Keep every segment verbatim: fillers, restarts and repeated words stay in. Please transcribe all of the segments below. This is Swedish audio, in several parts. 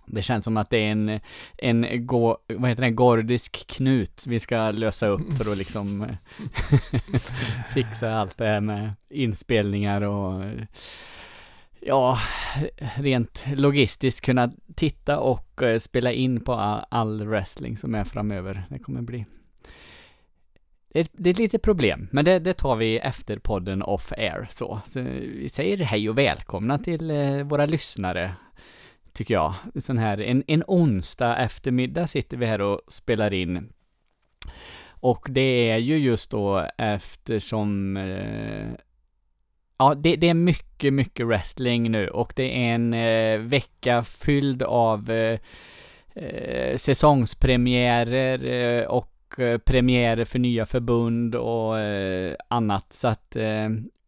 Det känns som att det är en, en, gå, vad heter det, en gordisk knut vi ska lösa upp för att liksom fixa allt det här med inspelningar och ja, rent logistiskt kunna titta och uh, spela in på all, all wrestling som är framöver. Det kommer bli det är, det är ett litet problem, men det, det tar vi efter podden off air. Så, så vi säger hej och välkomna till uh, våra lyssnare, tycker jag. Sån här, en, en onsdag eftermiddag sitter vi här och spelar in. Och det är ju just då eftersom uh, ja, det, det är mycket, mycket wrestling nu och det är en eh, vecka fylld av eh, eh, säsongspremiärer eh, och eh, premiärer för nya förbund och eh, annat. Så att eh,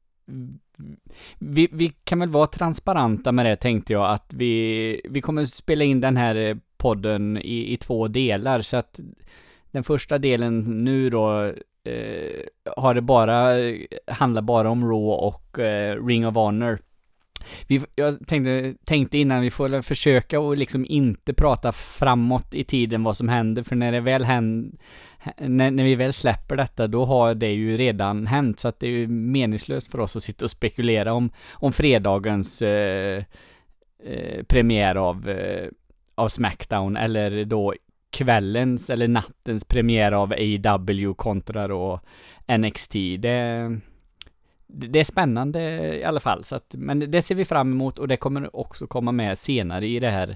vi, vi kan väl vara transparenta med det, tänkte jag, att vi, vi kommer spela in den här podden i, i två delar. Så att den första delen nu då Uh, har det bara handlar bara om Raw och uh, Ring of Honor. Vi, jag tänkte, tänkte innan vi får försöka och liksom inte prata framåt i tiden vad som händer, för när det väl händer, när, när vi väl släpper detta, då har det ju redan hänt, så att det är ju meningslöst för oss att sitta och spekulera om, om fredagens uh, uh, premiär av, uh, av SmackDown, eller då kvällens eller nattens premiär av A E W kontra då N X T. Det, det är spännande i alla fall. Så att, men det ser vi fram emot, och det kommer också komma med senare i det här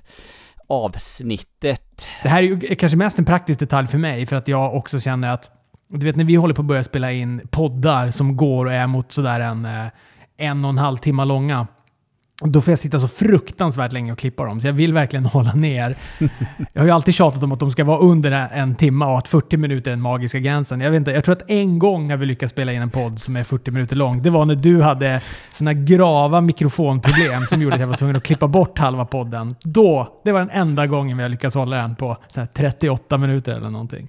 avsnittet. Det här är ju kanske mest en praktisk detalj för mig, för att jag också känner att, du vet, när vi håller på att börja spela in poddar som går och är mot sådär en, en och en halv timme långa, då får jag sitta så fruktansvärt länge och klippa dem. Så jag vill verkligen hålla ner. Jag har ju alltid tjatat om att de ska vara under en timme och att fyrtio minuter är den magiska gränsen. Jag vet inte, jag tror att en gång har vi lyckats spela in en podd som är fyrtio minuter lång. Det var när du hade såna grava mikrofonproblem som gjorde att jag var tvungen att klippa bort halva podden. Då, det var den enda gången vi har lyckats hålla den på så här trettioåtta minuter eller någonting.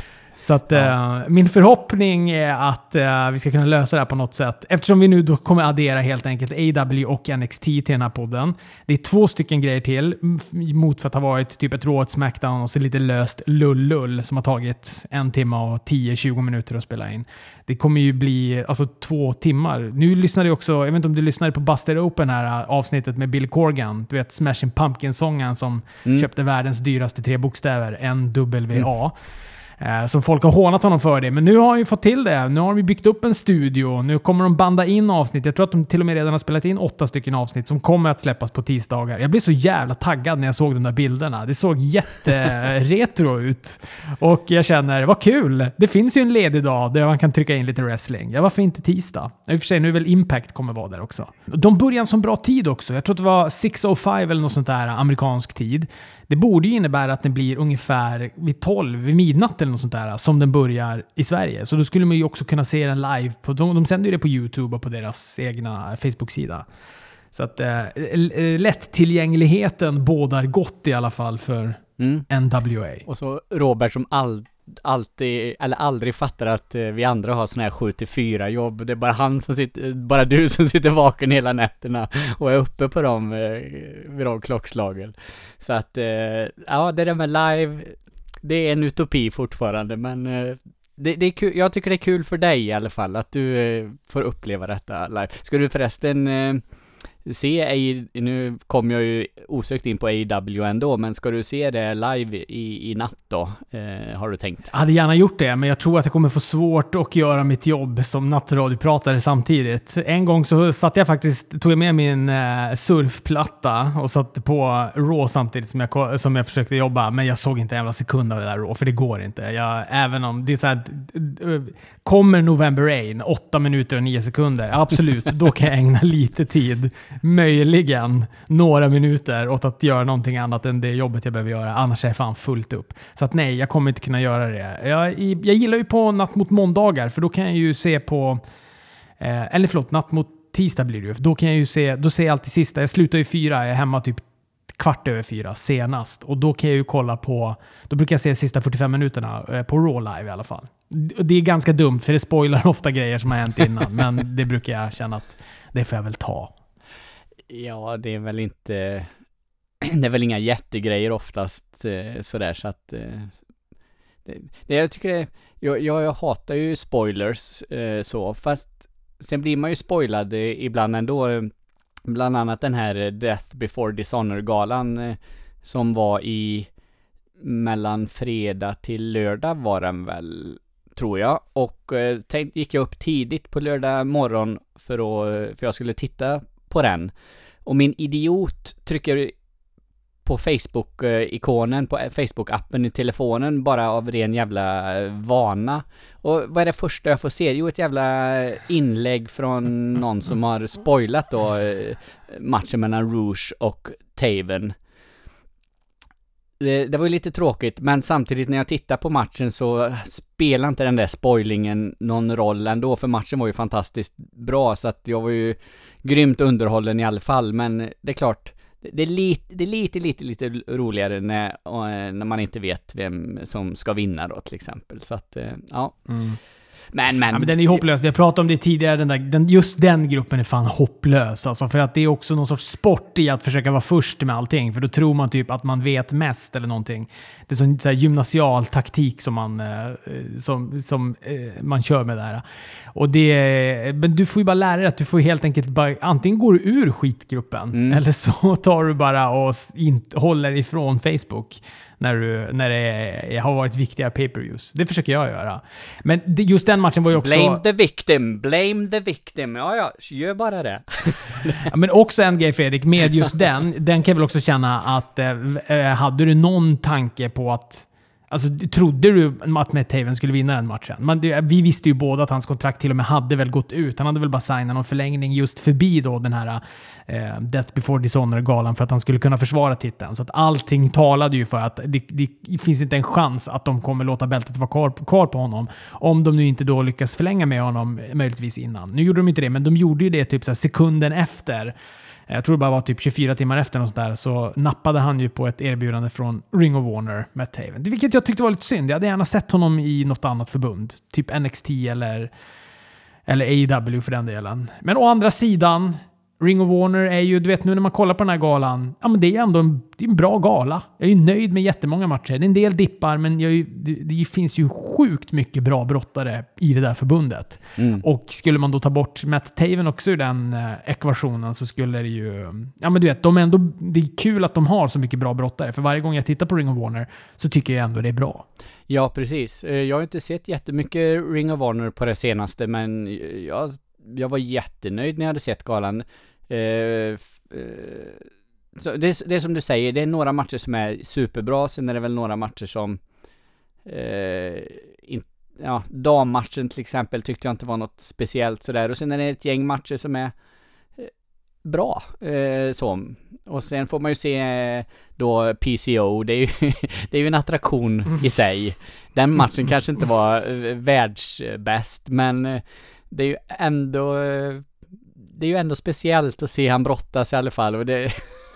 Så att ja. eh, min förhoppning är att eh, vi ska kunna lösa det här på något sätt. Eftersom vi nu då kommer addera helt enkelt A E W och N X T till den här podden. Det är två stycken grejer till mot för att ha varit typ ett Raw, SmackDown och så lite löst lull-lull som har tagit en timme och tio till tjugo minuter att spela in. Det kommer ju bli alltså två timmar. Nu lyssnade jag också, jag vet inte om du lyssnade på Buster Open här avsnittet med Bill Corgan. Du vet, Smashing Pumpkins-sången som mm. köpte världens dyraste tre bokstäver, N W A. Mm. Som folk har hånat honom för det. Men nu har han ju fått till det. Nu har vi byggt upp en studio. Nu kommer de banda in avsnitt. Jag tror att de till och med redan har spelat in åtta stycken avsnitt som kommer att släppas på tisdagar. Jag blev så jävla taggad när jag såg de där bilderna. Det såg jätteretro ut. Och jag känner, vad kul. Det finns ju en ledig dag där man kan trycka in lite wrestling. Ja, varför inte tisdag? I och för sig, nu är väl Impact kommer vara där också. De börjar en sån bra tid också. Jag tror att det var sex oh five eller något sånt där amerikansk tid. Det borde ju innebära att den blir ungefär vid tolv, vid midnatt eller något sånt där, som den börjar i Sverige. Så då skulle man ju också kunna se den live. På, de, de sänder ju det på YouTube och på deras egna Facebook-sida. Så att eh, lättillgängligheten bådar gott i alla fall för mm. N W A. Och så Robert som all, alltid, eller aldrig fattar att eh, vi andra har såna här sju till fyra jobb. Det är bara han som sitter, bara du som sitter vaken hela nätterna och är uppe på dem eh, vid de klockslagen. Så att eh, ja, det där med live, det är en utopi fortfarande, men eh, det, det är kul. Jag tycker det är kul för dig i alla fall att du eh, får uppleva detta live. Ska du förresten eh, se, nu kom jag ju osökt in på A E W ändå, men ska du se det live i, i natt då, eh, har du tänkt? Jag hade gärna gjort det, men jag tror att jag kommer få svårt att göra mitt jobb som nattradiopratare samtidigt. En gång så satt jag faktiskt, tog jag med min eh, surfplatta och satt på Raw samtidigt som jag, som jag försökte jobba, men jag såg inte en jävla sekund av det där Raw, för det går inte. Jag, även om det är så här, kommer November Rain, åtta minuter och nio sekunder, absolut, då kan jag ägna lite tid, möjligen några minuter åt att göra någonting annat än det jobbet jag behöver göra. Annars är jag fan fullt upp. Så att nej, jag kommer inte kunna göra det. Jag, jag gillar ju på natt mot måndagar, för då kan jag ju se på eh, eller förlåt, natt mot tisdag blir det ju. För då kan jag ju se, då ser jag alltid sista. Jag slutar ju fyra, jag är hemma typ kvart över fyra senast. Och då kan jag ju kolla på, då brukar jag se sista fyrtiofem minuterna eh, på Raw live i alla fall. Det är ganska dumt, för det spoilar ofta grejer som har hänt innan. Men det brukar jag känna att det får jag väl ta. Ja, det är väl inte det är väl inga jättegrejer oftast eh, sådär så att eh, det, det jag tycker det, jag, jag, jag hatar ju spoilers eh, så, fast sen blir man ju spoilad eh, ibland ändå, eh, bland annat den här Death Before Dishonor-galan eh, som var i mellan fredag till lördag var den väl, tror jag, och eh, tänk, gick jag upp tidigt på lördag morgon för att, för jag skulle titta på den, och min idiot trycker på Facebook-ikonen, på Facebook-appen i telefonen, bara av ren jävla vana. Och vad är det första jag får se? Jo, ett jävla inlägg från någon som har spoilat då matchen mellan Rouge och Taven. Det, det var ju lite tråkigt, men samtidigt när jag tittar på matchen så spelar inte den där spoilingen någon roll ändå, för matchen var ju fantastiskt bra, så att jag var ju grymt underhållen i alla fall, men det är klart, det är lite, det är lite, lite, lite roligare när, när man inte vet vem som ska vinna då till exempel. Så att, ja. Mm. Men, men, ja, men den är ju hopplös. Vi har pratat om det tidigare. Den där, den, just den gruppen är fan hopplös. Alltså, för att det är också någon sorts sport i att försöka vara först med allting. För då tror man typ att man vet mest eller någonting. Det är sån så här gymnasial taktik som man, eh, som, som, eh, man kör med där. Och det, men du får ju bara lära dig att du får helt enkelt bara, antingen går du ur skitgruppen mm. eller så tar du bara och in, håller ifrån Facebook. När, du, när det är, har varit viktiga pay-per-views. Det försöker jag göra. Men det, just den matchen var ju också... Blame the victim, blame the victim. Ja, ja, gör bara det. Ja, men också en grej, Fredrik, med just den. Den kan jag väl också känna att... Eh, hade du någon tanke på att... Alltså, trodde du att Matt Taven skulle vinna den matchen? Man, det, vi visste ju båda att hans kontrakt till och med hade väl gått ut. Han hade väl bara signat någon förlängning just förbi då den här eh, Death Before Dishonor-galan för att han skulle kunna försvara titeln. Så att allting talade ju för att det, det finns inte en chans att de kommer låta bältet vara kvar, kvar på honom. Om de nu inte då lyckas förlänga med honom möjligtvis innan. Nu gjorde de inte det, men de gjorde ju det typ så här sekunden efter. Jag tror det bara var typ tjugofyra timmar efter något där, så nappade han ju på ett erbjudande från Ring of Honor med Taven. Vilket jag tyckte var lite synd. Jag hade gärna sett honom i något annat förbund. Typ N X T eller, eller A E W för den delen. Men å andra sidan, Ring of Honor är ju, du vet nu när man kollar på den här galan, ja men det är ändå en, det är en bra gala. Jag är ju nöjd med jättemånga matcher. Det är en del dippar, men jag är ju, det, det finns ju sjukt mycket bra brottare i det där förbundet. Mm. Och skulle man då ta bort Matt Taven också ur den eh, ekvationen, så skulle det ju, ja men du vet, de är ändå, det är kul att de har så mycket bra brottare. För varje gång jag tittar på Ring of Honor så tycker jag ändå det är bra. Ja, precis. Jag har inte sett jättemycket Ring of Honor på det senaste, men jag, jag var jättenöjd när jag hade sett galan. Uh, uh, så det, det är som du säger, det är några matcher som är superbra, sen är det väl några matcher som uh, in, ja, dammatchen till exempel tyckte jag inte var något speciellt sådär, och sen är det ett gäng matcher som är uh, bra uh, så. Och sen får man ju se uh, då P C O, det är ju, det är ju en attraktion i sig. Den matchen kanske inte var uh, världsbäst, men uh, det är ju ändå uh, det är ju ändå speciellt att se han brottas i alla fall, och det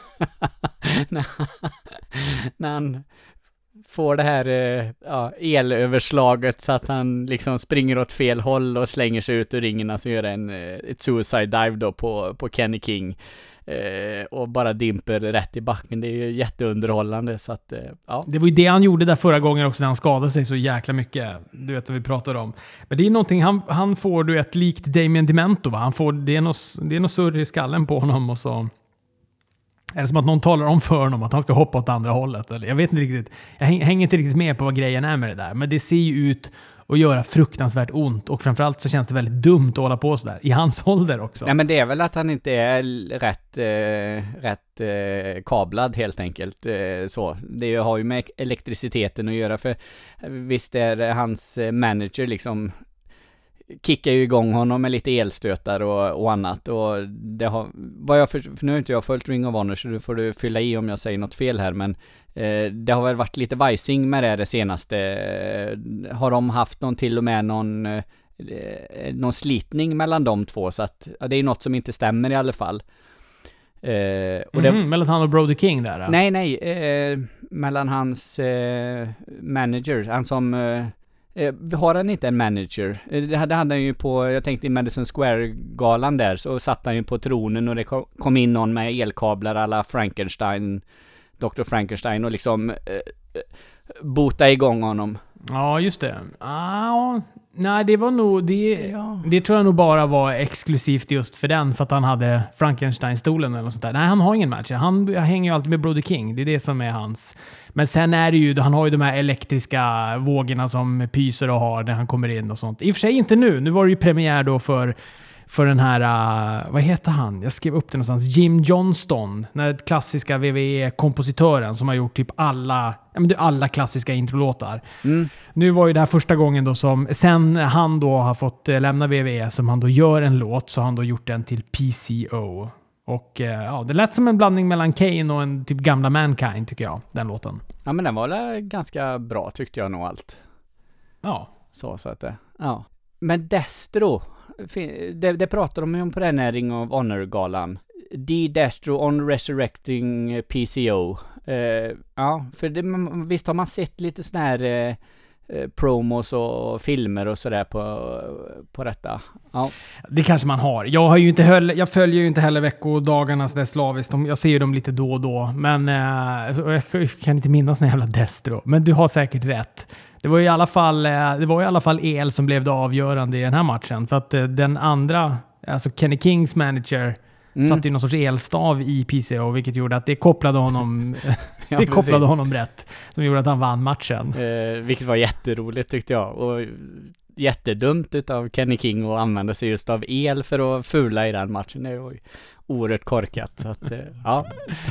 när, när han får det här ja, elöverslaget så att han liksom springer åt fel håll och slänger sig ut ur ringen, alltså gör en ett suicide dive då på, på Kenny King eh, och bara dimper rätt i backen. Det är ju jätteunderhållande, så att eh, ja. Det var ju det han gjorde där förra gången också, när han skadade sig så jäkla mycket. Du vet vad vi pratar om. Men det är någonting, han, han får du ett likt Damien Demento, va? Han får, det är något, det är något surr i skallen på honom, och så är det som att någon talar om för honom att han ska hoppa åt andra hållet. Eller jag vet inte riktigt. Jag hänger inte riktigt med på vad grejen är med det där. Men det ser ju ut att göra fruktansvärt ont. Och framförallt så känns det väldigt dumt att hålla på sådär. I hans ålder också. Nej, men det är väl att han inte är rätt, eh, rätt eh, kablad helt enkelt. Eh, så. Det har ju med elektriciteten att göra. För visst är hans manager liksom kickar ju igång honom med lite elstötar och, och annat, och det har, vad jag för, för nu har inte jag följt Ring of Honor, så du får du fylla i om jag säger något fel här, men eh, det har väl varit lite vajsing med det, det senaste. Eh, har de haft någon till och med någon eh, någon slitning mellan de två, så att ja, det är något som inte stämmer i alla fall. Eh, och det, mm, mellan han och Brody King där? Då? Nej, nej, eh, mellan hans eh, manager, han som eh, har han inte en manager? Det hade han ju på, jag tänkte i Madison Square-galan där, så satt han ju på tronen och det kom in någon med elkablar alla Frankenstein doktor Frankenstein och liksom eh, bota igång honom. Ja, just det. Ah, nej, det var nog... Det, Ja. det tror jag nog bara var exklusivt just för den, för att han hade Frankenstein-stolen eller något sånt där. Nej, han har ingen match. Han hänger ju alltid med Brody King. Det är det som är hans... Men sen är det ju... Han har ju de här elektriska vågorna som pyser och har när han kommer in och sånt. I och för sig inte nu. Nu var det ju premiär då för... För den här, uh, vad heter han? Jag skrev upp det någonstans. Jim Johnston, den klassiska W W E-kompositören som har gjort typ alla, ja, men alla klassiska introlåtar. Mm. Nu var ju det här första gången då som, sen han då har fått uh, lämna W W E, som han då gör en låt, så har han då gjort den till P C O. Och uh, ja, det lät som en blandning mellan Kane och en typ gamla Mankind, tycker jag, den låten. Ja, men den var ganska bra, tyckte jag nog allt. Ja. Så, så att det, ja. Men Destro, Det, det pratar de ju om på den här Ring of Honor-galan. D. Destro on Resurrecting P C O. Uh, ja, för det, visst har man sett lite sån här uh, promos och filmer och sådär på, på detta. Ja. Det kanske man har. Jag, har ju inte höll, jag följer ju inte heller veckodagarna sådär slaviskt. Jag ser ju dem lite då och då. Men uh, jag kan inte minnas någon jävla Destro. Men du har säkert rätt. Det var i alla fall, det var i alla fall el som blev det avgörande i den här matchen. För att den andra, alltså Kenny Kings manager, mm. satte ju någon sorts elstav i P C O, vilket gjorde att det kopplade honom, ja, det kopplade honom rätt. Som gjorde att han vann matchen. Eh, vilket var jätteroligt, tyckte jag. Och jättedumt utav Kenny King att använda sig just av el för att fula i den matchen. Det var ju oerhört korkat. Så att, eh, ja.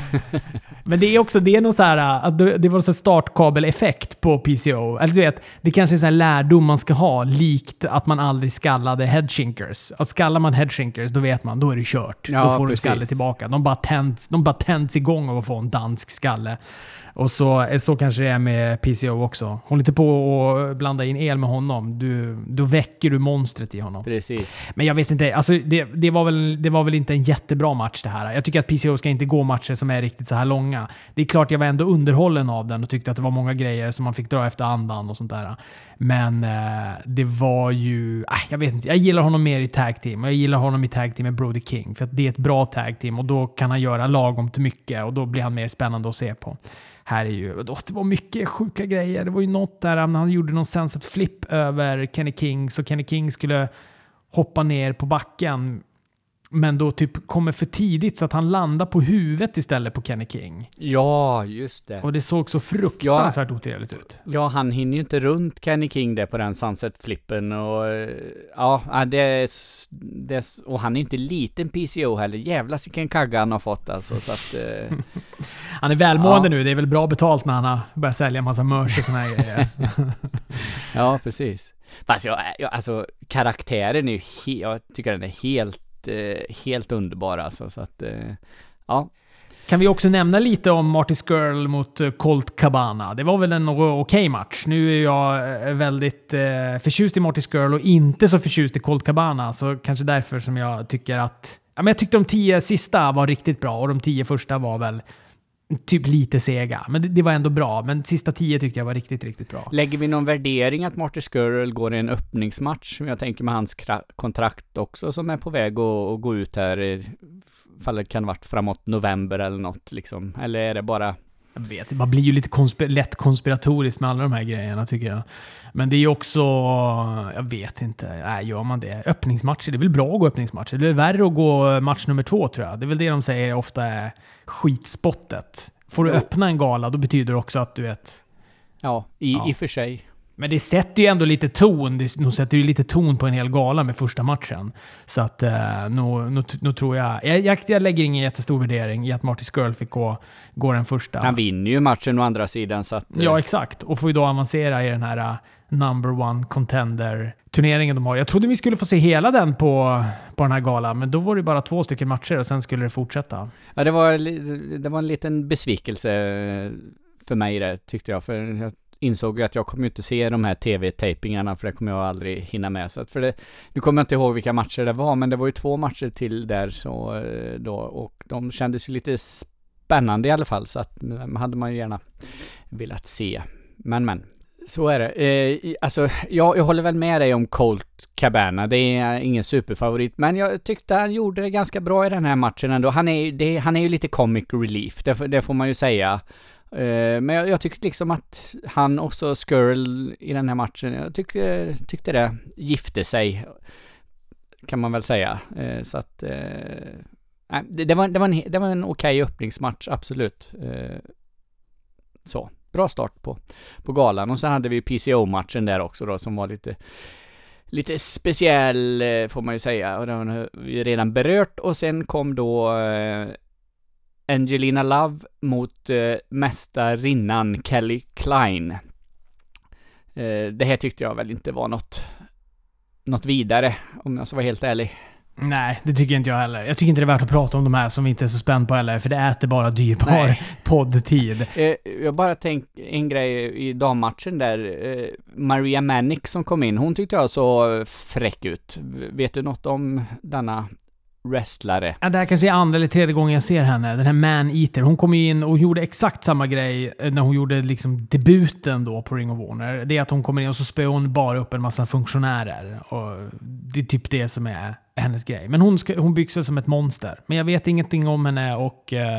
Men det är också, det är nog så här att det var så startkabeleffekt på P C O. Eller du vet, det kanske är en sån här lärdom man ska ha, likt att man aldrig skallade headshinkers. Att skallar man headshinkers, då vet man, då är det kört. Ja, då får precis. du skalle tillbaka. De bara tänds, de bara tänds igång av att få en dansk skalle. Och så, så kanske det är med P C O också. Håll inte på att blanda in el med honom. Du, då väcker du monstret i honom. Precis. Men jag vet inte, alltså det, det, var väl, det var väl inte en jättebra match det här. Jag tycker att P C O ska inte gå matcher som är riktigt så här långa. Det är klart jag var ändå underhållen av den och tyckte att det var många grejer som man fick dra efter andan och sånt där. Men eh, det var ju... Äh, jag vet inte, jag gillar honom mer i tag team. Och jag gillar honom i tag team med Brody King. För att det är ett bra tag team och då kan han göra lagom till mycket och då blir han mer spännande att se på. Här är ju, det var mycket sjuka grejer. Det var ju något där när han gjorde någon sunset flip över Kenny King, så Kenny King skulle hoppa ner på backen, men då typ kommer för tidigt så att han landar på huvudet istället på Kenny King. Ja, just det. Och det såg så fruktansvärt ja, otrevligt ut. Ja, han hinner ju inte runt Kenny King där på den sunset-flippen. Och ja, det är, det är, och han är inte liten P C O heller. Jävla sicken kagga han har fått alltså. Så att, eh, han är välmående ja. nu. Det är väl bra betalt när han har börjat sälja en massa merch och såna här grejer. Ja, precis. Fast jag, jag, alltså, karaktären är ju he- jag tycker den är helt helt underbar alltså, så att ja. Kan vi också nämna lite om Marty Scurll mot Colt Cabana? Det var väl en okej okay match. Nu är jag väldigt eh, förtjust i Marty Scurll och inte så förtjust i Colt Cabana, så kanske därför som jag tycker att ja, men jag tyckte de tio sista var riktigt bra och de tio första var väl typ lite sega. Men det, det var ändå bra. Men sista tio tyckte jag var riktigt, riktigt bra. Lägger vi någon värdering att Marty Scurll går i en öppningsmatch? Jag tänker med hans kra- kontrakt också som är på väg att, att gå ut här. I fallet kan varit framåt november eller något liksom. Eller är det bara... Jag vet, det blir ju lite konspir- lätt konspiratoriskt med alla de här grejerna tycker jag. Men det är ju också, jag vet inte, nej, gör man det? Öppningsmatcher, det är väl bra att gå öppningsmatcher. Det är väl värre att gå match nummer två tror jag. Det är väl det de säger ofta är skitspottet. Får du jo. öppna en gala, då betyder det också att du vet... Ja, i, ja. i och för sig. Men det sätter ju ändå lite ton. Det nu sätter ju lite ton på en hel gala med första matchen. Så att eh, nu, nu, nu tror jag, jag... Jag jag lägger ingen jättestor värdering i att Marty Scurll fick gå, gå den första. Han vinner ju matchen å andra sidan. Så att, eh. Ja, exakt. Och får ju då avancera i den här uh, number one contender-turneringen de har. Jag trodde vi skulle få se hela den på, på den här galan. Men då var det bara två stycken matcher och sen skulle det fortsätta. Ja, det var, det var en liten besvikelse för mig det, tyckte jag. För jag insåg ju att jag kommer inte se de här tv-tapingarna, för det kommer jag aldrig hinna med. Så att för det, nu kommer jag inte ihåg vilka matcher det var, men det var ju två matcher till där så då, och de kändes ju lite spännande i alla fall, så att hade man ju gärna velat se. Men men Så är det. Eh, alltså, jag, jag håller väl med dig om Colt Cabana. Det är ingen superfavorit. Men jag tyckte han gjorde det ganska bra i den här matchen ändå. Han är, det, han är ju lite comic relief. Det, det får man ju säga. Eh, men jag, jag tyckte liksom att han också Skrull i den här matchen. Jag tyck, tyckte det gifte sig. Kan man väl säga. Eh, så att... Eh, det, det, var, det, var en, det var en okej öppningsmatch. Absolut. Eh, så. Bra start på, på galan. Och sen hade vi P C O-matchen där också då, som var lite, lite speciell, får man ju säga. Och det har vi redan berört. Och sen kom då eh, Angelina Love mot eh, mästarinnan Kelly Klein. Eh, det här tyckte jag väl inte var något, något vidare, om jag ska vara helt ärlig. Nej, det tycker inte jag heller. Jag tycker inte det är värt att prata om de här som vi inte är så spänd på heller, för det äter bara dyrbar Nej. poddtid. Eh, jag bara tänkte en grej i dammatchen där. Eh, Maria Manick som kom in, hon tyckte jag så fräck ut. Vet du något om denna wrestlare? Ja, det här kanske är andra eller tredje gången jag ser henne. Den här Man-Eater. Hon kom in och gjorde exakt samma grej när hon gjorde liksom debuten då på Ring of Honor. Det är att hon kommer in och så spöar hon bara upp en massa funktionärer. Och det är typ det som är hennes grej. Men hon, ska, hon byggs som ett monster. Men jag vet ingenting om henne och... Eh,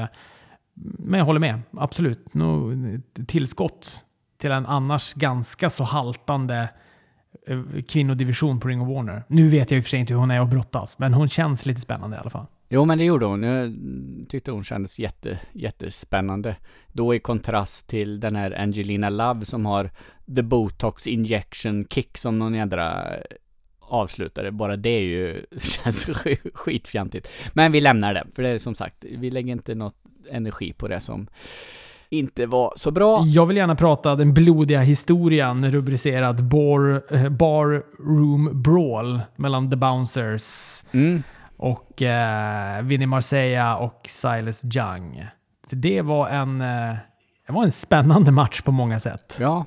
men jag håller med. Absolut. No, tillskott till en annars ganska så haltande kvinnodivision på Ring of Honor. Nu vet jag i och för sig inte hur hon är att brottas, men hon känns lite spännande i alla fall. Jo, men det gjorde hon. Jag tyckte hon kändes jätte, jättespännande. Då i kontrast till den här Angelina Love som har the Botox injection kick som någon jädra avslutare. Bara det är ju känns skitfjantigt. Men vi lämnar det, för det är som sagt, vi lägger inte något energi på det som inte var så bra. Jag vill gärna prata den blodiga historien rubricerad Bar, eh, Bar Room Brawl mellan The Bouncers mm. och eh, Vinny Marseilla och Silas Young. För det var en eh, det var en spännande match på många sätt. Ja.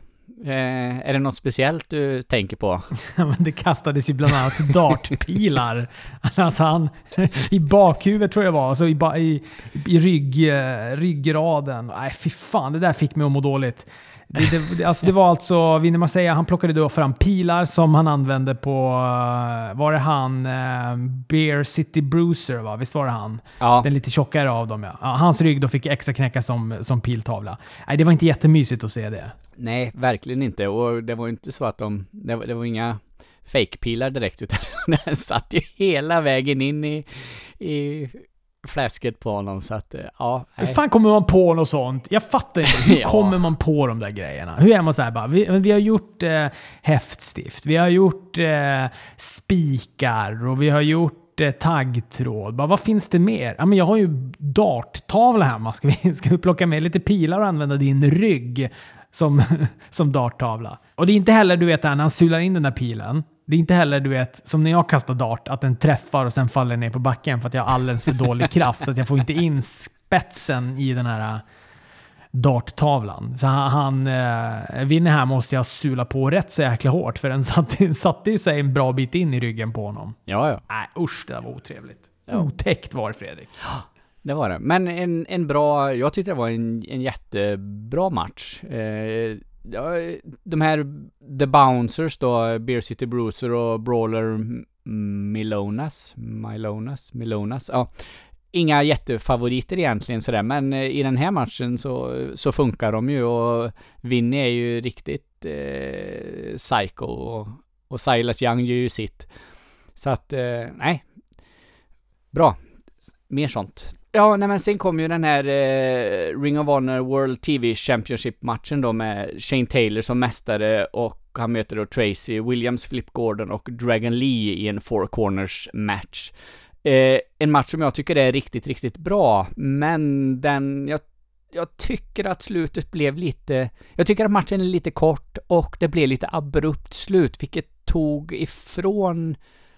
Eh, är det något speciellt du tänker på? Det kastades ju bland annat dartpilar. Alltså han, i bakhuvudet tror jag det var. Alltså i, i, i rygg, ryggraden. Nej, fy fan, det där fick mig att må dåligt. Det, det, alltså det var alltså, Vinny Marseilla, han plockade då fram pilar som han använde på, var det han, uh, Bear City Bruiser va? Visst var det han? Ja. Den lite tjockare av dem, ja. ja. Hans rygg då fick extra knäcka som, som piltavla. Nej, det var inte jättemysigt att se det. Nej, verkligen inte. Och det var inte så att de, det var, det var inga fake-pilar direkt, utan den satt ju hela vägen in i, i fläsket på honom, så att ja. Hur fan kommer man på något sånt? Jag fattar inte. Hur ja. kommer man på de där grejerna? Hur är man så här bara, vi, vi har gjort eh, häftstift, vi har gjort eh, spikar och vi har gjort eh, taggtråd. Bara, vad finns det mer? Ja, men jag har ju darttavla hemma. Ska vi, ska vi plocka med lite pilar och använda din rygg som, som darttavla? Och det är inte heller, du vet, när han sular in den där pilen. Det är inte heller, du vet, som när jag kastar dart, att den träffar och sen faller ner på backen för att jag har alldeles för dålig kraft. Så att jag får inte in spetsen i den här darttavlan. Så han, han eh, vinner här måste jag sula på rätt så jäkla hårt, för den satte, satte ju sig en bra bit in i ryggen på honom. Ja, ja. Nej, usch, det var otrevligt. Ja. Otäckt var det, Fredrik. Det var det. Men en, en bra, jag tyckte det var en, en jättebra match. Eh, Ja, de här The Bouncers då, Bear City Bruiser och Brawler Milonas, Milonas, Milonas, ja. Inga jättefavoriter egentligen sådär, men i den här matchen så, så funkar de ju, och Vinny är ju riktigt eh, psycho, och, och Silas Young gör ju sitt. Så att, eh, nej. Bra. Mer sånt. Ja, nej, men sen kom ju den här eh, Ring of Honor World T V Championship-matchen då med Shane Taylor som mästare, och han möter då Tracy Williams, Flip Gordon och Dragon Lee i en four corners match. Eh, en match som jag tycker är riktigt, riktigt bra, men den, jag, jag tycker att slutet blev lite, jag tycker att matchen är lite kort och det blev lite abrupt slut, vilket tog ifrån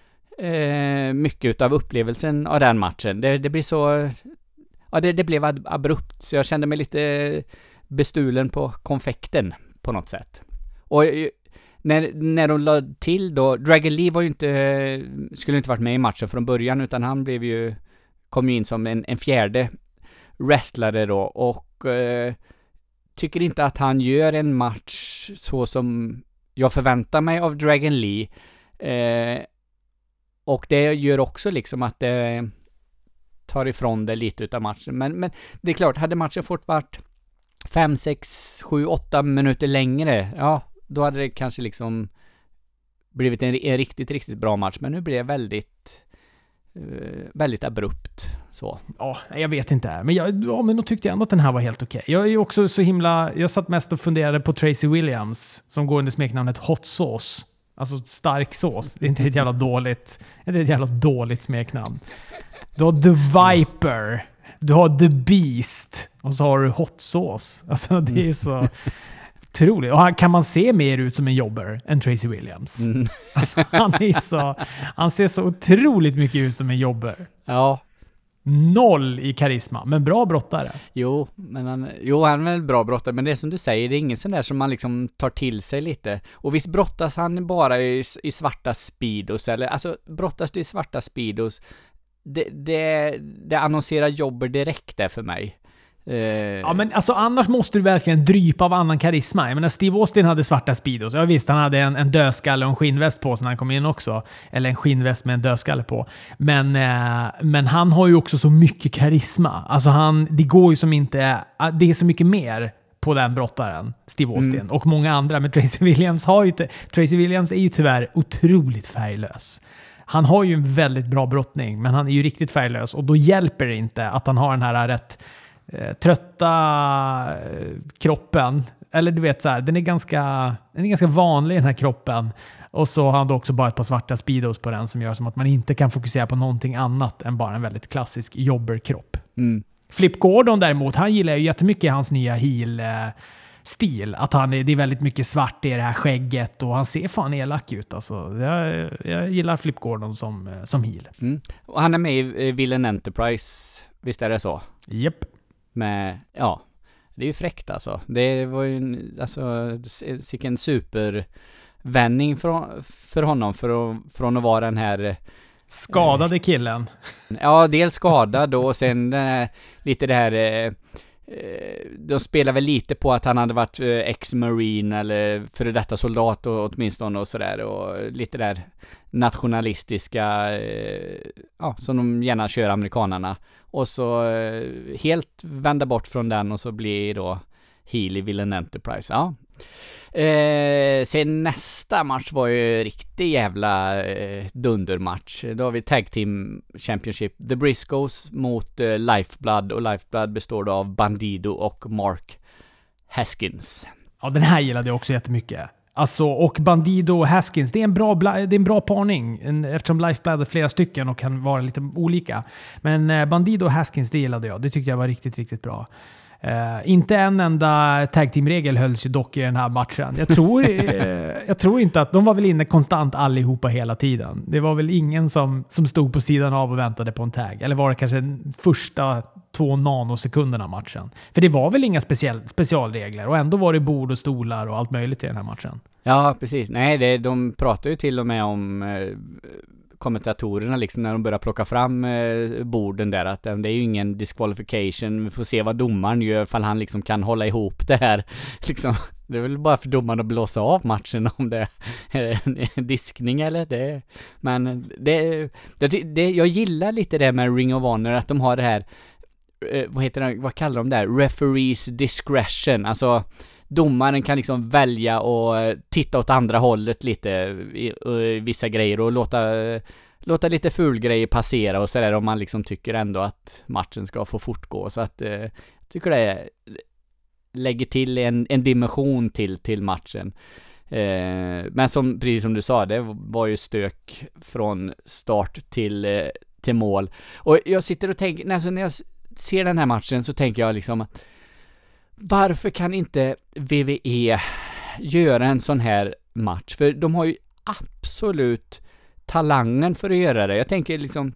Eh, mycket av upplevelsen av den matchen. Det, det blir så, ja, det, det blev abrupt, så jag kände mig lite bestulen på konfekten på något sätt. Och när, när de lade till då, Dragon Lee var ju inte, skulle inte varit med i matchen från början, utan han blev ju, kom ju in som en, en fjärde wrestlare då, och eh, tycker inte att han gör en match så som jag förväntar mig av Dragon Lee. Eh, och det gör också liksom att det tar ifrån det lite utav matchen. Men, men det är klart, hade matchen fått varit fem, sex, sju, åtta minuter längre, ja, då hade det kanske liksom blivit en, en riktigt, riktigt bra match. Men nu blev det väldigt uh, väldigt abrupt så. Ja, jag vet inte. Men, jag, ja, men då tyckte jag ändå att den här var helt okej. Okay. Jag är ju också så himla... Jag satt mest och funderade på Tracy Williams som går under smeknamnet Hot Sauce. Alltså stark sås. Det är inte ett jävla dåligt... Det är ett jävla dåligt smeknamn. Du har The Viper. Du har The Beast. Och så har du Hot Sauce. Alltså det är så... Otroligt. Och han, kan man se mer ut som en jobber än Tracy Williams? Mm. Alltså, han, är så, han ser så otroligt mycket ut som en jobber. Ja. Noll i karisma, men bra brottare. Jo, men han, jo, han är väl bra brottare, men det är som du säger, det är ingen sån där som man liksom tar till sig lite. Och visst brottas han bara i, i svarta speedos, eller alltså brottas du i svarta speedos, det, det, det annonserar jobber direkt där för mig. Uh, ja, men alltså annars måste du verkligen drypa av annan karisma. Jag menar, Steve Austin hade svarta speedos. Ja visst, han hade en, en dödskalle och en skinnväst på sig när han kom in också. Eller en skinnväst med en dödskalle på. Men, uh, men han har ju också så mycket karisma. Alltså han, det går ju som inte... Det är så mycket mer på den brottaren, Steve Austin. Mm. Och många andra. Men Tracy Williams har ju... Tracy Williams är ju tyvärr otroligt färglös. Han har ju en väldigt bra brottning, men han är ju riktigt färglös. Och då hjälper det inte att han har den här rätt... Eh, trötta eh, kroppen, eller du vet så här, den är ganska den är ganska vanlig, den här kroppen, och så har han då också bara ett par svarta speedos på den som gör som att man inte kan fokusera på någonting annat än bara en väldigt klassisk jobberkropp. Mm. Flip Gordon däremot, han gillar ju jättemycket hans nya heel eh, stil, att han är, det är väldigt mycket svart i det här skägget och han ser fan elak ut alltså. Jag, jag gillar Flip Gordon som, som heel. Mm. Och han är med i Villain Enterprise, visst är det så? Japp. Yep. Med, ja, det är ju fräckt alltså. Det var ju en, alltså, vilken supervändning för, för honom för att, från att vara den här skadade killen. Ja, dels skadad och sen eh, lite det här eh, de spelar väl lite på att han hade varit eh, ex-marine eller före detta soldat och, åtminstone och sådär, och lite där nationalistiska eh, ja, som de gärna kör amerikanerna, och så eh, helt vända bort från den och så blir då heel i Villain Enterprise. Ja. Eh, sen nästa match var ju riktigt jävla eh, dundermatch. Då har vi Tag Team Championship, The Briscoes mot eh, Lifeblood, och Lifeblood består då av Bandido och Mark Haskins. Ja, den här gillade jag också jättemycket. Alltså, och Bandido och Haskins, det är en bra, det är en bra parning, en, eftersom Lifeblood är flera stycken och kan vara lite olika. Men eh, Bandido och Haskins, det gillade jag. Det tyckte jag var riktigt, riktigt bra. Uh, inte en enda tag team-regel hölls ju dock i den här matchen. Jag tror, uh, jag tror inte att de var väl inne konstant allihopa hela tiden. Det var väl ingen som, som stod på sidan av och väntade på en tag. Eller var det kanske den första två nanosekunderna av matchen? För det var väl inga speciell, specialregler, och ändå var det bord och stolar och allt möjligt i den här matchen. Ja, precis. Nej, det, de pratar ju till och med om eh, kommentatorerna liksom när de börjar plocka fram eh, borden där, att eh, det är ju ingen disqualification. Vi får se vad domaren gör, ifall han liksom kan hålla ihop det här. Liksom, det är väl bara för domaren att blåsa av matchen om det är en diskning eller det. Men det, det, det, jag gillar lite det med Ring of Honor, att de har det här, eh, vad heter det, vad kallar de det här? Referees discretion, alltså domaren kan liksom välja och titta åt andra hållet lite i, i vissa grejer och låta, låta lite fulgrejer passera och sådär, om man liksom tycker ändå att matchen ska få fortgå. Så att eh, jag tycker det lägger till en, en dimension till, till matchen. Eh, men som, precis som du sa, det var ju stök från start till, eh, till mål. Och jag sitter och tänker, alltså när jag ser den här matchen så tänker jag liksom, varför kan inte V V E göra en sån här match? För de har ju absolut talangen för att göra det. Jag tänker liksom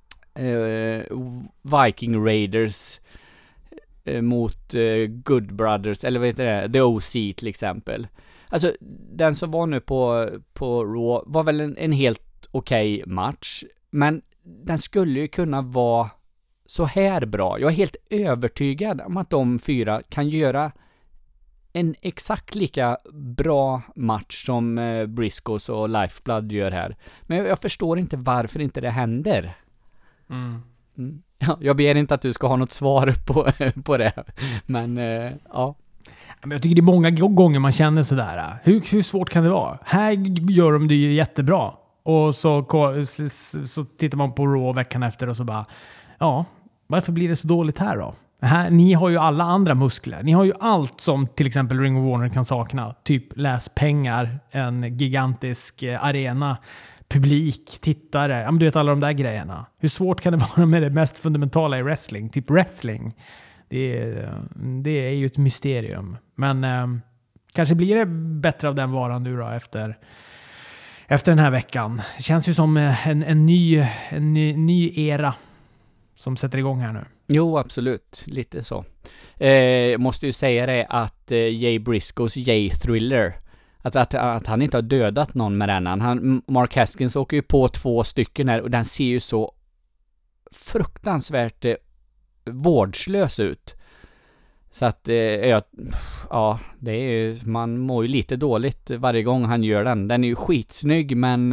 eh, Viking Raiders eh, mot eh, Good Brothers, eller vad heter det? The O C till exempel. Alltså den som var nu på, på Raw var väl en, en helt okej okay match, men den skulle ju kunna vara så här bra. Jag är helt övertygad om att de fyra kan göra en exakt lika bra match som eh, Briscoes och Lifeblood gör här. Men jag, jag förstår inte varför inte det händer. Mm. Mm. Ja, jag ber inte att du ska ha något svar på, på det. Men eh, ja. Men jag tycker det är många gånger man känner sådär. Hur, hur svårt kan det vara? Här gör de det ju jättebra. Och så, så tittar man på Raw veckan efter och så bara, ja, varför blir det så dåligt här då? Här, ni har ju alla andra muskler. Ni har ju allt som till exempel Ring of Honor kan sakna. Typ läspengar, en gigantisk arena, publik, tittare. Ja, men du vet alla de där grejerna. Hur svårt kan det vara med det mest fundamentala i wrestling? Typ wrestling. Det är, det är ju ett mysterium. Men eh, kanske blir det bättre av den varan nu då efter, efter den här veckan. Det känns ju som en, en, ny, en ny, ny era som sätter igång här nu. Jo, absolut. Lite så. Eh, jag måste ju säga det att eh, Jay Briscoes Jay Thriller, att, att, att han inte har dödat någon med den. Han, Mark Haskins åker ju på två stycken här och den ser ju så fruktansvärt eh, vårdslös ut. Så att eh, ja, ja, det är ju, man mår ju lite dåligt varje gång han gör den. Den är ju skitsnygg, men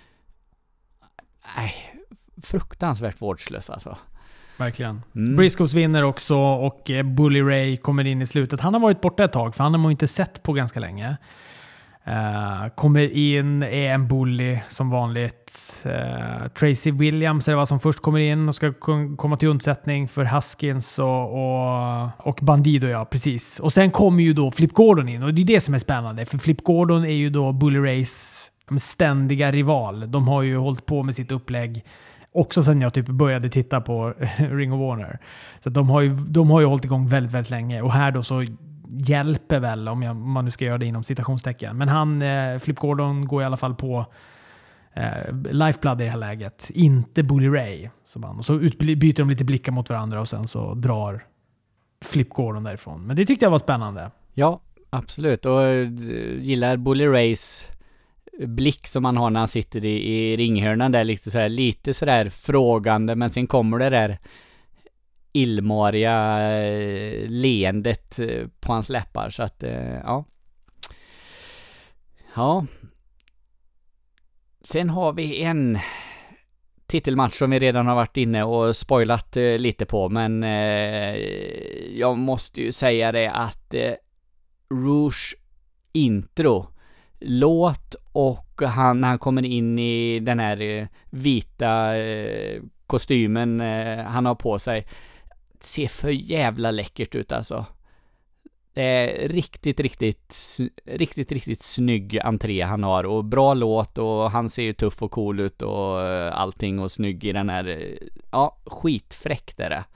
nej, fruktansvärt vårdslös alltså. Verkligen. Mm. Briscoes vinner också och Bully Ray kommer in i slutet. Han har varit borta ett tag för han har man ju inte sett på ganska länge. Uh, kommer in, är en bully som vanligt. Uh, Tracy Williams är det vad som först kommer in och ska k- komma till undsättning för Haskins och, och, och Bandido, ja precis. Och sen kommer ju då Flip Gordon in och det är det som är spännande för Flip Gordon är ju då Bully Rays ständiga rival. De har ju hållit på med sitt upplägg också sen jag typ började titta på Ring of Honor. Så de har ju, de har ju hållit igång väldigt, väldigt länge. Och här då så hjälper väl, om, jag, om man nu ska göra det inom citationstecken. Men han, eh, Flip Gordon, går i alla fall på eh, Lifeblood i det här läget. Inte Bully Ray. Så, man, och så utby- byter de lite blickar mot varandra och sen så drar Flip Gordon därifrån. Men det tyckte jag var spännande. Ja, absolut. Och äh, gillar Bully Rays blick som man har när han sitter i, i ringhörnan där, lite sådär, lite sådär frågande, men sen kommer det där illmariga eh, leendet eh, på hans läppar, så att eh, ja. Ja. Sen har vi en titelmatch som vi redan har varit inne och spoilat eh, lite på, men eh, jag måste ju säga det att eh, Rouge intro, låt och han, när han kommer in i den här eh, vita eh, kostymen eh, han har på sig, ser för jävla läckert ut alltså. Det är riktigt, riktigt, riktigt, riktigt snygg entré han har och bra låt och han ser ju tuff och cool ut och eh, allting och snygg i den här, eh, ja, skitfräckt är det.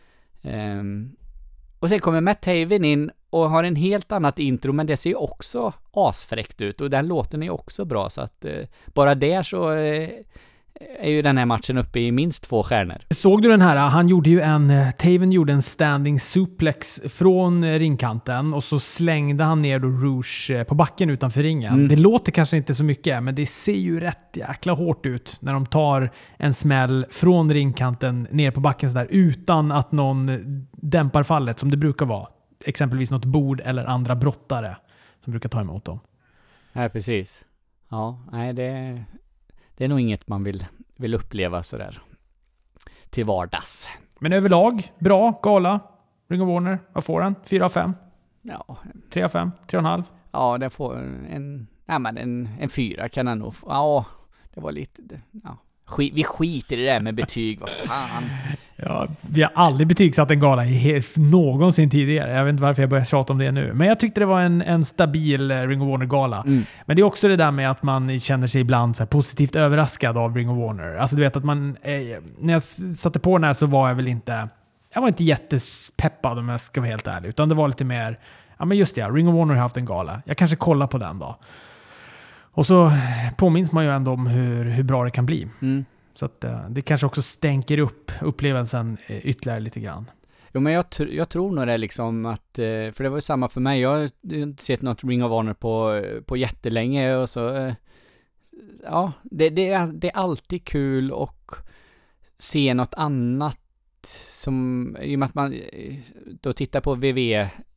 Um, och sen kommer Matt Taven in och har en helt annat intro, men det ser ju också asfräckt ut och den låten är också bra, så att eh, bara där så eh, är ju den här matchen uppe i minst två stjärnor. Såg du den här? Han gjorde ju en, Taven gjorde en standing suplex från ringkanten och så slängde han ner då Rouge på backen utanför ringen. Mm. Det låter kanske inte så mycket, men det ser ju rätt jäkla hårt ut när de tar en smäll från ringkanten ner på backen så där utan att någon dämpar fallet som det brukar vara. Exempelvis något bord eller andra brottare som brukar ta emot dem. Ja, precis. Ja, nej, det, det är nog inget man vill, vill uppleva så där till vardags. Men överlag, bra gala. Ring of Honor, vad får den? fyra av fem? Ja. tre av fem? tre och en halv? Ja, den får en, nej, men en, en fyra kan den nog få. Ja, det var lite, ja. Skit, vi skiter i det där med betyg, vad fan. Ja, vi har aldrig betygsatt en gala i någonsin tidigare. Jag vet inte varför jag börjar tjata om det nu. Men jag tyckte det var en, en stabil Ring of Honor-gala. Mm. Men det är också det där med att man känner sig ibland så här positivt överraskad av Ring of Honor. Alltså du vet att man... Eh, när jag satte på den här så var jag väl inte... Jag var inte jättespeppad om jag ska vara helt ärlig. Utan det var lite mer... Ja men just det, Ring of Honor har haft en gala. Jag kanske kollar på den då. Och så påminns man ju ändå om hur, hur bra det kan bli. Mm. Så att uh, det kanske också stänker upp upplevelsen uh, ytterligare lite grann. Jo, men jag, tr- jag tror nog det är liksom att, uh, för det var ju samma för mig. Jag har inte sett något Ring of Honor på, på jättelänge och så, uh, ja, det, det, är, det är alltid kul att se något annat som, i och med att man då tittar på W W E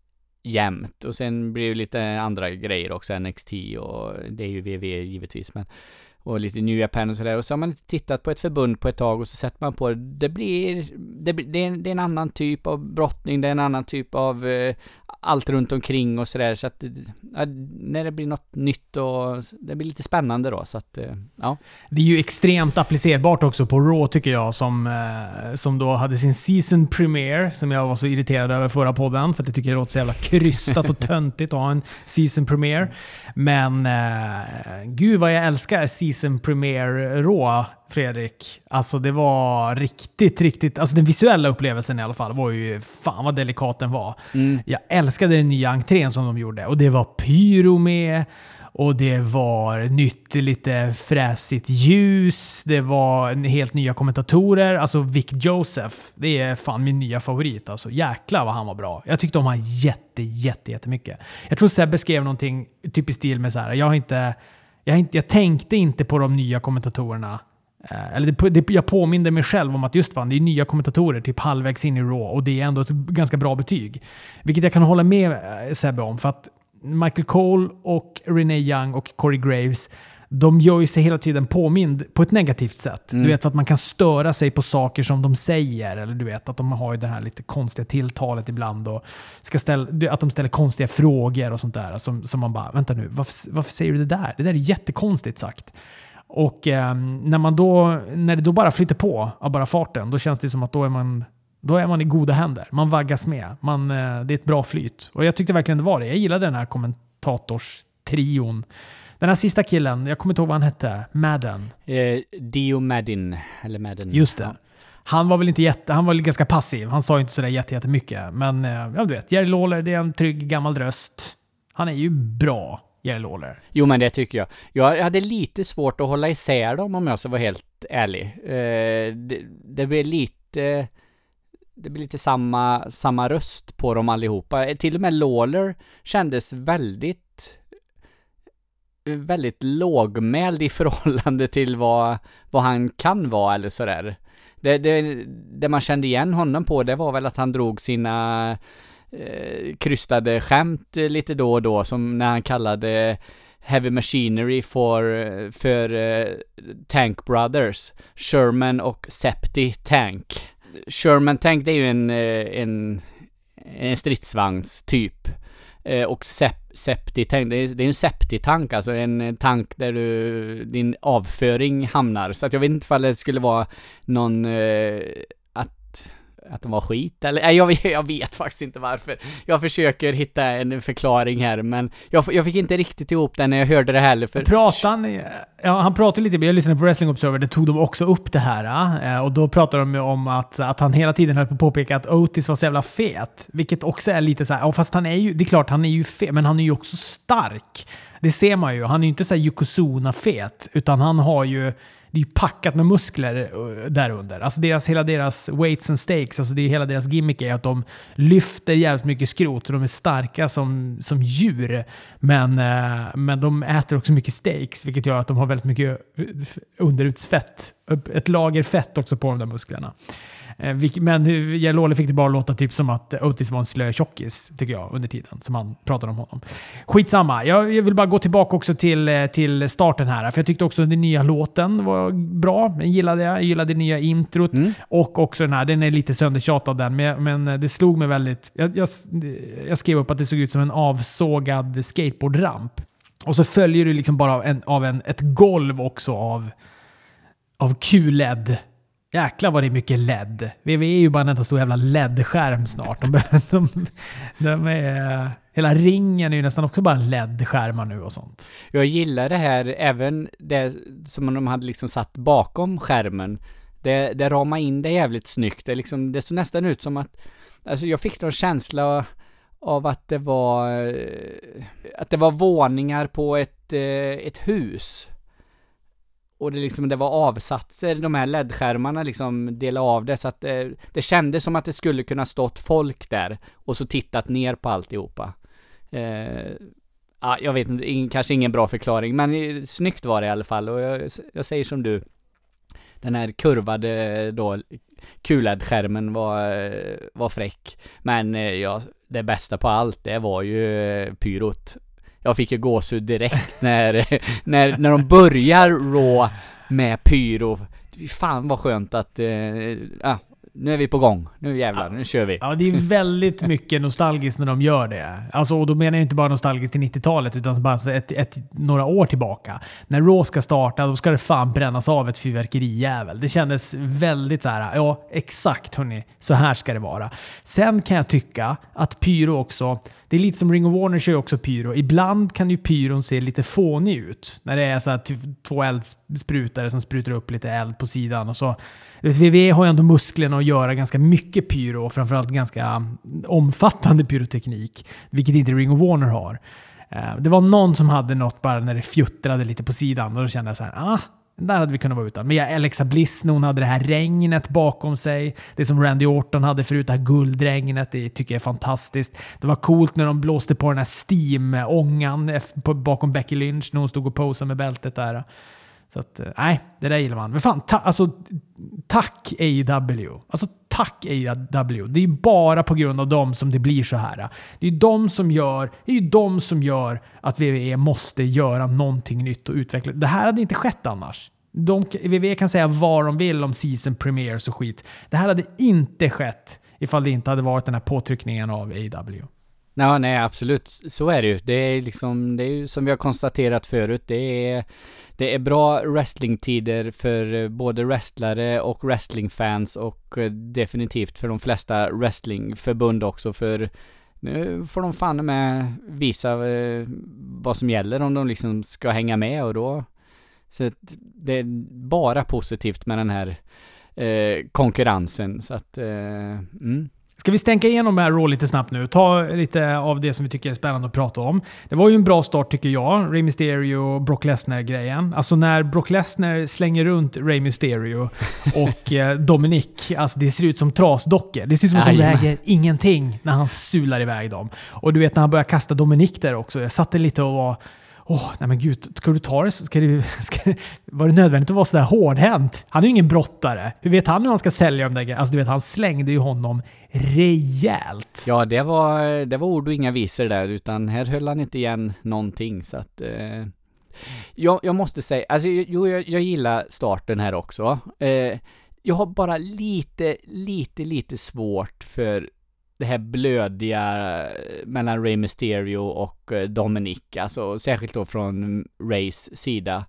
jämnt. Och sen blir det lite andra grejer också, N X T och det är ju W W E givetvis, men och lite New Japan och sådär. Och så har man tittat på ett förbund på ett tag och så sätter man på det. Det blir, det, blir, det, är, en, det är en annan typ av brottning, det är en annan typ av eh, allt runt omkring och sådär. Så att ja, när det blir något nytt och det blir lite spännande då. Så att, eh, ja. Det är ju extremt applicerbart också på Raw tycker jag, som, eh, som då hade sin season premiere, som jag var så irriterad över förra podden, för att jag tycker det låter så jävla krystat och töntigt att ha en season premiere. Men eh, gud vad jag älskar season premiere Raw, Fredrik. Alltså det var riktigt, riktigt... Alltså den visuella upplevelsen i alla fall var ju... Fan vad delikat den var. Mm. Jag älskade den nya entrén som de gjorde. Och det var pyro med. Och det var nytt, lite fräsigt ljus. Det var helt nya kommentatorer. Alltså Vic Joseph. Det är fan min nya favorit. Alltså jäklar vad han var bra. Jag tyckte om han jätte, jätte, jättemycket. Jag tror Sebbe skrev någonting typ i stil med så här. Jag har inte... Jag, inte, jag tänkte inte på de nya kommentatorerna. Eh, eller det, det, jag påminde mig själv om att just fan, det är nya kommentatorer typ halvvägs in i Raw. Och det är ändå ett ganska bra betyg. Vilket jag kan hålla med eh, Sebbe om. För att Michael Cole och Renee Young och Corey Graves, de gör ju sig hela tiden påmind på ett negativt sätt. Mm. Du vet att man kan störa sig på saker som de säger. Eller du vet att de har ju det här lite konstiga tilltalet ibland. Och ska ställa, att de ställer konstiga frågor och sånt där. Som, som man bara, vänta nu, varför, varför säger du det där? Det där är jättekonstigt sagt. Och eh, när, man då, när det då bara flyter på av bara farten, då känns det som att då är man... Då är man i goda händer. Man vaggas med. Man, det är ett bra flyt. Och jag tyckte verkligen det var det. Jag gillade den här kommentatorstrion. Den här sista killen, jag kommer inte ihåg vad han hette. Madden. Eh, Dio Madden. Eller Madden. Just det. Han var väl inte jätte... Han var ganska passiv. Han sa inte sådär jätte, jättemycket. Men ja, du vet. Jerry Lawler, det är en trygg gammal röst. Han är ju bra, Jerry Lawler. Jo, men det tycker jag. Jag hade lite svårt att hålla isär dem om jag ska vara helt ärlig. Eh, det, det blir lite... Det blir lite samma, samma röst på dem allihopa. Till och med Lawler kändes väldigt väldigt lågmäld i förhållande till vad, vad han kan vara eller sådär. Det, det, det man kände igen honom på, det var väl att han drog sina eh, krystade skämt lite då och då, som när han kallade Heavy Machinery för, för eh, Tank Brothers, Sherman och Septi Tank. Sherman Tank, det är ju en, en, en stridsvagns typ. Och sep, Septi Tank, det är, det är en septitank, alltså en tank där du, din avföring hamnar. Så att jag vet inte ifall det skulle vara någon... att att de var skit eller jag, jag vet faktiskt inte varför. Jag försöker hitta en förklaring här, men jag, jag fick inte riktigt ihop det när jag hörde det heller. För Pratan, ja, han pratade lite, jag lyssnade på Wrestling Observer, det tog de också upp det här, och då pratade de om att, att han hela tiden höll på att påpeka att Otis var så jävla fet, vilket också är lite så här, ja, fast han är ju, det är klart han är ju fet, men han är ju också stark. Det ser man ju, han är ju inte så här Yokozuna-fet, utan han har ju, det är ju packat med muskler där under. Alltså deras, hela deras weights and stakes, alltså det är hela deras gimmick är att de lyfter jävligt mycket skrot och de är starka som, som djur. Men, men de äter också mycket steaks, vilket gör att de har väldigt mycket underutsfett. Ett lager fett också på de där musklerna. Men Jerry fick det bara låta typ som att Otis var en slö tjockis, tycker jag, under tiden som han pratade om honom. Skitsamma. Jag vill bara gå tillbaka också till, till starten här. För jag tyckte också att den nya låten var bra. Den gillade jag. Jag gillade det nya introt. Mm. Och också den här. Den är lite söndertjatad den. Men, men det slog mig väldigt... Jag, jag, jag skrev upp att det såg ut som en avsågad skateboardramp. Och så följer du liksom bara av, en, av en, ett golv också av, av Q L E D. Jäklar vad det är mycket L E D. V V E är ju bara en enda stor jävla L E D-skärm snart. De, de, de är, hela ringen är ju nästan också bara L E D-skärmar nu och sånt. Jag gillar det här, även det som de hade liksom satt bakom skärmen. Det, det ramar in det jävligt snyggt. Det, liksom, det såg nästan ut som att... Alltså jag fick någon känsla av att det var... Att det var våningar på ett, ett hus. Och det, liksom, det var avsatser, de här L E D-skärmarna liksom delade av det, så att det, det kändes som att det skulle kunna stått folk där och så tittat ner på alltihopa. Eh, ja, jag vet inte, in, kanske ingen bra förklaring, men snyggt var det i alla fall. Och jag, jag säger som du, den här kurvade då Q L E D-skärmen var, var fräck. Men eh, ja, det bästa på allt, det var ju pyrot. Jag fick ju gåshud direkt när, när, när de börjar Raw med pyro. Fan vad skönt att eh, ah, nu är vi på gång. Nu jävlar, nu kör vi. Ja, det är väldigt mycket nostalgiskt när de gör det. Alltså, och då menar jag inte bara nostalgiskt till nittiotalet utan bara ett, ett, några år tillbaka. När Raw ska starta, då ska det fan brännas av ett fyrverkerijävel. Det kändes väldigt så här, ja exakt hörni, så här ska det vara. Sen kan jag tycka att pyro också, det är lite som Ring of Honor kör också pyro. Ibland kan ju pyron se lite fånig ut. När det är så här typ två eldsprutare som sprutar upp lite eld på sidan. Och så. V V E har ju ändå musklerna att göra ganska mycket pyro. Och framförallt ganska omfattande pyroteknik. Vilket inte Ring of Honor har. Det var någon som hade något bara när det fjuttrade lite på sidan. Och då kände jag så här, ah, där hade vi kunnat vara utan. Men Alexa Bliss, när hon hade det här regnet bakom sig. Det som Randy Orton hade förut, det här guldregnet. Det tycker jag är fantastiskt. Det var coolt när de blåste på den här Steam-ångan bakom Becky Lynch när hon stod och posade med bältet där. Så att, nej, det där gillar man. Men fan, ta- alltså, tack A E W. Alltså tack A E W. Det är ju bara på grund av dem som det blir så här. Det är ju de som gör, det är ju de som gör att V V E måste göra någonting nytt och utveckla. Det här hade inte skett annars. De, V V E kan säga vad de vill om season premieres och skit. Det här hade inte skett ifall det inte hade varit den här påtryckningen av A E W. Ja, nej, absolut. Så är det ju. Det är liksom, det är ju som vi har konstaterat förut. Det är, det är bra wrestlingtider för både wrestlare och wrestlingfans och definitivt för de flesta wrestlingförbund också. För nu får de fan med visa eh, vad som gäller om de liksom ska hänga med och då. Så det är bara positivt med den här eh, konkurrensen. Så att, eh, mm. Ska vi stänka igenom det här Raw lite snabbt nu? Ta lite av det som vi tycker är spännande att prata om. Det var ju en bra start tycker jag. Rey Mysterio och Brock Lesnar-grejen. Alltså när Brock Lesnar slänger runt Rey Mysterio och eh, Dominic. Alltså det ser ut som trasdockor. Det ser ut som att de väger ingenting när han sular iväg dem. Och du vet när han börjar kasta Dominic där också. Jag satte lite och var... Åh, oh, nej men gud, ska du ta det? Ska du, ska, var det nödvändigt att vara så där hårdhänt? Han är ju ingen brottare. Hur vet han hur han ska sälja de där grejerna? Alltså du vet, han slängde ju honom rejält. Ja, det var, det var ord och inga visor där, utan här höll han inte igen någonting. Så att, eh, jag, jag måste säga, alltså jo, jag, jag gillar starten här också. Eh, jag har bara lite, lite, lite svårt för det här blödiga mellan Rey Mysterio och Dominic, alltså särskilt då från Reys sida.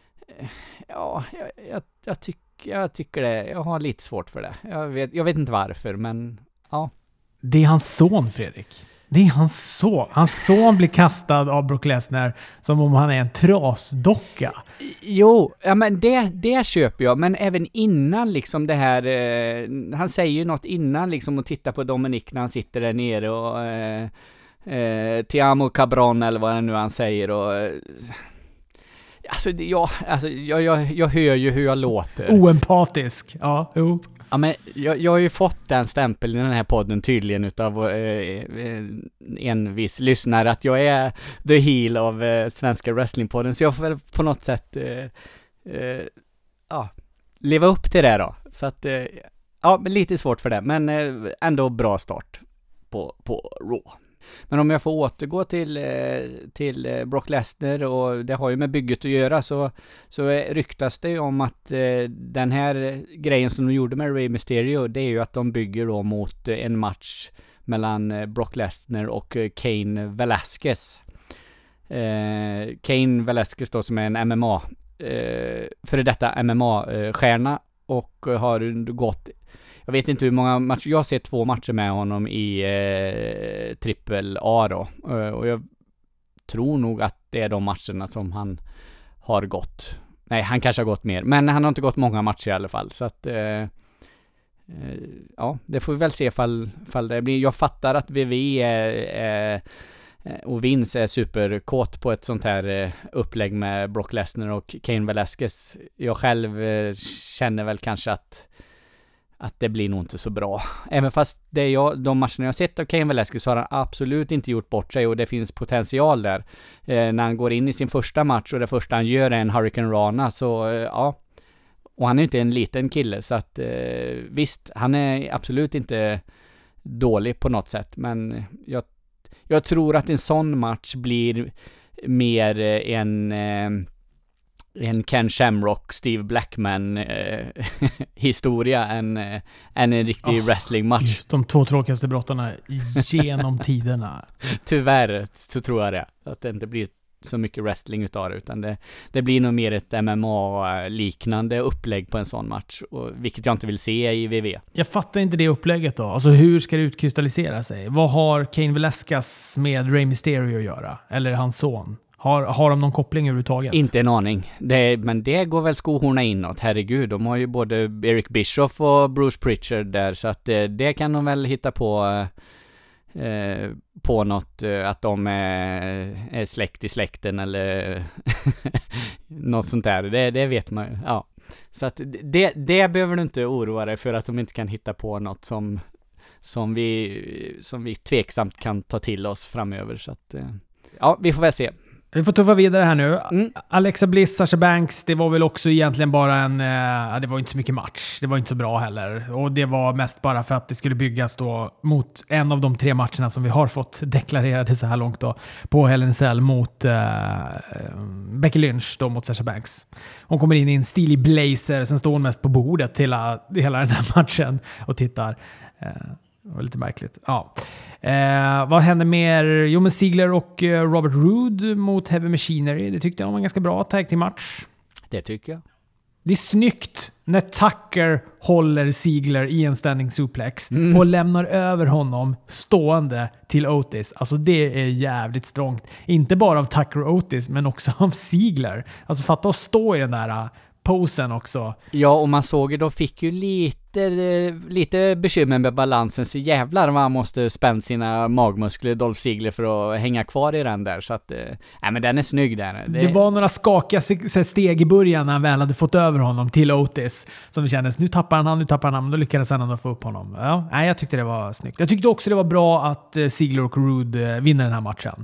Ja, jag, jag, jag, tyck, jag tycker det, jag har lite svårt för det. Jag vet, jag vet inte varför, men ja. Det är hans son, Fredrik. Det är hans son. Hans son blir kastad av Brock Lesnar som om han är en trasdocka. Jo, ja, men det, det köper jag. Men även innan liksom det här... Eh, han säger ju något innan liksom och titta på Dominic när han sitter där nere och... Eh, eh, Ti amo cabron eller vad det nu han säger och... Eh, alltså, jag, alltså jag, jag, jag hör ju hur jag låter. Oempatisk. Ja, jo. Ja, men jag, jag har ju fått den stämpeln i den här podden tydligen utav eh, en viss lyssnare att jag är the heel av eh, svenska wrestlingpodden, så jag får väl på något sätt eh, eh, ja, leva upp till det då. Så att eh, ja, lite svårt för det, men eh, ändå bra start på, på Raw. Men om jag får återgå till, till Brock Lesnar, och det har ju med bygget att göra, så, så ryktas det ju om att den här grejen som de gjorde med Rey Mysterio, det är ju att de bygger då mot en match mellan Brock Lesnar och Cain Velasquez. Eh, Cain Velasquez då, som är en M M A eh, före detta M M A-stjärna och har gått, jag vet inte hur många matcher, jag har sett två matcher med honom i eh, trippel A då. Uh, och jag tror nog att det är de matcherna som han har gått. Nej, han kanske har gått mer. Men han har inte gått många matcher i alla fall. Så att, uh, uh, ja, det får vi väl se fall, fall det blir. Jag fattar att V V E är, är, och Vince är superkåt på ett sånt här upplägg med Brock Lesnar och Cain Velasquez. Jag själv uh, känner väl kanske att att det blir nog inte så bra. Även fast det jag, de matcherna jag har sett av Cain Velasquez så har han absolut inte gjort bort sig, och det finns potential där. Eh, när han går in i sin första match och det första han gör är en Hurricane Rana, så eh, ja. Och han är inte en liten kille, så att eh, visst, han är absolut inte dålig på något sätt. Men jag, jag tror att en sån match blir mer en, en Ken Shamrock, Steve Blackman eh, historia än, än en riktig oh, wrestlingmatch. De två tråkigaste brottarna genom tiderna. Tyvärr så tror jag det. Att det inte blir så mycket wrestling utav det, utan det, det blir nog mer ett M M A-liknande upplägg på en sån match, och, vilket jag inte vill se i W W E. Jag fattar inte det upplägget då. Alltså hur ska det utkristallisera sig? Vad har Cain Velasquez med Rey Mysterio att göra? Eller hans son? Har, har de någon koppling överhuvudtaget? Inte en aning. Det, men det går väl skohorna inåt. Herregud, de har ju både Eric Bischoff och Bruce Pritchard där, så att det, det kan de väl hitta på eh, på något, att de är, är släkt i släkten eller något sånt där. Det, det vet man ju. Ja. Så att det, det behöver du inte oroa dig för, att de inte kan hitta på något som, som, vi, som vi tveksamt kan ta till oss framöver. Så att, ja, vi får väl se. Vi får tuffa vidare här nu. Mm. Alexa Bliss, Sasha Banks, det var väl också egentligen bara en... Eh, det var inte så mycket match. Det var inte så bra heller. Och det var mest bara för att det skulle byggas då mot en av de tre matcherna som vi har fått deklarerade så här långt då. På Hell in a Cell mot eh, Becky Lynch då mot Sasha Banks. Hon kommer in i en stilig blazer, sen står hon mest på bordet hela, hela den här matchen och tittar. Eh, det var lite märkligt. Ja. Eh, vad hände mer? Jo, men Ziggler och eh, Robert Roode mot Heavy Machinery. Det tyckte jag var en ganska bra tag till match. Det tycker jag. Det är snyggt när Tucker håller Ziggler i en standing suplex mm. och lämnar över honom stående till Otis. Alltså det är jävligt strångt. Inte bara av Tucker och Otis, men också av Ziggler. Alltså fatta att stå i den där posen också. Ja, och man såg ju, de fick ju lite, lite bekymmer med balansen, så jävlar man måste spänna sina magmuskler, Dolph Ziggler, för att hänga kvar i den där. Så att, nej men den är snygg där. Det, det var några skakiga steg i början när han väl hade fått över honom till Otis, som det kändes, nu tappar han han, nu tappar han han, men då lyckades han ändå få upp honom. Ja, nej, jag tyckte det var snyggt. Jag tyckte också det var bra att Ziggler och Roode vinner den här matchen.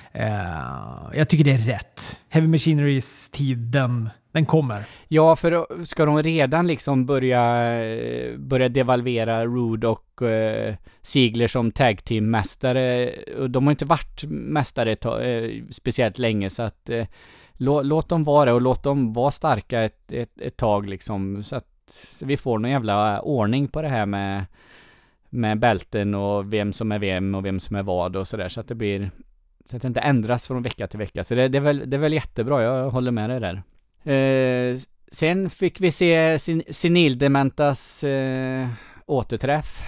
Uh, jag tycker det är rätt. Heavy Machinerys tid, den, den kommer. Ja, för ska de redan liksom börja börja devalvera Roode och uh, Ziggler som tag team mästare. De har inte varit mästare ta, uh, speciellt länge, så att uh, lå, låt dem vara och låt dem vara starka ett, ett, ett tag liksom, så att så vi får någon jävla ordning på det här med med bälten och vem som är vem och vem som är vad och sådär, så att det blir, så att det inte ändras från vecka till vecka. Så det, det, är, väl, det är väl jättebra, jag håller med dig där. Eh, sen fick vi se sin, Senil Dementas eh, återträff.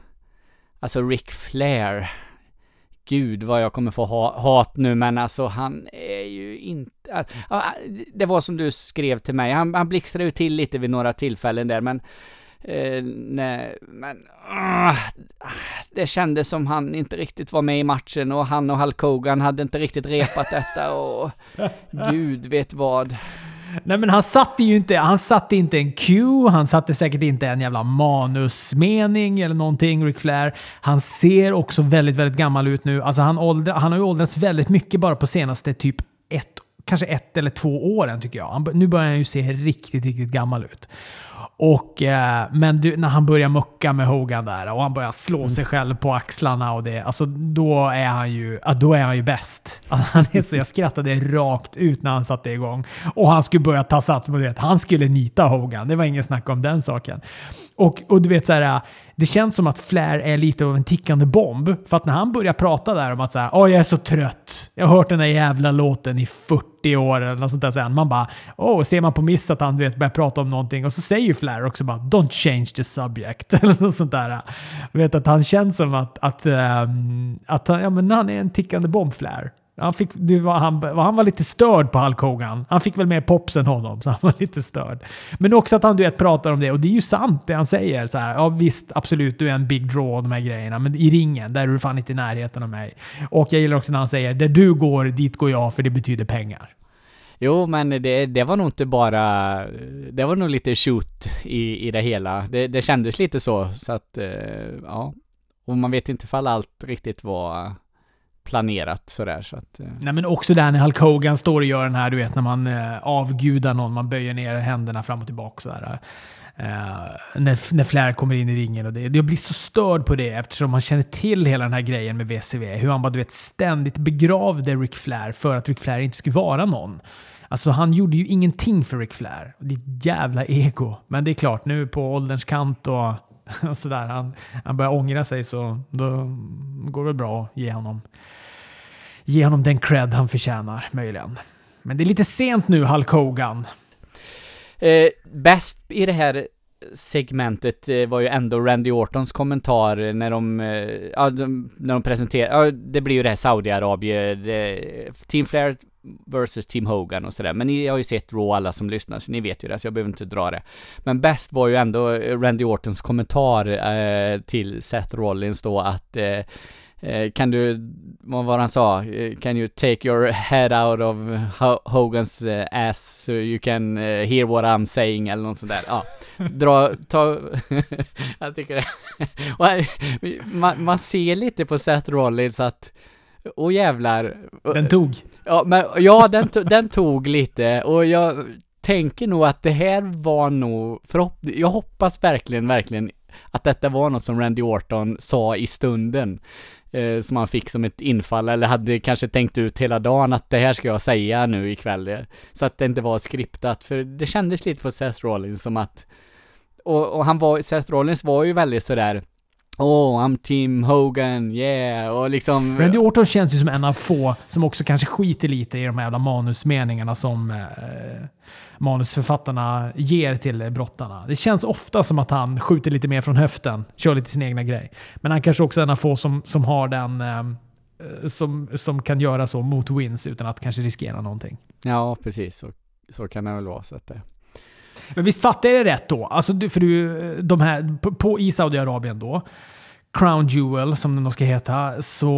Alltså Ric Flair. Gud vad jag kommer få ha, hat nu, men alltså han är ju inte... Äh, det var som du skrev till mig, han, han blixtrade ju till lite vid några tillfällen där, men Uh, nej, men uh, det kändes som han inte riktigt var med i matchen, och han och Hulk Hogan hade inte riktigt repat detta, och gud vet vad. Nej, men han satte ju inte, han satte inte en cue, han satte säkert inte en jävla manusmening eller någonting, Ric Flair. Han ser också väldigt, väldigt gammal ut nu. Alltså han, åldra, han har ju åldrats väldigt mycket bara på senaste typ ett, kanske ett eller två åren tycker jag. Han, nu börjar han ju se riktigt, riktigt gammal ut. Och, eh, men du, när han börjar mucka med Hogan där och han börjar slå sig själv på axlarna och det, alltså då är han ju, då är han ju bäst. Han är så, jag skrattade rakt ut när han satte igång. Och han skulle börja ta sats på det. Han skulle nita Hogan. Det var ingen snack om den saken. Och, och du vet så här, det känns som att Flair är lite av en tickande bomb. För att när han börjar prata där om att så här, åh jag är så trött. Jag har hört den här jävla låten i fyrtio år eller något sånt där sen. Man bara, åh, ser man på miss att han vet, börjar prata om någonting. Och så säger ju Flair också bara, don't change the subject. Eller något sånt där. Jag vet att han känns som att, att, um, att han, ja, men han är en tickande bomb, Flair. Han, fick, det var, han, han var lite störd på Hulk Hogan. Han fick väl mer pops än honom, så han var lite störd. Men också att han du vet, pratar om det, och det är ju sant det han säger. Så här, ja visst, absolut, du är en big draw de här grejerna, men i ringen, där är du fan inte i närheten av mig. Och jag gillar också när han säger, där du går, dit går jag, för det betyder pengar. Jo, men det, det var nog inte bara... Det var nog lite shoot i, i det hela. Det, det kändes lite så, så att, ja. Och man vet inte ifall allt riktigt var planerat sådär, så att... Nej, men också där när Hulk Hogan står och gör den här, du vet, när man eh, avgudar någon, man böjer ner händerna fram och tillbaka sådär. Uh, när, när Flair kommer in i ringen och det. Jag blir så störd på det eftersom man känner till hela den här grejen med V C V. Hur han bara, du vet, ständigt begravde Ric Flair för att Ric Flair inte skulle vara någon. Alltså han gjorde ju ingenting för Ric Flair. Det är ett jävla ego. Men det är klart, nu på ålderns kant och, och sådär, han, han börjar ångra sig, så då går det bra att ge honom, ge honom den cred han förtjänar, möjligen. Men det är lite sent nu, Hulk Hogan. Eh, bäst i det här segmentet eh, var ju ändå Randy Ortons kommentar när de, eh, ja, de när de presenterar, ja, det blir ju det här Saudiarabien, Team Flair versus Team Hogan och sådär, men ni har ju sett Raw, alla som lyssnar, så ni vet ju det, så jag behöver inte dra det. Men bäst var ju ändå Randy Ortons kommentar eh, till Seth Rollins då, att eh, kan du, vad var han sa, can you take your head out of Hogan's ass so you can hear what I'm saying, eller något sånt där. Ja, dra, ta jag tycker det. Och man, man ser lite på Seth Rollins att, åh jävlar, den tog. Ja, men ja, den, to, den tog lite, och jag tänker nog att det här var nog, förhopp- jag hoppas verkligen, verkligen att detta var något som Randy Orton sa i stunden, eh, som han fick som ett infall, eller hade kanske tänkt ut hela dagen att det här ska jag säga nu ikväll, så att det inte var skriptat, för det kändes lite på Seth Rollins som att, och, och han var, Seth Rollins var ju väldigt sådär, oh, I'm Team Hogan, yeah, och liksom... Randy Orton känns ju som en av få som också kanske skiter lite i de här jävla manusmeningarna som eh, manusförfattarna ger till brottarna. Det känns ofta som att han skjuter lite mer från höften, kör lite sin egna grej. Men han kanske också är en av få som, som har den... Eh, som, som kan göra så mot wins utan att kanske riskera någonting. Ja, precis. Så, så kan det väl vara, så att det... Men visst fattar jag det rätt då? Alltså, för du, de här, på, på i Saudiarabien då, Crown Jewel som den ska heta, så,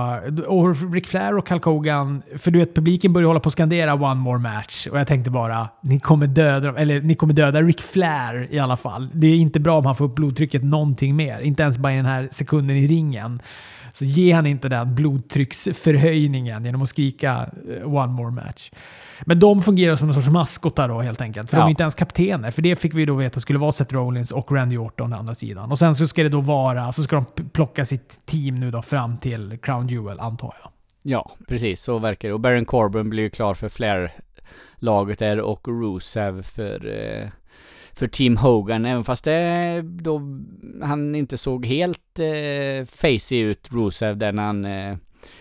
och Ric Flair och Hulk Hogan, för du vet, publiken börjar hålla på att skandera one more match, och jag tänkte bara, ni kommer döda, eller ni kommer döda Ric Flair i alla fall. Det är inte bra om han får upp blodtrycket någonting mer, inte ens bara i den här sekunden i ringen. Så ger han inte den blodtrycksförhöjningen genom att skrika one more match. Men de fungerar som en sorts maskotar då, helt enkelt. För ja. De är inte ens kaptener. För det fick vi då veta skulle vara Seth Rollins och Randy Orton å andra sidan. Och sen så ska det då vara, så ska de plocka sitt team nu då fram till Crown Jewel, antar jag. Ja, precis. Så verkar det. Och Baron Corbin blir ju klar för Flair-laget där, och Rusev för... Eh... för Team Hogan, även fast det då han inte såg helt eh, facey ut, Rusev, där när han eh,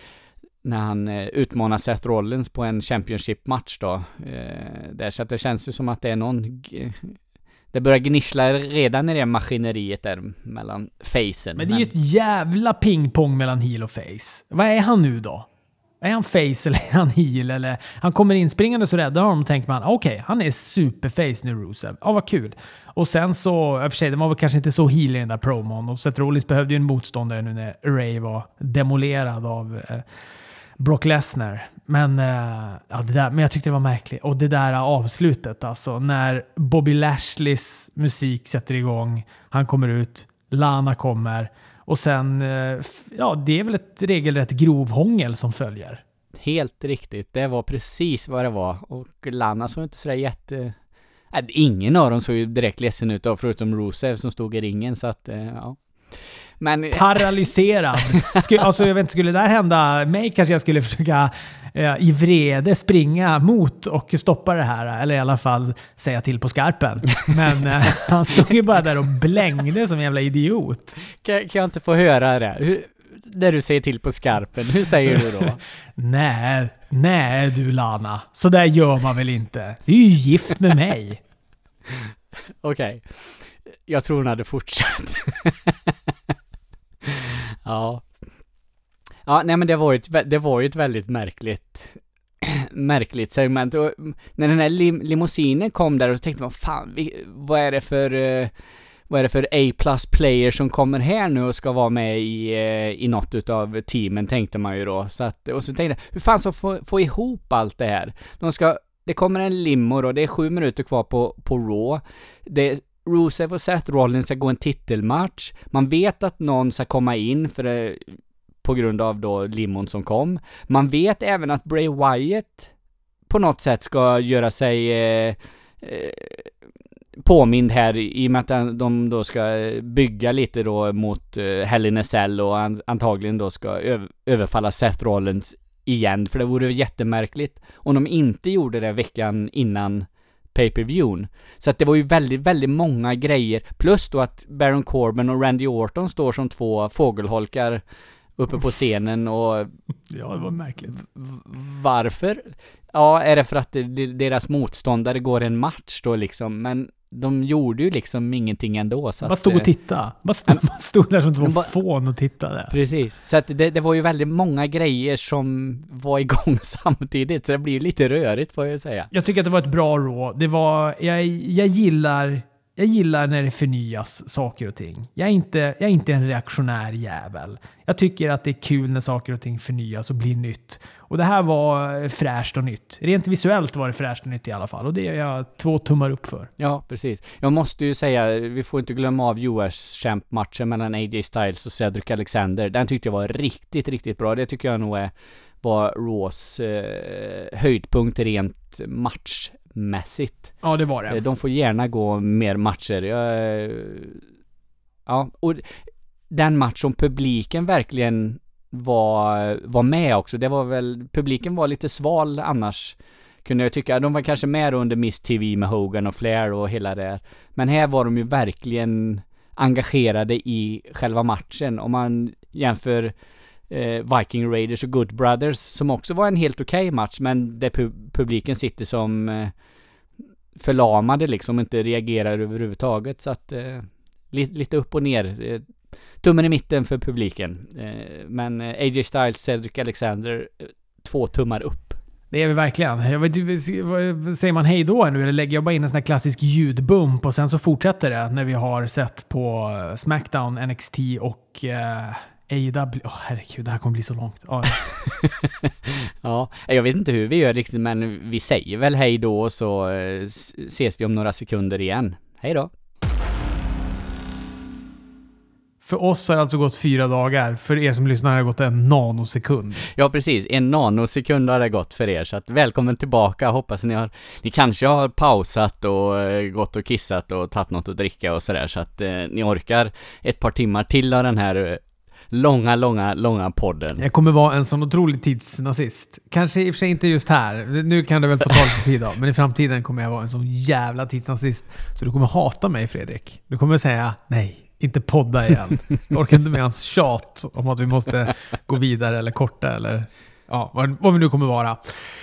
när han eh, utmanar Seth Rollins på en championship-match då. Eh, där, så att det känns ju som att det är någon g- det börjar gnissla redan i det maskineriet där mellan facen. Men det är ju ett jävla pingpong mellan heel och face. Vad är han nu då? Är han face eller är han heel? Eller han kommer inspringande så räddar honom och tänker man, okej, okay, han är superface nu, Rusev. Ja, vad kul. Och sen så, i och för sig, det var väl kanske inte så heel i den där promon. Och Seth Rollins behövde ju en motståndare nu när Ray var demolerad av eh, Brock Lesnar. Men, eh, ja, det där, men jag tyckte det var märkligt. Och det där avslutet, alltså, när Bobby Lashleys musik sätter igång, han kommer ut, Lana kommer, och sen, ja, det är väl ett regelrätt grovhångel som följer. Helt riktigt, det var precis vad det var. Och Lana såg inte sådär jätte... Äh, ingen av dem såg ju direkt ledsen ut, förutom Rusev som stod i ringen, så att, ja. Men... Paralyserad. Skulle, alltså, jag vet inte, skulle det där hända mig kanske jag skulle försöka eh, i vrede springa mot och stoppa det här, eller i alla fall säga till på skarpen. Men eh, han stod ju bara där och blängde som en jävla idiot. Kan, kan jag inte få höra det? Hur, när du säger till på skarpen, hur säger du då? nej, nej du Lana. Så där gör man väl inte. Du är ju gift med mig. Okej. Okay. Jag tror hon hade fortsatt. Ja. Ja, nej men det var ju ett, det var ju ett väldigt märkligt märkligt segment. Och när den här lim- limousinen kom där, och tänkte man, fan, vi, vad är det för uh, vad är det för A-plus player som kommer här nu och ska vara med i, uh, i något utav teamen, tänkte man ju då. Så att, och så tänkte jag, hur fan så få, få ihop allt det här? De ska, det kommer en limo och det är sju minuter kvar på, på Raw. Det Rusev och Seth Rollins ska gå en titelmatch. Man vet att någon ska komma in för det, på grund av då limon som kom. Man vet även att Bray Wyatt på något sätt ska göra sig eh, eh, påmind här i och med att de då ska bygga lite då mot uh, Hell in a Cell och an- antagligen då ska öv- överfalla Seth Rollins igen, för det vore jättemärkligt om de inte gjorde det veckan innan pay-per-viewn. Så att det var ju väldigt, väldigt många grejer, plus då att Baron Corbin och Randy Orton står som två fågelholkar uppe på scenen och ja, det var märkligt. V- varför? Ja, är det för att det, deras motståndare går en match då liksom, men de gjorde ju liksom ingenting ändå. Så bara att, stod och tittade. Bara stod, bara stod där som två bara, fån och tittade. Precis. Så att det, det var ju väldigt många grejer som var igång samtidigt. Så det blir lite rörigt, får jag säga. Jag tycker att det var ett bra Raw. Det var, jag, jag gillar... Jag gillar när det förnyas saker och ting. Jag är, inte, jag är inte en reaktionär jävel. Jag tycker att det är kul när saker och ting förnyas och blir nytt. Och det här var fräscht och nytt. Rent visuellt var det fräscht och nytt i alla fall. Och det är jag två tummar upp för. Ja, precis. Jag måste ju säga, vi får inte glömma av U S-champ-matchen mellan A J Styles och Cedric Alexander. Den tyckte jag var riktigt, riktigt bra. Det tycker jag nog är, var Raws eh, höjdpunkt rent match. Mässigt. Ja, det var det. De får gärna gå mer matcher. Jag, ja, och den match som publiken verkligen var, var med också. Det var väl, publiken var lite sval annars, kunde jag tycka. De var kanske med under Miss T V med Hogan och Flair och hela det. Men här var de ju verkligen engagerade i själva matchen. Om man jämför eh, Viking Raiders och Good Brothers, som också var en helt okej okay match, men där pu- publiken sitter som eh, förlamade liksom, inte reagerar överhuvudtaget. Så att eh, li- lite upp och ner. Eh, tummen i mitten för publiken. Eh, men eh, A J Styles, Cedric Alexander, eh, två tummar upp. Det är vi verkligen. Jag vet, vad säger man hej då nu? Eller lägger jag bara in en sån här klassisk ljudbump och sen så fortsätter det när vi har sett på SmackDown, N X T och eh, A E W. Åh oh, herregud, det här kommer bli så långt. Oh. Ja, jag vet inte hur vi gör riktigt, men vi säger väl hej då och så eh, ses vi om några sekunder igen. Hej då! För oss har det alltså gått fyra dagar. För er som lyssnar har det gått en nanosekund. Ja, precis. En nanosekund har det gått för er. Så att välkommen tillbaka. Hoppas ni har... Ni kanske har pausat och eh, gått och kissat och tagit något att dricka och sådär. Så att eh, ni orkar ett par timmar till av den här eh, långa, långa, långa podden. Jag kommer vara en sån otrolig tidsnazist. Kanske i och för sig inte just här. Nu kan det väl få ta lite tid då. Men i framtiden kommer jag vara en sån jävla tidsnazist. Så du kommer hata mig, Fredrik. Du kommer säga nej. Inte podda igen. Jag orkar inte med hans tjat om att vi måste gå vidare eller korta eller ja, vad, vad vi nu kommer vara.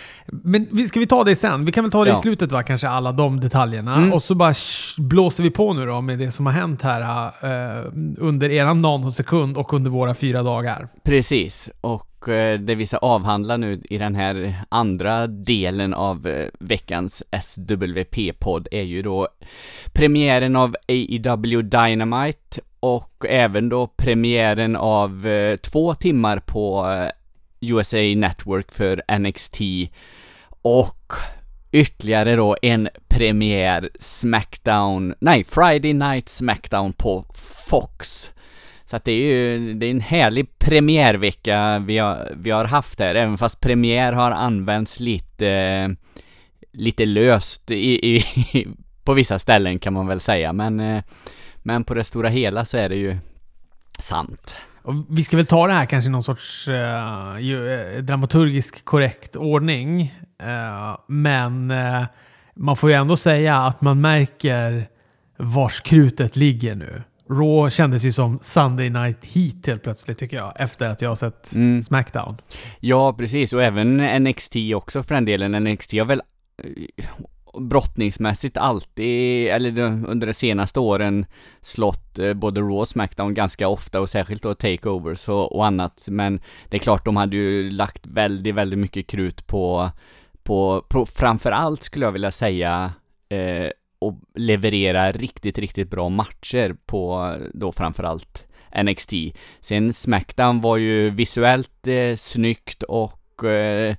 Men ska vi ta det sen? Vi kan väl ta det ja. i slutet, va? Kanske alla de detaljerna. Mm. Och så bara sh- blåser vi på nu då med det som har hänt här uh, under eran nanosekund och under våra fyra dagar. Precis. Och uh, det vi ska avhandla nu i den här andra delen av uh, veckans S W P-podd är ju då premiären av A E W Dynamite och även då premiären av uh, två timmar på uh, U S A Network för N X T och ytterligare då en premiär SmackDown, nej Friday Night SmackDown på Fox. Så att det är ju det är en härlig premiärvecka vi har, vi har haft här, även fast premiär har använts lite lite löst i, i, på vissa ställen kan man väl säga, men, men på det stora hela så är det ju sant. Och vi ska väl ta det här kanske i någon sorts uh, dramaturgisk korrekt ordning. Uh, men uh, man får ju ändå säga att man märker vars krutet ligger nu. Raw kändes ju som Sunday Night Heat helt plötsligt, tycker jag, efter att jag har sett mm. SmackDown. Ja, precis. Och även N X T också för den delen. N X T har väl brottningsmässigt alltid, eller under de senaste åren, slått eh, både Raw och SmackDown ganska ofta, och särskilt då takeovers och, och annat. Men det är klart, de hade ju lagt väldigt, väldigt mycket krut på, på, på framförallt skulle jag vilja säga eh, och leverera riktigt, riktigt bra matcher på då framförallt N X T. Sen SmackDown var ju visuellt eh, snyggt och eh,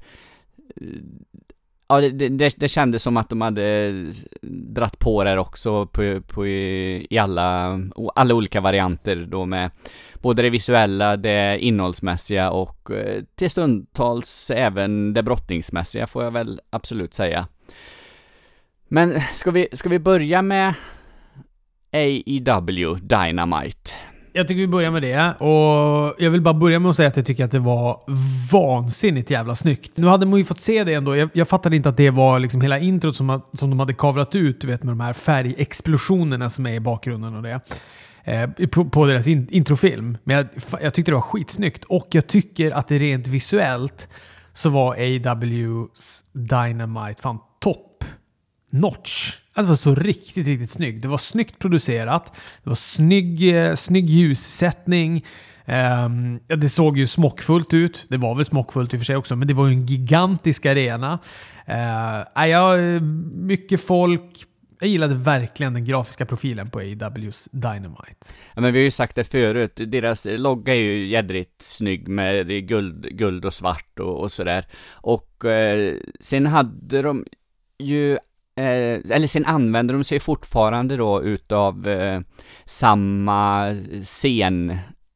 ja, det, det, det kändes som att de hade dratt på där också på, på, i alla, alla olika varianter då, med både det visuella, det innehållsmässiga och till stundtals även det brottningsmässiga, får jag väl absolut säga. Men ska vi, ska vi börja med A E W Dynamite? Jag tycker vi börjar med det, och jag vill bara börja med att säga att jag tycker att det var vansinnigt jävla snyggt. Nu hade man ju fått se det ändå. Jag, jag fattade inte att det var liksom hela introt som, som de hade kavlat ut, du vet, med de här färgexplosionerna som är i bakgrunden och det. Eh, på, på deras in, introfilm. Men jag, jag tyckte det var skitsnyggt, och jag tycker att det rent visuellt så var A E W's Dynamite fan topp notch. Alltså det var så riktigt, riktigt snyggt. Det var snyggt producerat. Det var snygg, eh, snygg ljussättning. Um, ja, det såg ju smockfullt ut. Det var väl smockfullt i och för sig också, men det var ju en gigantisk arena. Uh, ja, mycket folk. Jag gillade verkligen den grafiska profilen på A E W's Dynamite. Ja, men vi har ju sagt det förut. Deras logga är ju jädrigt snygg med guld, guld och svart och, och sådär. Och eh, sen hade de ju Eh, eller sen använder de sig fortfarande då utav eh, samma scen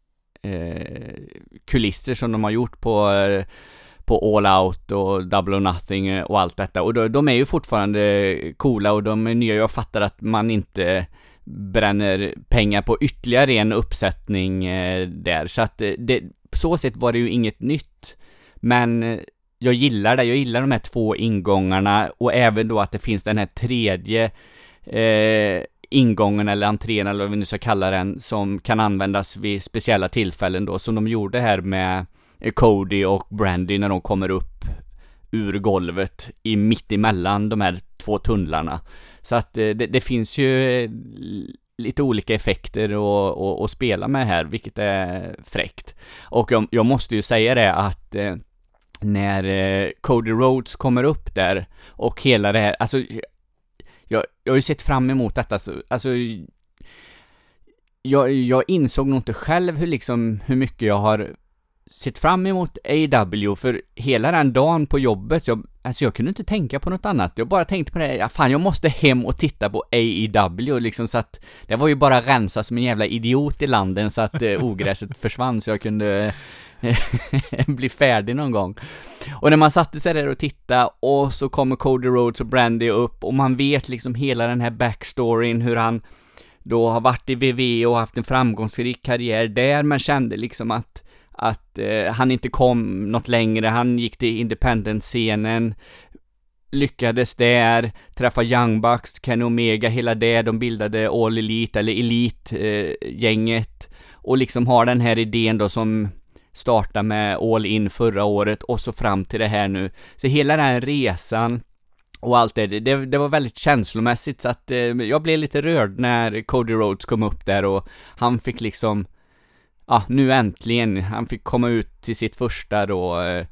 eh, kulisser som de har gjort på, eh, på All Out och Double or Nothing och allt detta. Och då, de är ju fortfarande coola, och de är nya. Jag fattar att man inte bränner pengar på ytterligare en uppsättning eh, där. Så att det, på så sätt var det ju inget nytt. Men jag gillar det. Jag gillar de här två ingångarna, och även då att det finns den här tredje eh, ingången eller entrén eller vad vi nu ska kalla den, som kan användas vid speciella tillfällen då, som de gjorde här med Cody och Brandy när de kommer upp ur golvet i mitt emellan de här två tunnlarna. Så att eh, det, det finns ju lite olika effekter att, att, att spela med här, vilket är fräckt. Och jag, jag måste ju säga det att eh, när eh, Cody Rhodes kommer upp där och hela det här, alltså jag, jag har ju sett fram emot detta, så, alltså jag, jag insåg nog inte själv hur liksom hur mycket jag har sett fram emot A E W, för hela den dagen på jobbet, jag, alltså jag kunde inte tänka på något annat. Jag bara tänkte på det, ja, fan jag måste hem och titta på A E W liksom, så att det var ju bara rensa som en jävla idiot i landen så att eh, ogräset försvann så jag kunde bli färdig någon gång. Och när man satte sig där och tittade, och så kommer Cody Rhodes och Brandy upp, och man vet liksom hela den här backstoryn, hur han då har varit i V V och haft en framgångsrik karriär där, men kände liksom att att eh, han inte kom något längre. Han gick till independent-scenen, lyckades där, träffa Young Bucks, Kenny Omega, hela det, de bildade All Elite eller Elite-gänget, eh, och liksom har den här idén då som startade med All In förra året och så fram till det här nu. Så hela den här resan och allt det, det, det var väldigt känslomässigt, så att eh, jag blev lite rörd när Cody Rhodes kom upp där, och han fick liksom ja, nu äntligen, han fick komma ut till sitt första då eh,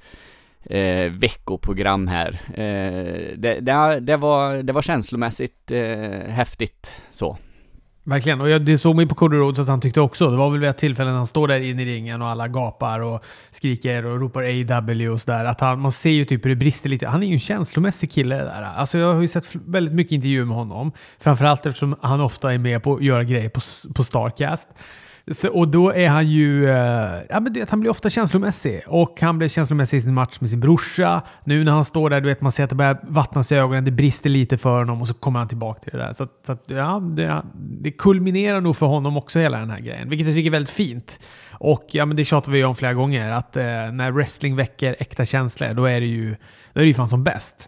eh, veckoprogram här. Eh, det, det, det, var, det var känslomässigt eh, häftigt så. Verkligen, och jag, det såg mig på Cody Rhodes att han tyckte också. Det var väl vid ett tillfälle när han står där inne i ringen och alla gapar och skriker och ropar A E W och sådär. Att han, man ser ju typ hur det brister lite. Han är ju en känslomässig kille där. Alltså jag har ju sett väldigt mycket intervjuer med honom. Framförallt eftersom han ofta är med på att göra grejer på, på Starcast. Så, och då är han ju uh, ja, men det, han blir ofta känslomässig, och han blir känslomässig i sin match med sin brorsa. Nu när han står där, du vet, man ser att det börjar vattnas i ögonen, det brister lite för honom, och så kommer han tillbaka till det där. Så, så att, ja, det, det kulminerar nog för honom också, hela den här grejen, vilket jag tycker är väldigt fint. Och ja, men det tjatar vi om flera gånger, att uh, när wrestling väcker äkta känslor, då är det ju, då är det ju fan som bäst.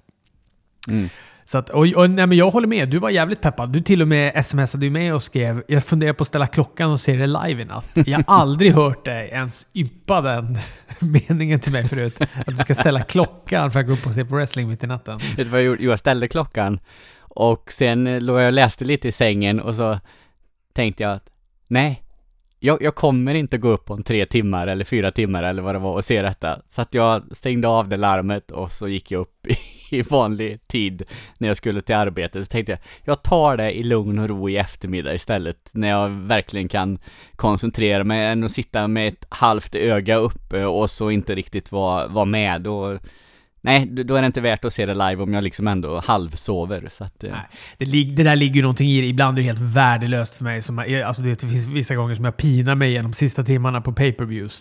Mm. Så att, och, och, nej, men jag håller med. Du var jävligt peppad. Du till och med smsade med och skrev, jag funderar på att ställa klockan och se det live i natt. Jag har aldrig hört dig ens yppa den meningen till mig förut. Att du ska ställa klockan för att gå upp och se på wrestling mitt i natten. Vet du vad jag gjorde? Jag ställde klockan, och sen låg jag och läste lite i sängen, och så tänkte jag att nej, jag, jag kommer inte gå upp om tre timmar eller fyra timmar eller vad det var och se detta. Så att jag stängde av det larmet, och så gick jag upp i i vanlig tid när jag skulle till arbetet. Så tänkte jag, jag tar det i lugn och ro i eftermiddag istället, när jag verkligen kan koncentrera mig, än att sitta med ett halvt öga uppe och så inte riktigt vara var med. Då, nej, då är det inte värt att se det live om jag liksom ändå halvsover. Så att, nej, det, lig- det där ligger ju någonting i det. Ibland är det helt värdelöst för mig. Som jag, alltså det finns vissa gånger som jag pinar mig genom sista timmarna på pay-per-views.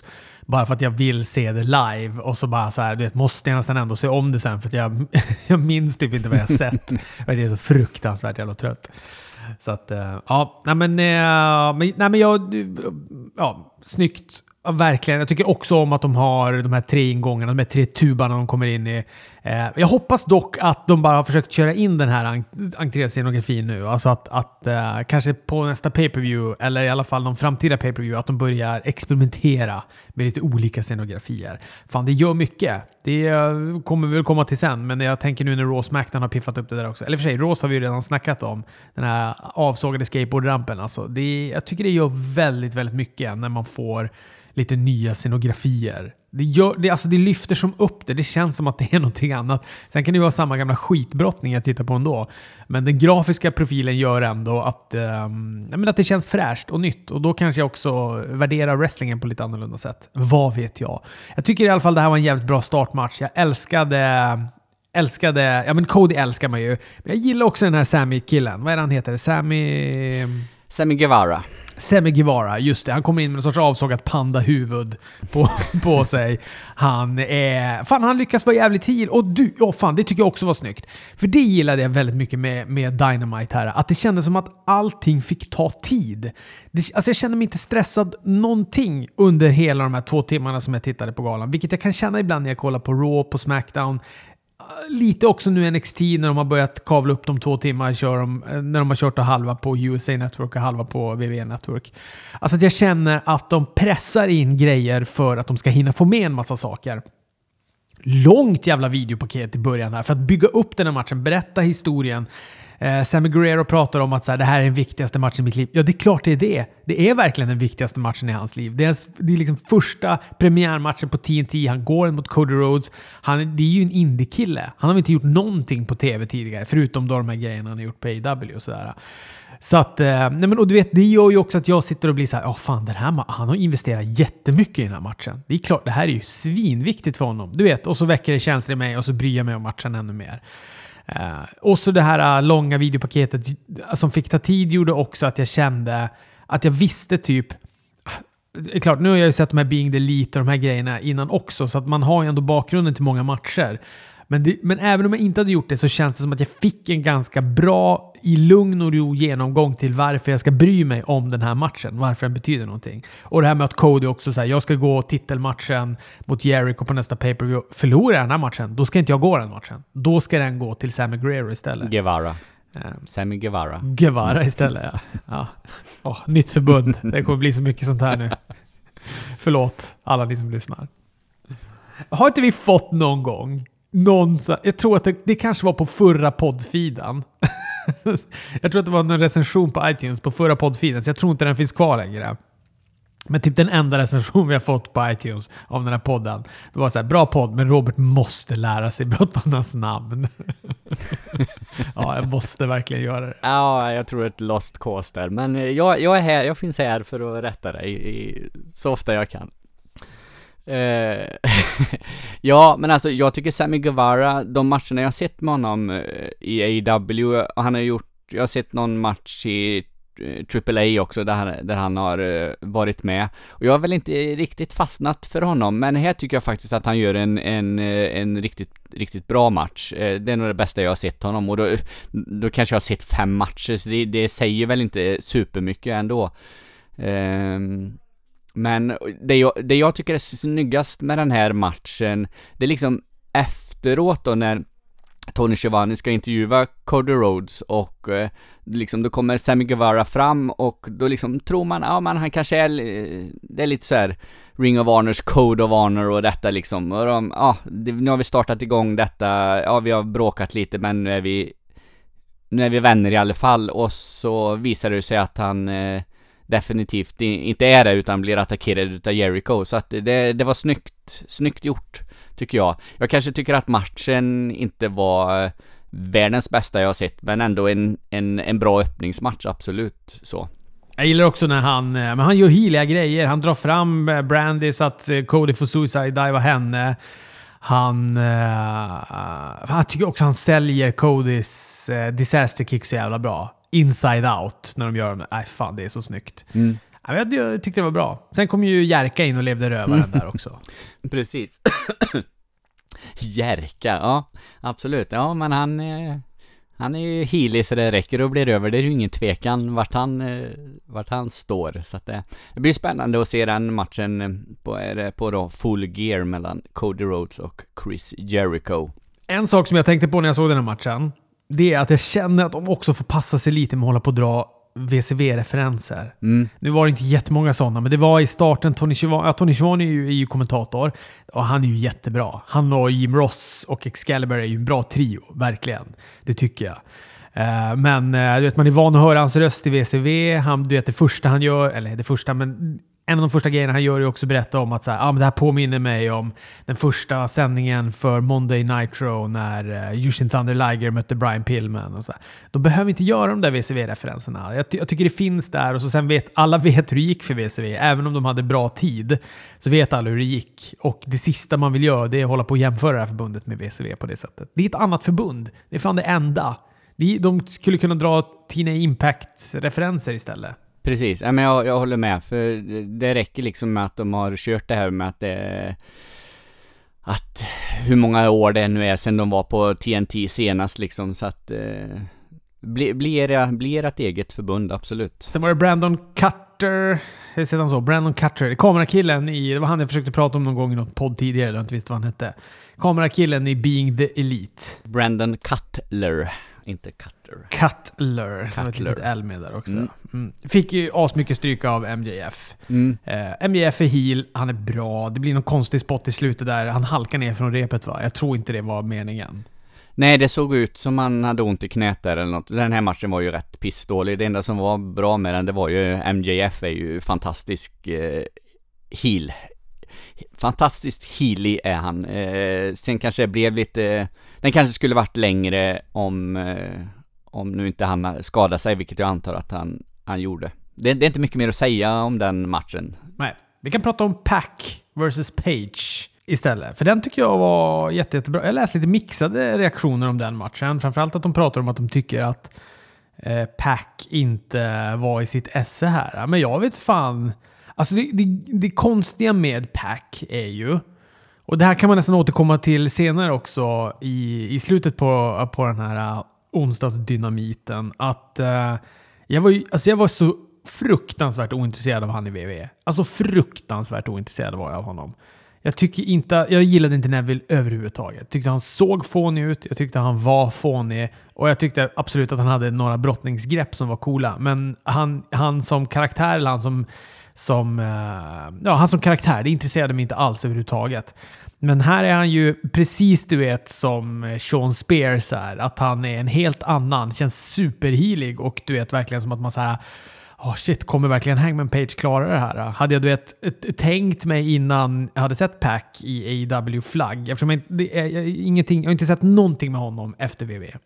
bara för att jag vill se det live och så bara så här, du vet, måste jag nästan ändå se om det sen för att jag, jag minns typ inte vad jag sett. Jag är så fruktansvärt jävla trött. Så att, ja, nej men, nej men jag, ja, snyggt. Ja, verkligen. Jag tycker också om att de har de här tre ingångarna, de här tre tubarna de kommer in i. Eh, jag hoppas dock att de bara har försökt köra in den här en- entréscenografin nu. Alltså att, att eh, kanske på nästa pay-per-view, eller i alla fall någon framtida pay-per-view, att de börjar experimentera med lite olika scenografier. Fan, det gör mycket. Det eh, kommer vi väl komma till sen, men jag tänker nu när Raw SmackDown har piffat upp det där också. Eller för sig, Raw har vi ju redan snackat om. Den här avsågade skateboardrampen. Alltså, det, jag tycker det gör väldigt, väldigt mycket när man får lite nya scenografier. Det, gör, det, alltså det lyfter som upp det. Det känns som att det är någonting annat. Sen kan det ju vara samma gamla skitbrottning jag tittar på ändå. Men den grafiska profilen gör ändå att, um, jag menar att det känns fräscht och nytt. Och då kanske jag också värderar wrestlingen på lite annorlunda sätt. Vad vet jag? Jag tycker i alla fall det här var en jävligt bra startmatch. Jag älskade... Älskade... Ja men Cody älskar man ju. Men jag gillar också den här Sammy-killen. Vad är det han heter? Sammy... Sammy Guevara. Sammy Guevara, just det. Han kommer in med en sorts avsågat pandahuvud på, på sig. Han är... Fan, han lyckas vara jävligt tid. Och du, oh fan, det tycker jag också var snyggt. För det gillade jag väldigt mycket med, med Dynamite här. Att det kändes som att allting fick ta tid. Det, alltså jag kände mig inte stressad någonting under hela de här två timmarna som jag tittade på galan. Vilket jag kan känna ibland när jag kollar på Raw, på SmackDown. Lite också nu N X T när de har börjat kavla upp de två timmar kör de, när de har kört halva på U S A Network och halva på W W E Network. Alltså att jag känner att de pressar in grejer för att de ska hinna få med en massa saker. Långt jävla videopaket i början här för att bygga upp den här matchen, berätta historien. Eh, Sammy Guerrero pratar om att så här, det här är den viktigaste matchen i mitt liv. Ja, det är klart det är det. Det är verkligen den viktigaste matchen i hans liv. Det är, det är liksom första premiärmatchen på T N T. Han går mot Cody Rhodes. Han, det är ju en indie-kille. Han har inte gjort någonting på tv tidigare, förutom då de här grejerna han har gjort på A E W och sådär. Så att, eh, nej men, och du vet, det gör ju också att jag sitter och blir så här, ja fan, den här, han har investerat jättemycket i den här matchen. Det är klart, det här är ju svinviktigt för honom. Du vet, och så väcker det känslor i mig och så bryr jag mig om matchen ännu mer. Uh, och så det här uh, långa videopaketet uh, som fick ta tid gjorde också att jag kände att jag visste typ uh, klart, nu har jag ju sett de här Being the Elite och de här grejerna innan också, så att man har ju ändå bakgrunden till många matcher. Men, det, men även om jag inte hade gjort det så känns det som att jag fick en ganska bra i lugn och ro genomgång till varför jag ska bry mig om den här matchen. Varför den betyder någonting. Och det här med att Cody också säger jag ska gå titelmatchen mot Jericho på nästa pay-per-view. Förlorar jag den här matchen, då ska inte jag gå den matchen. Då ska den gå till Sammy Guerrero istället. Guevara. Sammy Guevara. Guevara istället, ja. ja. Oh, nytt förbund. Det kommer bli så mycket sånt här nu. Förlåt alla ni som lyssnar. Har inte vi fått någon gång någon, jag tror att det, det kanske var på förra poddfidan. Jag tror att det var en recension på iTunes på förra poddfidan, så jag tror inte den finns kvar längre. Men typ den enda recension vi har fått på iTunes om den här podden, det var så här, bra podd, men Robert måste lära sig brottarnas namn. Ja, jag måste verkligen göra det. Ja, jag tror ett lost cause där. Men jag, jag är här, jag finns här för att rätta dig i, så ofta jag kan. Uh, ja, men alltså jag tycker Sammy Guevara, de matcherna jag har sett med honom uh, i A E W, han har gjort, jag har sett någon match i uh, Triple A också där han, där han har uh, varit med, och jag har väl inte riktigt fastnat för honom, men här tycker jag faktiskt att han gör en, en, en riktigt, riktigt bra match. Uh, det är nog det bästa jag har sett honom, och då, då kanske jag har sett fem matcher, så det, det säger väl inte supermycket ändå. uh, Men det jag, det jag tycker är snyggast med den här matchen, det är liksom efteråt då när Tony Schiavone ska intervjua Cody Rhodes, och eh, liksom då kommer Sammy Guevara fram, och då liksom tror man, ja man han kanske är, det är lite så här Ring of Honors Code of Honor och detta liksom, och de, ja, det, nu har vi startat igång detta, ja vi har bråkat lite, men nu är vi nu är vi vänner i alla fall, och så visar det sig att han eh, definitivt inte är det, utan blir attackerad utav Jericho, så att det, det var snyggt, snyggt gjort tycker jag. Jag kanske tycker att matchen inte var världens bästa jag har sett, men ändå en, en, en bra öppningsmatch, absolut så. Jag gillar också när han, men han gör heliga grejer. Han drar fram Brandy så att Cody får suicide diva henne. Han, uh, han tycker också han säljer Codys uh, disaster kick så jävla bra. Inside out när de gör dem. Nej fan, det är så snyggt. Mm. Jag, jag tyckte det var bra. Sen kom ju Jerka in och levde rövaren där också. Precis. Jerka, ja, absolut. Ja, men han, eh, han är ju healig så det räcker och blir över. Det är ju ingen tvekan vart han, eh, vart han står. Så att det, det blir spännande att se den matchen på, på då Full Gear mellan Cody Rhodes och Chris Jericho. En sak som jag tänkte på när jag såg den här matchen, det är att jag känner att de också får passa sig lite med att hålla på att dra V C V-referenser. Mm. Nu var det inte jättemånga sådana, men det var i starten Tony Schiavone. Ja, Tony Schiavone är ju, är ju kommentator och han är ju jättebra. Han och Jim Ross och Excalibur är ju en bra trio, verkligen. Det tycker jag. Uh, men uh, du vet, man är van att höra hans röst i V C V. Han, du vet, det första han gör, eller det första, men en av de första grejerna han gör är också berätta om att så här, ah, men det här påminner mig om den första sändningen för Monday Nitro när uh, Jushin Thunder Liger mötte Brian Pillman och så här. De behöver inte göra de där V C V-referenserna. Jag, ty- jag tycker det finns där och så sen vet alla vet hur det gick för V C V. Även om de hade bra tid så vet alla hur det gick. Och det sista man vill göra det är att hålla på och jämföra det här förbundet med V C V på det sättet. Det är ett annat förbund. Det är fan det enda. De skulle kunna dra Teen Impact-referenser istället. Precis, ja, men jag, jag håller med. För det räcker liksom med att de har kört det här med att det, att hur många år det nu är sedan de var på T N T senast liksom. Så att eh, bli, blir det blir ett eget förbund, absolut. Sen var det Brandon Cutter, jag ser han så, Brandon Cutter, kamerakillen i, det var han jag försökte prata om någon gång i något podd tidigare, jag inte visste vad han hette. Kamerakillen i Being the Elite. Brandon Cutler. Inte Cutter. Cutler. Cutler. Ett litet L med där också. Mm. Mm. Fick ju asmycket stryk av M J F. Mm. Uh, M J F är heel. Han är bra. Det blir någon konstig spot i slutet där. Han halkar ner från repet, va? Jag tror inte det var meningen. Nej, det såg ut som han hade ont i knät där eller något. Den här matchen var ju rätt pissdålig. Det enda som var bra med den, det var ju M J F är ju fantastisk uh, heel. Fantastiskt healy är han. Uh, sen kanske det blev lite... Uh, Den kanske skulle varit längre om, eh, om nu inte han skadade sig, vilket jag antar att han, han gjorde. Det, det är inte mycket mer att säga om den matchen. Nej, vi kan prata om Pac versus Page istället. För den tycker jag var jätte, jättebra. Jag läste lite mixade reaktioner om den matchen. Framförallt att de pratar om att de tycker att eh, Pac inte var i sitt esse här. Men jag vet fan... Alltså det, det, det konstiga med Pac är ju... Och det här kan man nästan återkomma till senare också i, i slutet på, på den här uh, onsdagsdynamiten. Att uh, jag, var ju, alltså jag var så fruktansvärt ointresserad av han i V V E. Alltså fruktansvärt ointresserad var jag av honom. Jag tycker inte, jag gillade inte Neville överhuvudtaget. Jag tyckte han såg fånig ut. Jag tyckte han var fånig. Och jag tyckte absolut att han hade några brottningsgrepp som var coola. Men han, han som karaktär, eller han som Som, ja, han som karaktär, det intresserade mig inte alls överhuvudtaget. Men här är han ju precis, du vet, som Sean Spears är. Att han är en helt annan, känns superhealig och du vet verkligen som att man så här, oh shit, kommer verkligen Hangman Page klara det här? Hade jag du vet tänkt mig innan jag hade sett Pac i A E W flagg. Eftersom jag, det är, jag, ingenting, jag har inte sett någonting med honom efter V V E.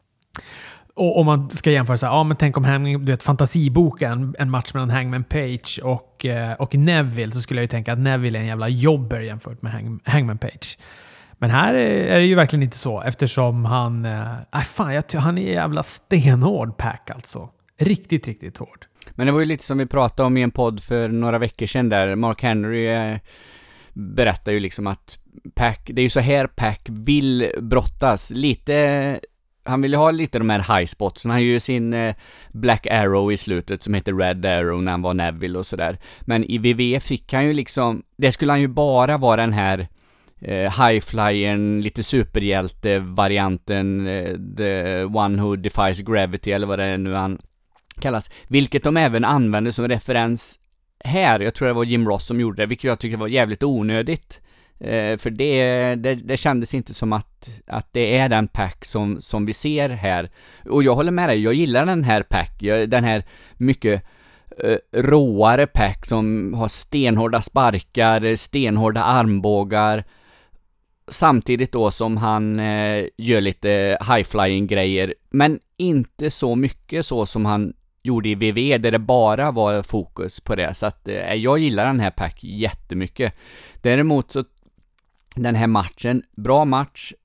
Och om man ska jämföra så här, ja men tänk om Hangman, du vet, fantasiboken, en match mellan Hangman Page och, och Neville, så skulle jag ju tänka att Neville är en jävla jobber jämfört med Hang, Hangman Page. Men här är det ju verkligen inte så, eftersom han, äh, fan, jag tycker han är jävla stenhård Pac alltså. Riktigt, riktigt hård. Men det var ju lite som vi pratade om i en podd för några veckor sedan där. Mark Henry eh, berättar ju liksom att Pac, det är ju så här Pac vill brottas. Lite... Han vill ju ha lite de här high spots. Han har ju sin eh, Black Arrow i slutet som heter Red Arrow när han var Neville och sådär. Men i V V E fick han ju liksom... Det skulle han ju bara vara den här eh, high-flyern, lite superhjälte-varianten, eh, the one who defies gravity eller vad det är nu han kallas. Vilket de även använde som referens här. Jag tror det var Jim Ross som gjorde det, vilket jag tycker var jävligt onödigt. Eh, för det, det, det kändes inte som att, att det är den Pac som, som vi ser här. Och jag håller med dig, jag gillar den här Pac. Jag, den här mycket eh, råare Pac som har stenhårda sparkar, stenhårda armbågar. Samtidigt då som han eh, gör lite high-flying grejer. Men inte så mycket så som han gjorde i V V E, där det bara var fokus på det. Så att eh, jag gillar den här Pac jättemycket. Däremot så den här matchen, bra match,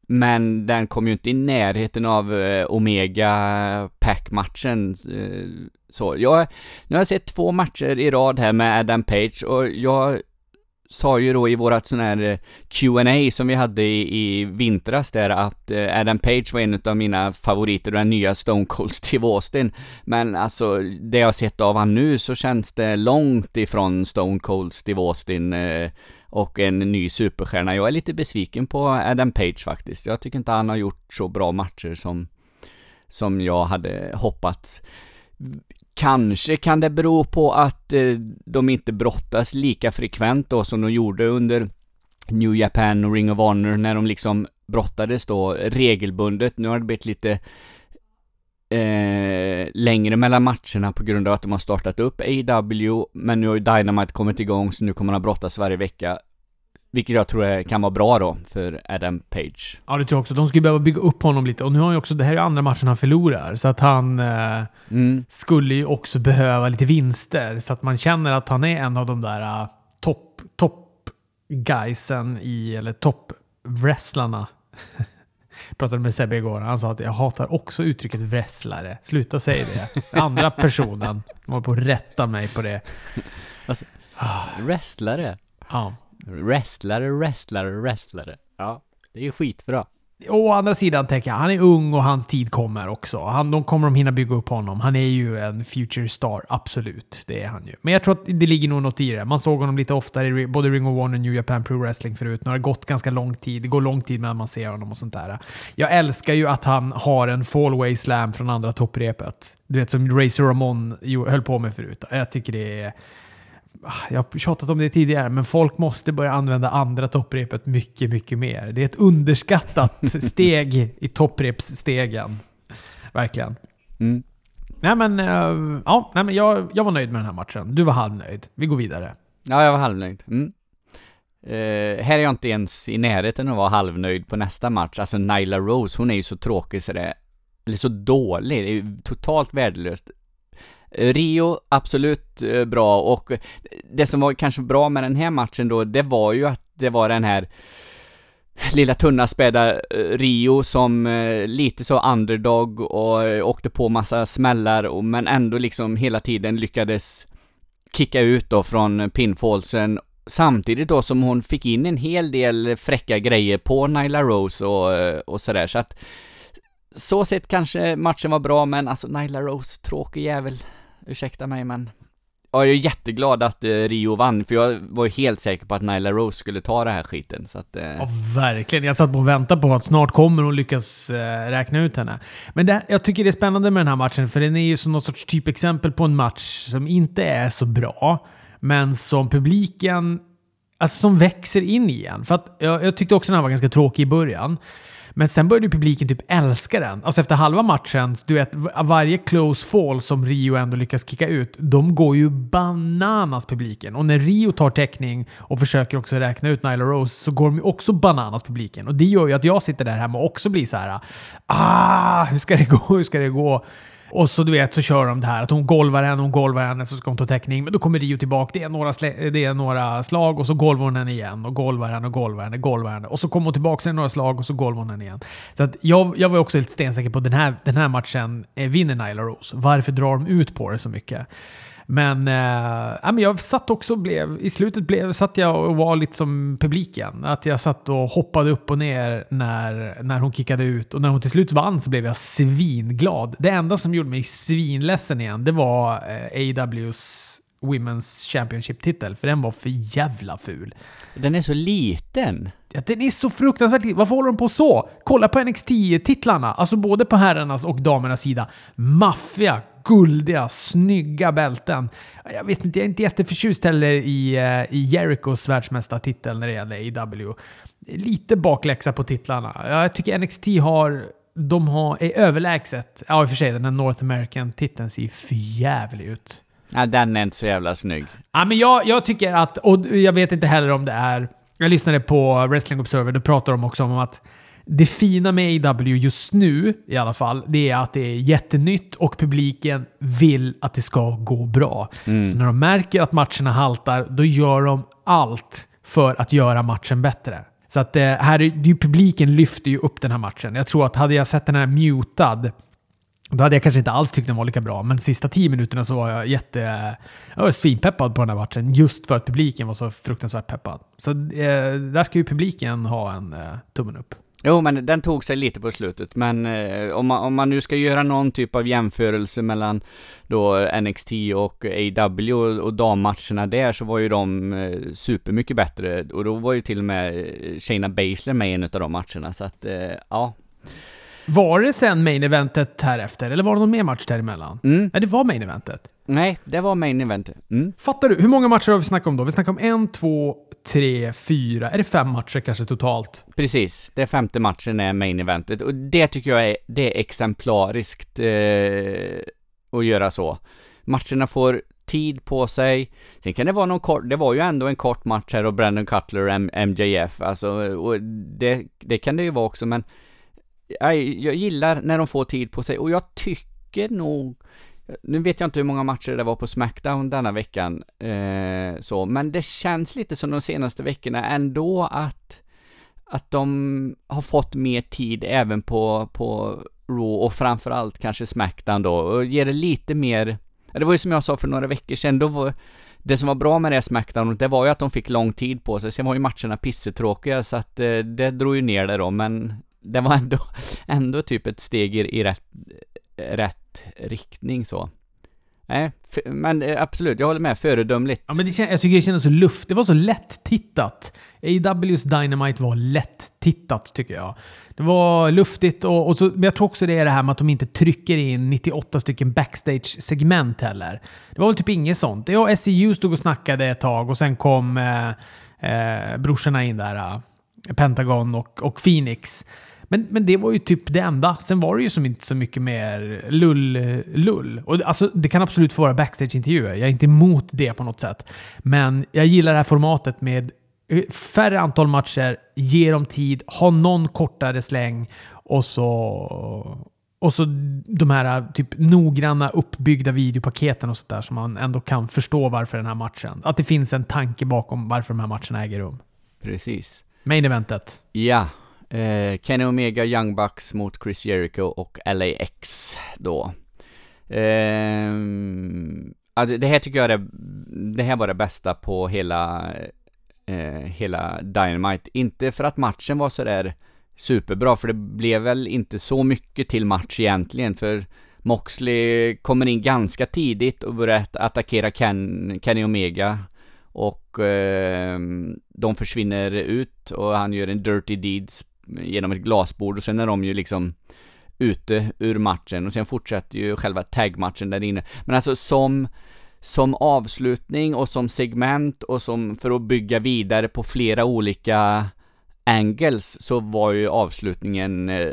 Men den kom ju inte i närheten av eh, Omega Pack-matchen. Eh, så jag, nu har jag sett två matcher i rad här med Adam Page, och jag sa ju då i vårat sån här Q and A som vi hade i, i vintras där att eh, Adam Page var en av mina favoriter och den nya Stone Cold Steve Austin. Men alltså det jag har sett av han nu så känns det långt ifrån Stone Cold Steve Austin eh, och en ny superstjärna. Jag är lite besviken på Adam Page faktiskt. Jag tycker inte han har gjort så bra matcher som, som jag hade hoppats. Kanske kan det bero på att eh, de inte brottas lika frekvent då som de gjorde under New Japan och Ring of Honor, när de liksom brottades då regelbundet. Nu har det blivit lite eh, längre mellan matcherna på grund av att de har startat upp A E W, men nu har ju Dynamite kommit igång, så nu kommer de att brottas varje vecka. Vilket jag tror kan vara bra då för Adam Page. Ja, det tror jag också. De skulle behöva bygga upp honom lite. Och nu har ju också, det här är andra matchen han förlorar. Så att han eh, mm. skulle ju också behöva lite vinster. Så att man känner att han är en av de där uh, topp top guysen i, eller topp wrestlarna. Jag pratade med Sebbe igår. Han sa att jag hatar också uttrycket wrestlare. Sluta säga det. Andra personen. De var på att rätta mig på det. Alltså, wrestlare? Ja. Wrestlare, wrestlare, wrestlare. Ja, det är ju skitbra. Å andra sidan tänker jag, han är ung och hans tid kommer också. Han, de kommer de hinna bygga upp honom. Han är ju en future star, absolut. Det är han ju. Men jag tror att det ligger nog något i det. Man såg honom lite oftare i både Ring of Honor och New Japan Pro Wrestling förut. Nu har det gått ganska lång tid. Det går lång tid när man ser honom och sånt där. Jag älskar ju att han har en fallaway slam från andra topprepet. Du vet, som Razor Ramon höll på med förut. Jag tycker det är... Jag har tjatat om det tidigare, men folk måste börja använda andra topprepet mycket, mycket mer. Det är ett underskattat steg i topprepsstegen. Verkligen. Mm. Nej, men, uh, ja, nej, men jag, jag var nöjd med den här matchen. Du var halvnöjd. Vi går vidare. Ja, jag var halvnöjd. Mm. Uh, här är jag inte ens i närheten att vara halvnöjd på nästa match. Alltså Nyla Rose, hon är ju så tråkig så det är, eller så dålig. Det är ju totalt värdelöst. Rio, absolut eh, bra, och det som var kanske bra med den här matchen då, det var ju att det var den här lilla tunna späda eh, Rio som eh, lite så underdog och eh, åkte på massa smällar, och, men ändå liksom hela tiden lyckades kicka ut då från pinfallsen, samtidigt då som hon fick in en hel del fräcka grejer på Nyla Rose och, och sådär, så att så sett kanske matchen var bra, men alltså Nyla Rose, tråkig jävel. Ursäkta mig, men jag är jätteglad att eh, Rio vann, för jag var helt säker på att Nyla Rose skulle ta det här skiten. Så att, eh... ja, verkligen. Jag satt på och väntade på att snart kommer hon lyckas eh, räkna ut henne. Men det, jag tycker det är spännande med den här matchen, för den är ju som något sorts typexempel på en match som inte är så bra, men som publiken, alltså som växer in igen. För att jag, jag tyckte också den här var ganska tråkig i början. Men sen började publiken typ älska den. Alltså efter halva matchen, du vet, varje close fall som Rio ändå lyckas kicka ut, de går ju bananas publiken. Och när Rio tar täckning och försöker också räkna ut Nyla Rose, så går de ju också bananas publiken. Och det gör ju att jag sitter där hemma och också blir så här: ah, hur ska det gå, hur ska det gå? Och så du vet, så kör de det här att hon golvar henne, hon golvar henne, så ska hon ta täckning, men då kommer Rio tillbaka, det är några, slä, det är några slag, och så golvar hon henne igen och golvar henne och golvar henne, golvar henne, och så kommer hon tillbaka till några slag och så golvar hon henne igen. Så att jag, jag var också lite stensäker på den här, den här matchen eh, vinner Nyla Rose. Varför drar de ut på det så mycket? Men, eh, men jag satt också och blev, i slutet blev, satt jag och var lite som publiken. Att jag satt och hoppade upp och ner när, när hon kickade ut. Och när hon till slut vann så blev jag svinglad. Det enda som gjorde mig svinledsen igen, det var eh, A E W's Women's Championship-titel. För den var för jävla ful. Den är så liten. Ja, den är så fruktansvärt liten. Varför håller de på så? Kolla på N X T-titlarna. Alltså både på herrarnas och damernas sida. Maffiga, guldiga, snygga bälten. Jag vet inte, jag är inte jätteförtjust heller i, i Jerichos världsmästartitel när det gäller A E W. Lite bakläxa på titlarna. Jag tycker N X T har, de har, är överlägset. Ja, i och för sig, den här North American-titeln ser för jävlig ut. Ja, den är inte så jävla snygg. Ja, men jag, jag tycker att, och jag vet inte heller om det är, jag lyssnade på Wrestling Observer, då pratar de också om att det fina med A E W just nu i alla fall, det är att det är jättenytt och publiken vill att det ska gå bra. Mm. Så när de märker att matcherna haltar, då gör de allt för att göra matchen bättre. Så att eh, här är det ju, publiken lyfter ju upp den här matchen. Jag tror att hade jag sett den här mutad, då hade jag kanske inte alls tyckt den var lika bra. Men de sista tio minuterna så var jag jätte... Jag var svinpeppad på den här matchen. Just för att publiken var så fruktansvärt peppad. Så eh, där ska ju publiken ha en eh, tummen upp. Jo, men den tog sig lite på slutet. Men eh, om, man, om man nu ska göra någon typ av jämförelse mellan då N X T och A W och, och dammatcherna där, så var ju de eh, supermycket bättre. Och då var ju till och med Shayna Baszler med i en av de matcherna. Så att, eh, ja... Var det sen main eventet här efter? Eller var det någon mer match däremellan? Mm. Nej, det var main eventet. Nej, det var main eventet. Mm. Fattar du? Hur många matcher har vi snackat om då? Vi snackar om en, två, tre, fyra. Är det fem matcher kanske totalt? Precis, det femte matchen är main eventet. Och det tycker jag är, det är exemplariskt eh, att göra så. Matcherna får tid på sig. Sen kan det vara någon kort, det var ju ändå en kort match här och Brandon Cutler och M J F. Alltså, och det, det kan det ju vara också, men jag, jag gillar när de får tid på sig. Och jag tycker nog, nu vet jag inte hur många matcher det var på SmackDown denna veckan, eh, så, men det känns lite som de senaste veckorna ändå att att de har fått mer tid även på, på Raw och framförallt kanske SmackDown då, och ger det lite mer. Det var ju som jag sa för några veckor sedan, då var, det som var bra med det SmackDown, det var ju att de fick lång tid på sig. Sen var ju matcherna pissetråkiga, så att eh, det drog ju ner det då, men det var ändå, ändå typ ett steg i, i rätt, rätt riktning så. Nej, f- men eh, absolut, jag håller med, föredömligt. Ja, men det kän- jag tycker det kändes så luft. Det var så lätt tittat. A E W's Dynamite var lätt tittat tycker jag. Det var luftigt och, och så, men jag tror också det är det här med att de inte trycker in nittioåtta stycken backstage-segment heller. Det var väl typ inget sånt. Jag och S C U stod och snackade ett tag och sen kom eh, eh, brorsorna in där, eh, Pentagon och, och Phoenix. Men, men det var ju typ det enda. Sen var det ju som inte så mycket mer lull, lull. Och alltså, det kan absolut få vara backstage-intervjuer. Jag är inte emot det på något sätt. Men jag gillar det här formatet med färre antal matcher, ge dem tid, ha någon kortare släng och så, och så de här typ noggranna uppbyggda videopaketen och sånt där som man ändå kan förstå varför den här matchen. Att det finns en tanke bakom varför de här matcherna äger rum. Precis. Main eventet. Ja. Eh, Kenny Omega, Young Bucks mot Chris Jericho och L A X då. Eh, alltså det här tycker jag är, det här var det bästa på hela eh, hela Dynamite. Inte för att matchen var så där superbra, för det blev väl inte så mycket till match egentligen, för Moxley kommer in ganska tidigt och börjar attackera Ken, Kenny Omega. Och eh, de försvinner ut och han gör en dirty deeds genom ett glasbord och sen är de ju liksom ute ur matchen och sen fortsätter ju själva tagmatchen där inne. Men alltså som, som avslutning och som segment och som för att bygga vidare på flera olika angles så var ju avslutningen eh,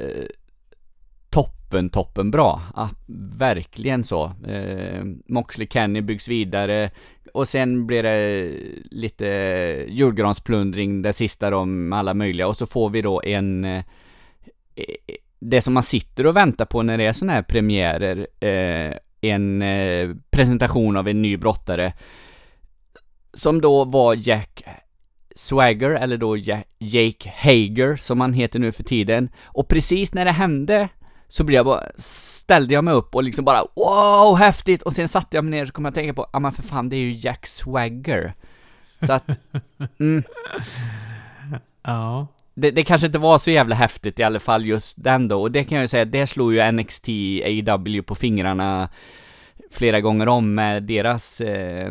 toppen, toppen bra. Ja, verkligen så. Eh, Moxley Kenny byggs vidare och sen blir det lite julgransplundring, det sista då med alla möjliga, och så får vi då en eh, det som man sitter och väntar på när det är såna här premiärer, eh, en eh, presentation av en ny brottare som då var Jack Swagger, eller då Jake Hager som han heter nu för tiden, och precis när det hände så blev jag bara, ställde jag mig upp och liksom bara wow, häftigt, och sen satte jag mig ner och kom jag att tänka på, ja men för fan, det är ju Jack Swagger. Så att mm, ja. det, det kanske inte var så jävla häftigt i alla fall just den då, och det kan jag ju säga, det slog ju N X T A E W på fingrarna flera gånger om med deras eh,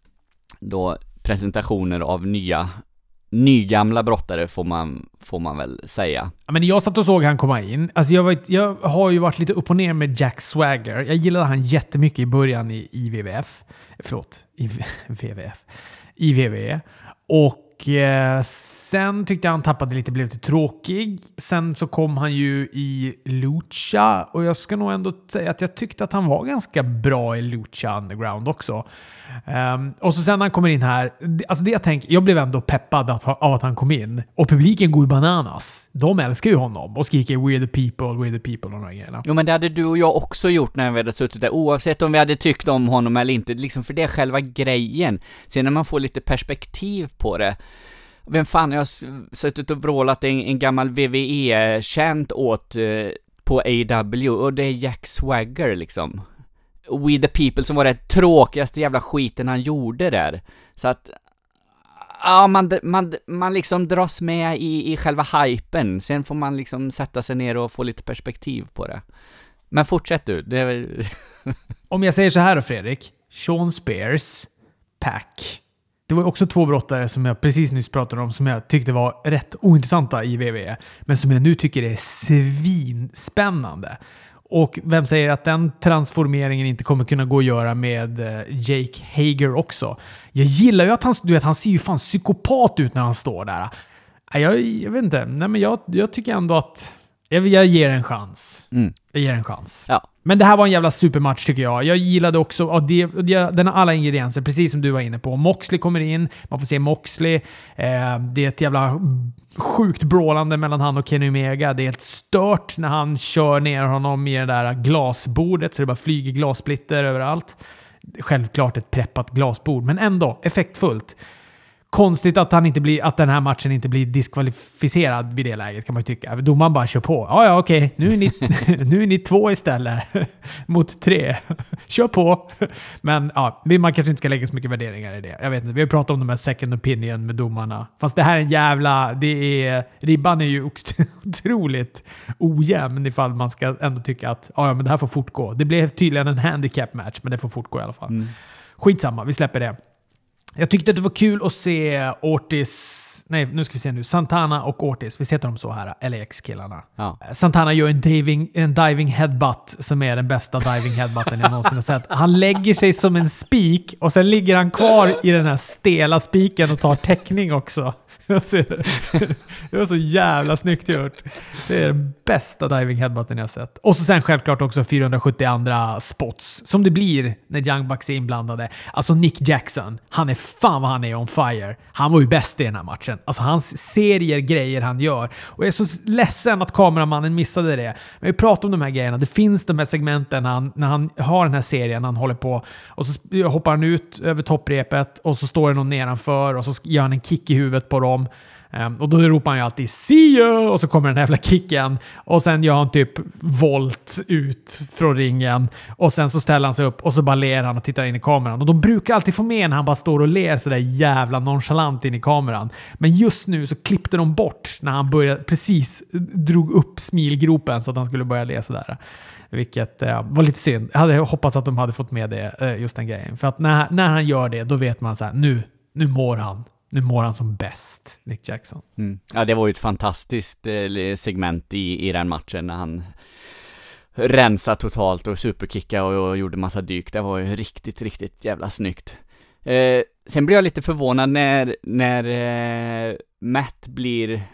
då presentationer av nya nygamla brottare får man, får man väl säga. Ja, men jag satt och såg han komma in. Alltså jag, var, jag har ju varit lite upp och ner med Jack Swagger. Jag gillade han jättemycket i början i, i W W F. Förlåt, i W W F. I W W E. Och eh, sen tyckte jag han tappade lite, blev lite tråkig. Sen så kom han ju i Lucha. Och jag ska nog ändå säga att jag tyckte att han var ganska bra i Lucha Underground också. Um, och så sen när han kommer in här, alltså det jag tänker, jag blev ändå peppad att, av att han kom in. Och publiken går ju bananas. De älskar ju honom och skriker "We're the people, we're the people" och några grejerna. Jo, men det hade du och jag också gjort när vi hade suttit där, oavsett om vi hade tyckt om honom eller inte, liksom, för det är själva grejen. Sen när man får lite perspektiv på det, Vem fan, jag har suttit och vrålat en, en gammal V V E-känt åt eh, på A W, och det är Jack Swagger liksom. We the People, som var det tråkigaste jävla skiten han gjorde där. Så att ja, man, man, man liksom dras med i, i själva hypen. Sen får man liksom sätta sig ner och få lite perspektiv på det. Men fortsätt du. Det är... Om jag säger så här då, Fredrik. Sean Spears, Pac. Det var också två brottare som jag precis nyss pratade om som jag tyckte var rätt ointressanta i W W E. Men som jag nu tycker är svinspännande. Och vem säger att den transformeringen inte kommer kunna gå att göra med Jake Hager också? Jag gillar ju att han, du vet, han ser ju fan psykopat ut när han står där. Jag, jag vet inte. Nej, men jag, jag tycker ändå att jag, jag ger en chans. Mm. Jag ger en chans. Ja. Men det här var en jävla supermatch tycker jag. Jag gillade också, och det, det, den har alla ingredienser, precis som du var inne på. Moxley kommer in, man får se Moxley. Eh, det är ett jävla sjukt brawlande mellan han och Kenny Omega. Det är helt stört när han kör ner honom i det där glasbordet så det bara flyger glassplitter överallt. Självklart ett preppat glasbord, men ändå effektfullt. Konstigt att, han inte blir, att den här matchen inte blir diskvalificerad vid det läget, kan man ju tycka. Domaren bara kör på. Ja, ja, okej. Nu är ni, nu är ni två istället mot tre. Kör på. Men ja, man kanske inte ska lägga så mycket värderingar i det. Jag vet inte. Vi har pratat om de här second opinion med domarna. Fast det här är en jävla... Det är, ribban är ju otroligt ojämn ifall man ska ändå tycka att ja, men det här får fortgå. Det blev tydligen en handicap match, men det får fortgå i alla fall. Mm. Skitsamma, vi släpper det. Jag tyckte att det var kul att se Ortiz... Nej, nu ska vi se nu. Santana och Ortiz. Vi ser dem så här, L A X-killarna. Ja. Santana gör en diving, en diving headbutt som är den bästa diving headbutten jag någonsin har sett. Han lägger sig som en spik och sen ligger han kvar i den här stela spiken och tar täckning också. Det var så jävla snyggt gjort. Det är den bästa diving headbutten jag har sett. Och så sen självklart också fyrahundrasjuttio andra spots som det blir när Young Bucks är inblandade. Alltså Nick Jackson, han är fan vad han är on fire. Han var ju bäst i den här matchen. Alltså hans serier, grejer han gör. Och jag är så ledsen att kameramannen missade det. Men vi pratar om de här grejerna. Det finns de här segmenten när han, när han har den här serien, han håller på och så hoppar han ut över topprepet och så står det någon nedanför och så gör han en kick i huvudet på dem. Um, och då ropar han ju alltid see you! Och så kommer den här jävla kicken. Och sen gör han typ volt ut från ringen. Och sen så ställer han sig upp och så bara ler han och tittar in i kameran. Och de brukar alltid få med när han bara står och ler så där jävla nonchalant in i kameran. Men just nu så klippte de bort när han började, precis drog upp smilgropen så att han skulle börja le sådär. Vilket uh, var lite synd. Jag hade hoppats att de hade fått med det, uh, just den grejen. För att när, när han gör det, då vet man så här, nu, nu mår han. Nu mår han som bäst, Nick Jackson. Mm. Ja, det var ju ett fantastiskt eh, segment i, i den matchen när han rensade totalt och superkickade och, och gjorde massa dyk. Det var ju riktigt, riktigt jävla snyggt. Eh, sen blir jag lite förvånad när, när eh, Matt blir eh,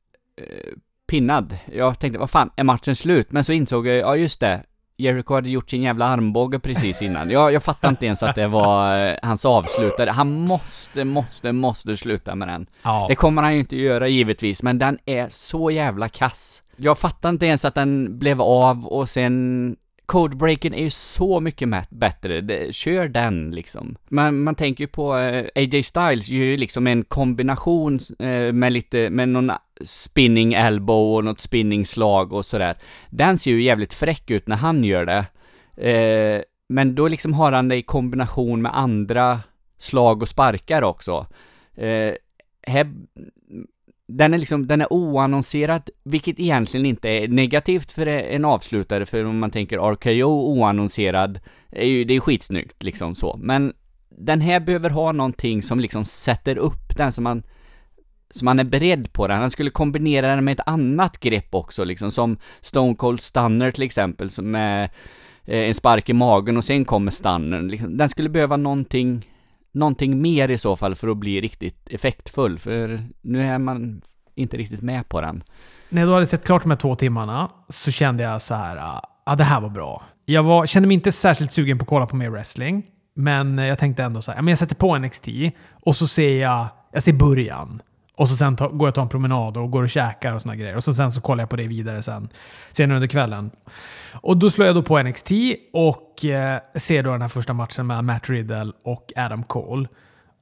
pinnad. Jag tänkte, vad fan, är matchen slut? Men så insåg jag, ja just det, Jericho hade gjort sin jävla armbåge precis innan. Jag, jag fattar inte ens att det var eh, hans avslutare. Han måste, måste, måste sluta med den. Ja. Det kommer han ju inte göra givetvis, men den är så jävla kass. Jag fattar inte ens att den blev av och sen... Codebreaken är ju så mycket mä- bättre. Det, kör den liksom. Man, man tänker ju på eh, A J Styles gör ju liksom en kombination eh, med lite med någon spinning elbow och något spinning slag och sådär. Den ser ju jävligt fräck ut när han gör det. Eh, men då liksom har han det i kombination med andra slag och sparkar också. Eh, här, Den är liksom, den är oannonserad, vilket egentligen inte är negativt för en avslutare, för om man tänker R K O oannonserad, är ju, det är skitsnyggt liksom så. Men den här behöver ha någonting som liksom sätter upp den, som man, som man är beredd på den. Han skulle kombinera den med ett annat grepp också, liksom som Stone Cold Stunner till exempel, som är eh, en spark i magen och sen kommer stunnern. Liksom, den skulle behöva någonting någonting mer i så fall för att bli riktigt effektfull, för nu är man inte riktigt med på den. När jag då hade sett klart de här två timmarna så kände jag så här, ja ah, det här var bra. Jag var, kände mig inte särskilt sugen på att kolla på mer wrestling, men jag tänkte ändå så här, men jag sätter på N X T och så ser jag, jag ser början. Och så sen ta, går jag och tar en promenad och går och käkar och såna grejer. Och så sen så kollar jag på det vidare sen. Senare under kvällen. Och då slår jag då på N X T och eh, ser då den här första matchen med Matt Riddle och Adam Cole.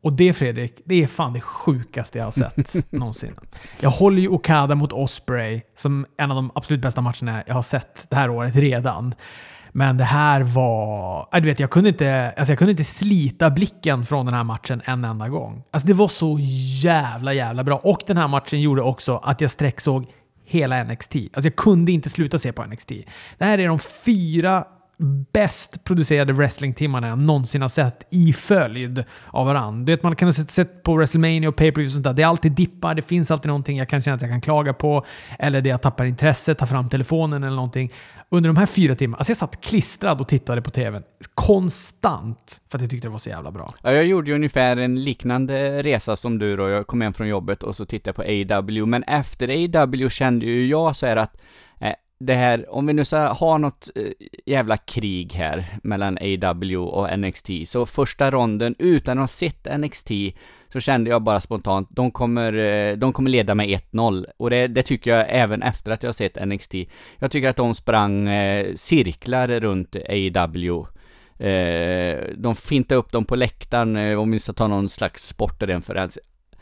Och det, Fredrik, det är fan det sjukaste jag har sett någonsin. Jag håller ju Okada mot Ospreay som en av de absolut bästa matcherna jag har sett det här året redan. Men det här var... Du vet, jag kunde inte, alltså jag kunde inte slita blicken från den här matchen en enda gång. Alltså det var så jävla, jävla bra. Och den här matchen gjorde också att jag sträcksåg hela N X T. Alltså jag kunde inte sluta se på N X T. Det här är de fyra bäst producerade wrestlingtimmarna jag någonsin har sett i följd av varandra. Du vet, man kan ha sett, sett på WrestleMania och pay-per-view och sånt där. Det är alltid dippar, det finns alltid någonting jag kan känna att jag kan klaga på, eller det jag tappar intresset, tar fram telefonen eller någonting. Under de här fyra timmarna, alltså jag satt klistrad och tittade på tvn konstant för att jag tyckte det var så jävla bra. Ja, jag gjorde ju ungefär en liknande resa som du då. Jag kom hem från jobbet och så tittade jag på A E W, men efter A E W kände ju jag så här att eh, det här, om vi nu ska ha något eh, jävla krig här mellan A E W och N X T, så första ronden utan att ha sett N X T så kände jag bara spontant, de kommer, eh, de kommer leda med ett noll, och det, det tycker jag även efter att jag har sett N X T. Jag tycker att de sprang eh, cirklar runt A E W. Eh, de fintade upp dem på läktaren, eh, om vi ska ta någon slags sportreferens.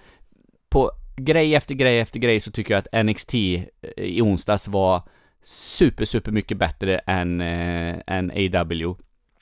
På grej efter grej efter grej så tycker jag att N X T i onsdags var super, super mycket bättre än, äh, än A E W.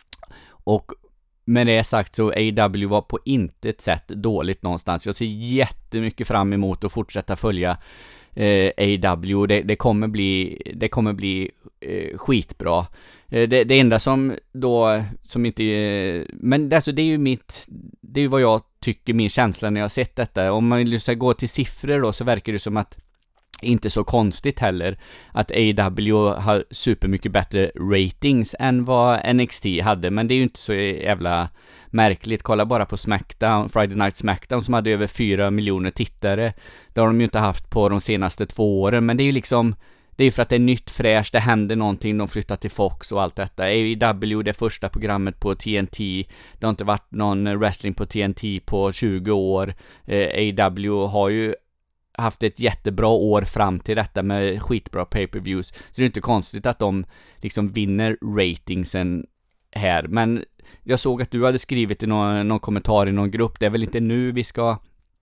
Och med det sagt så A E W var på intet sätt dåligt någonstans. Jag ser jättemycket fram emot att fortsätta följa äh, A E W. Det, det kommer bli, det kommer bli äh, skitbra. Äh, det, det enda som då, som inte, äh, men alltså det är ju mitt, det är ju vad jag tycker, min känsla när jag har sett detta. Om man ska gå till siffror då, så verkar det som att inte så konstigt heller att A E W har supermycket bättre ratings än vad N X T hade, men det är ju inte så jävla märkligt. Kolla bara på SmackDown, Friday Night SmackDown som hade över fyra miljoner tittare. Det har de ju inte haft på de senaste två åren, men det är ju liksom, det är ju för att det är nytt, fräscht, det händer någonting, de flyttar till Fox och allt detta. A E W, det första programmet på T N T, det har inte varit någon wrestling på T N T på tjugo år. eh, A E W har ju haft ett jättebra år fram till detta med skitbra pay-per-views, så det är inte konstigt att de liksom vinner ratingsen här. Men jag såg att du hade skrivit i någon, någon kommentar i någon grupp, det är väl inte nu vi ska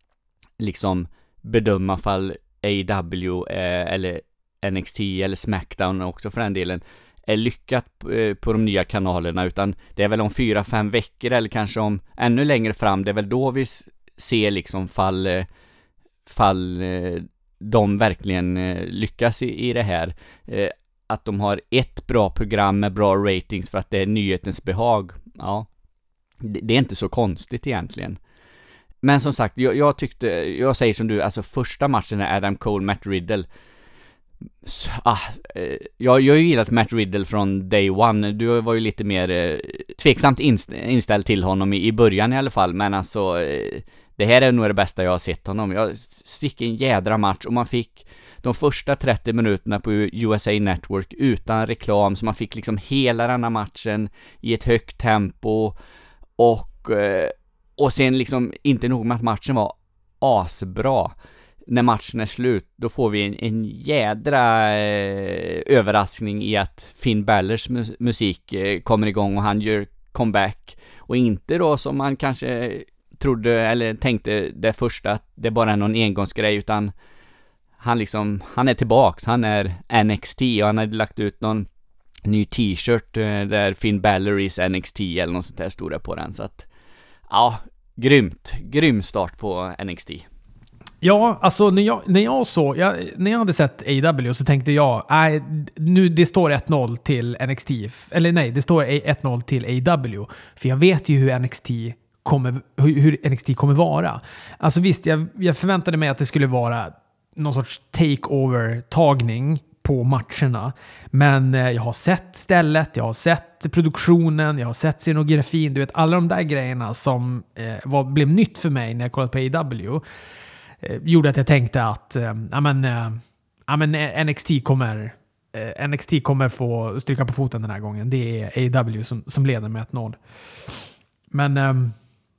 liksom bedöma fall A E W eh, eller N X T eller SmackDown också för den delen är lyckat eh, på de nya kanalerna, utan det är väl om fyra, fem veckor eller kanske om ännu längre fram, det är väl då vi ser liksom fall eh, fall eh, de verkligen eh, lyckas i, i det här. Eh, att de har ett bra program med bra ratings för att det är nyhetens behag. Ja, det, det är inte så konstigt egentligen. Men som sagt, jag, jag tyckte, jag säger som du, alltså första matchen är Adam Cole, Matt Riddle. Så, ah, eh, jag, jag har ju gillat Matt Riddle från day one. Du var ju lite mer eh, tveksamt inst- inställd till honom i, i början i alla fall, men alltså eh, det här är nog det bästa jag har sett honom. Jag stick en jädra match och man fick de första trettio minuterna på U S A Network utan reklam, så man fick liksom hela den här matchen i ett högt tempo och, och sen liksom inte nog med att matchen var asbra. När matchen är slut, då får vi en, en jädra eh, överraskning i att Finn Balors mu- musik eh, kommer igång och han gör comeback. Och inte då som man kanske trodde eller tänkte det första, att det bara är någon engångsgrej, utan han liksom, han är tillbaks, han är N X T och han hade lagt ut någon ny t-shirt eh, där Finn Balor is N X T eller något sånt där stod det på den, så att ja, grymt, grym start på N X T. Ja, alltså när jag, när jag såg, jag, när jag hade sett A E W så tänkte jag, nej, nu det står ett noll till N X T, eller nej, det står ett noll till A E W, för jag vet ju hur N X T kommer, hur, hur N X T kommer vara. Alltså visst, jag, jag förväntade mig att det skulle vara någon sorts takeover-tagning på matcherna, men jag har sett stället, jag har sett produktionen, jag har sett scenografin, du vet, alla de där grejerna som eh, var, blev nytt för mig när jag kollade på A E W eh, gjorde att jag tänkte att eh, amen, eh, amen, N X T kommer eh, N X T kommer få stryka på foten den här gången. Det är A E W som, som leder med ett noll. Men eh,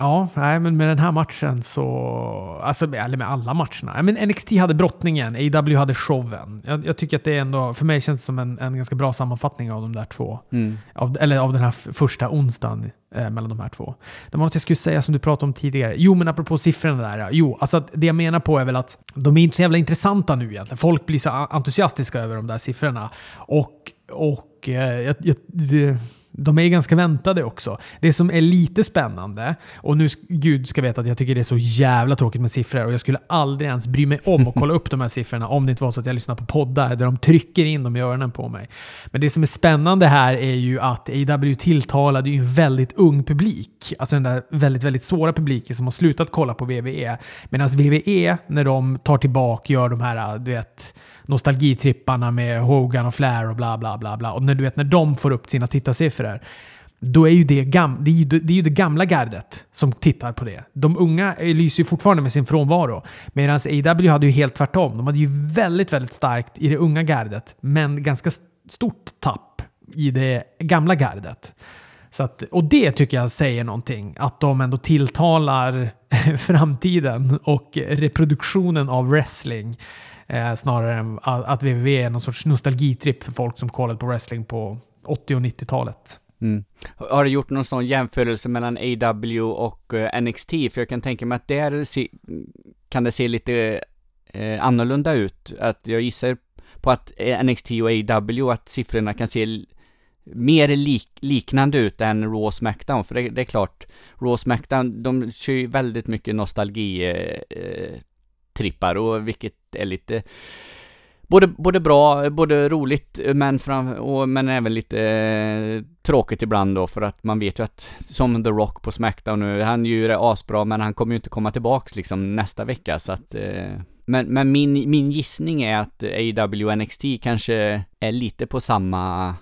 Ja, nej, men med den här matchen så... Alltså, eller med alla matcherna. Men N X T hade brottningen, A E W hade showen. Jag, jag tycker att det är ändå... För mig känns det som en, en ganska bra sammanfattning av de där två. Mm. Av, eller av den här f- första onsdagen eh, mellan de här två. Det var något jag skulle säga som du pratade om tidigare. Jo, men apropå siffrorna där. Ja. Jo, alltså att det jag menar på är väl att de är inte så jävla intressanta nu egentligen. Folk blir så entusiastiska över de där siffrorna. Och... och eh, jag, jag, det, de är ganska väntade också. Det som är lite spännande, och nu gud ska veta att jag tycker det är så jävla tråkigt med siffror och jag skulle aldrig ens bry mig om att kolla upp de här siffrorna om det inte var så att jag lyssnar på poddar där de trycker in dem i öronen på mig. Men det som är spännande här är ju att A E W tilltalade ju en väldigt ung publik. Alltså den där väldigt, väldigt svåra publiken som har slutat kolla på V V E. Medan V V E, när de tar tillbaka, gör de här, du vet, nostalgitripparna med Hogan och Flair och bla bla bla bla. Och när du vet när de får upp sina tittarsiffror, då är ju det, gam- det, är ju, det är ju det gamla gardet som tittar på det. De unga lyser ju fortfarande med sin frånvaro. Medan A E W hade ju helt tvärtom. De hade ju väldigt, väldigt starkt i det unga gardet, men ganska stort tapp i det gamla gardet. Så att, och det tycker jag säger någonting. Att de ändå tilltalar framtiden och reproduktionen av wrestling. Eh, snarare än att V V E är någon sorts nostalgitripp för folk som kollade på wrestling på åttio- och nittiotalet. Mm. Har du gjort någon sån jämförelse mellan A E W och uh, N X T? För jag kan tänka mig att där se, kan det se lite eh, annorlunda ut. Att jag gissar på att N X T och A E W, att siffrorna kan se l- mer lik, liknande ut än Raw och SmackDown. För det, det är klart, Raw och SmackDown, de kör ju väldigt mycket nostalgi eh, eh, trippar, och vilket är lite både, både bra, både roligt, men, fram, och, men även lite eh, tråkigt ibland då, för att man vet ju att som The Rock på SmackDown nu, han gör det asbra, men han kommer ju inte komma tillbaks liksom nästa vecka, så att eh, men, men min, min gissning är att A E W och N X T kanske är lite på samma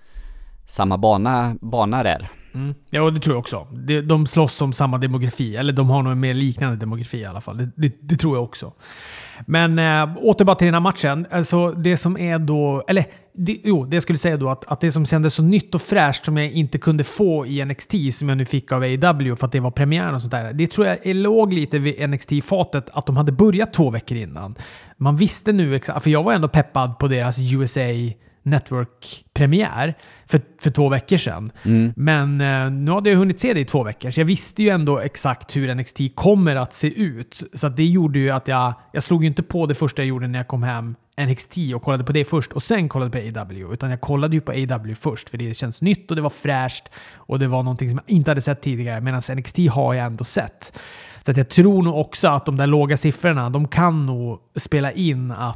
samma bana, bana där. Mm. Ja, det tror jag också. De, de slåss om samma demografi. Eller de har nog en mer liknande demografi i alla fall. Det, det, det tror jag också. Men äh, åter bara till den här matchen. Alltså det som är då... Eller det, jo, det jag skulle säga då att, att det som kändes så nytt och fräscht som jag inte kunde få i N X T, som jag nu fick av A E W för att det var premiären och sånt där. Det tror jag är låg lite vid N X T-fatet att de hade börjat två veckor innan. Man visste nu exakt... För jag var ändå peppad på deras U S A Network-premiär för, för två veckor sedan. Mm. Men eh, nu hade jag hunnit se det i två veckor, så jag visste ju ändå exakt hur N X T kommer att se ut. Så att det gjorde ju att jag, jag slog ju inte på det första jag gjorde när jag kom hem N X T och kollade på det först och sen kollade på A E W, utan jag kollade ju på A E W först, för det känns nytt och det var fräscht och det var någonting som jag inte hade sett tidigare, medan N X T har jag ändå sett. Så att jag tror nog också att de där låga siffrorna, de kan nog spela in att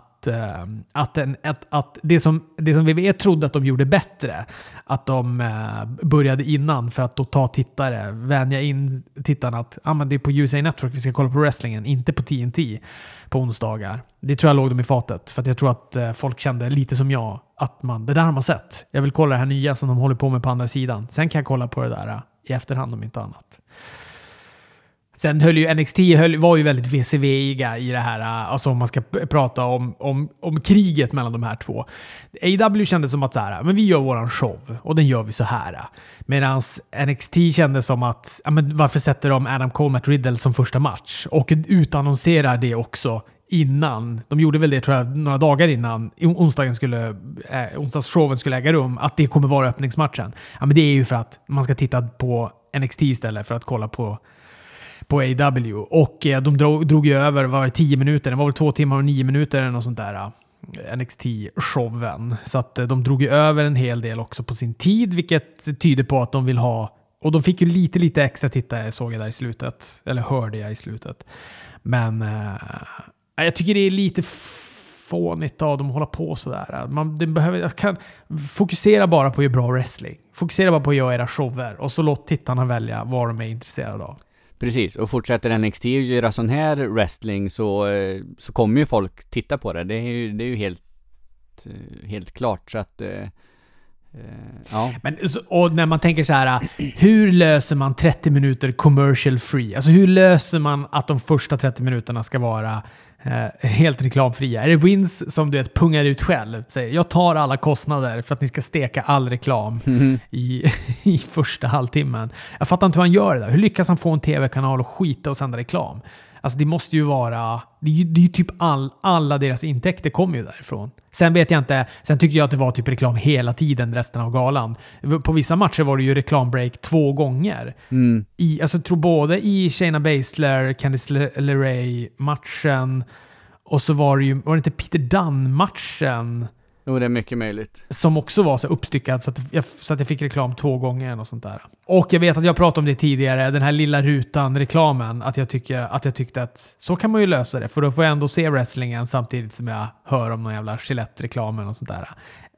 Att, en, att, att det, som, det som V V E trodde att de gjorde bättre, att de eh, började innan för att då ta tittare, vänja in tittarna att ah, men det är på U S A Network vi ska kolla på wrestlingen, inte på T N T på onsdagar. Det tror jag låg dem i fatet, för att jag tror att eh, folk kände lite som jag, att man, det där har man sett. Jag vill kolla det här nya som de håller på med på andra sidan. Sen kan jag kolla på det där eh, i efterhand om inte annat. Sen höll ju N X T höll, var ju väldigt V C V-iga i det här, alltså om man ska p- prata om, om, om kriget mellan de här två. A E W kände som att så här, men vi gör våran show och den gör vi så här. Medan N X T kände som att, ja, men varför sätter de Adam Cole Matt Riddle som första match? Och utannonserar det också innan. De gjorde väl det tror jag några dagar innan onsdagen skulle, eh, onsdagsshowen skulle äga rum, att det kommer vara öppningsmatchen. Ja, men det är ju för att man ska titta på N X T istället för att kolla på på A E W. Och eh, de drog, drog ju över var tio minuter. Det var väl två timmar och nio minuter eller något sånt där. Uh, N X T-showen. Så att eh, de drog ju över en hel del också på sin tid, vilket tyder på att de vill ha... Och de fick ju lite, lite extra tittare, såg jag där i slutet. Eller hörde jag i slutet. Men uh, jag tycker det är lite fånigt av dem att hålla på sådär. Man det behöver, jag kan fokusera bara på att göra bra wrestling. Fokusera bara på att göra era shower. Och så låt tittarna välja vad de är intresserade av. Precis, och fortsätter N X T att göra sån här wrestling så, så kommer ju folk titta på det. Det är ju, det är ju helt, helt klart. Så att, eh, ja. Men, och när man tänker så här, hur löser man trettio minuter commercial free? Alltså hur löser man att de första trettio minuterna ska vara Eh, helt reklamfria. Är det Wins som du vet pungar ut själv? Säger, jag tar alla kostnader för att ni ska steka all reklam mm. i, i första halvtimmen. Jag fattar inte hur han gör det där. Hur lyckas han få en tv-kanal och skita och sända reklam? Alltså det måste ju vara... Det är ju, det är ju typ all, alla deras intäkter kommer ju därifrån. Sen vet jag inte... Sen tyckte jag att det var typ reklam hela tiden resten av galan. På vissa matcher var det ju reklambreak två gånger. Mm. I, alltså jag tror både i Shayna Baszler, Candice LeRae-matchen och så var det ju... Var det inte Peter Dunne-matchen? Jo, det är mycket möjligt. Som också var så uppstyckad så att, jag, så att jag fick reklam två gånger och sånt där. Och jag vet att jag pratade om det tidigare, den här lilla rutan-reklamen, att jag, tycker, att jag tyckte att så kan man ju lösa det, för då får jag ändå se wrestlingen samtidigt som jag hör om någon jävla Gillette-reklamen och sånt där.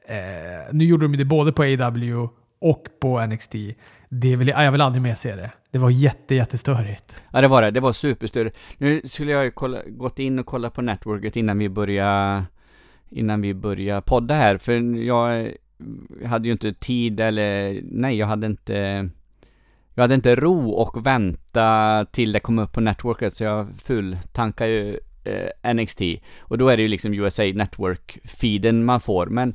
Eh, nu gjorde de det både på A E W och på N X T. Det vill jag, jag vill aldrig mer se det. Det var jätte, jättestörigt. Ja, det var det. Det var superstörigt. Nu skulle jag ju kolla, gått in och kolla på networket innan vi började... innan vi börjar podda här, för jag hade ju inte tid eller nej, jag hade inte jag hade inte ro och vänta till det kom upp på networket, så jag full tankar ju eh, N X T och då är det ju liksom U S A Network-feeden man får, men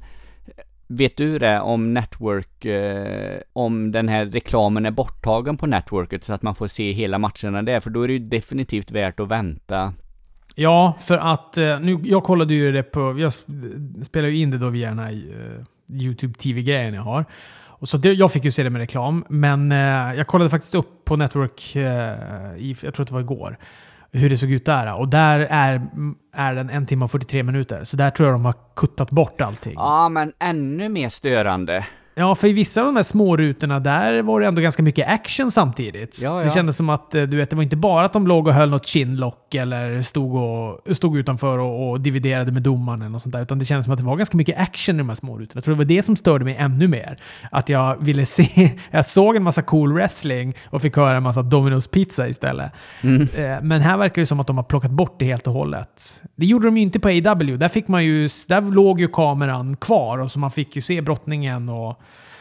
vet du det om network eh, om den här reklamen är borttagen på networket så att man får se hela matcherna där, för då är det ju definitivt värt att vänta. Ja, för att nu, jag kollade ju det på, jag spelar ju in det då via den här uh, YouTube T V-grejen jag har. Och så det, jag fick ju se det med reklam, men uh, jag kollade faktiskt upp på Network, uh, i, jag tror att det var igår, hur det såg ut där. Och där är, är den en timme och fyrtiotre minuter. Så där tror jag de har kuttat bort allting. Ja, men ännu mer störande. Ja, för i vissa av de här små rutorna där var det ändå ganska mycket action samtidigt. Ja, ja. Det kändes som att du vet, det var inte bara att de låg och höll något chinlock eller stod, och, stod utanför och, och dividerade med domaren eller något sånt där, utan det kändes som att det var ganska mycket action i de här små rutorna. Jag tror det var det som störde mig ännu mer. Att jag ville se, jag såg en massa cool wrestling och fick höra en massa Domino's pizza istället. Mm. Men här verkar det som att de har plockat bort det helt och hållet. Det gjorde de ju inte på A E W. Där fick man ju, där låg ju kameran kvar och så man fick ju se brottningen och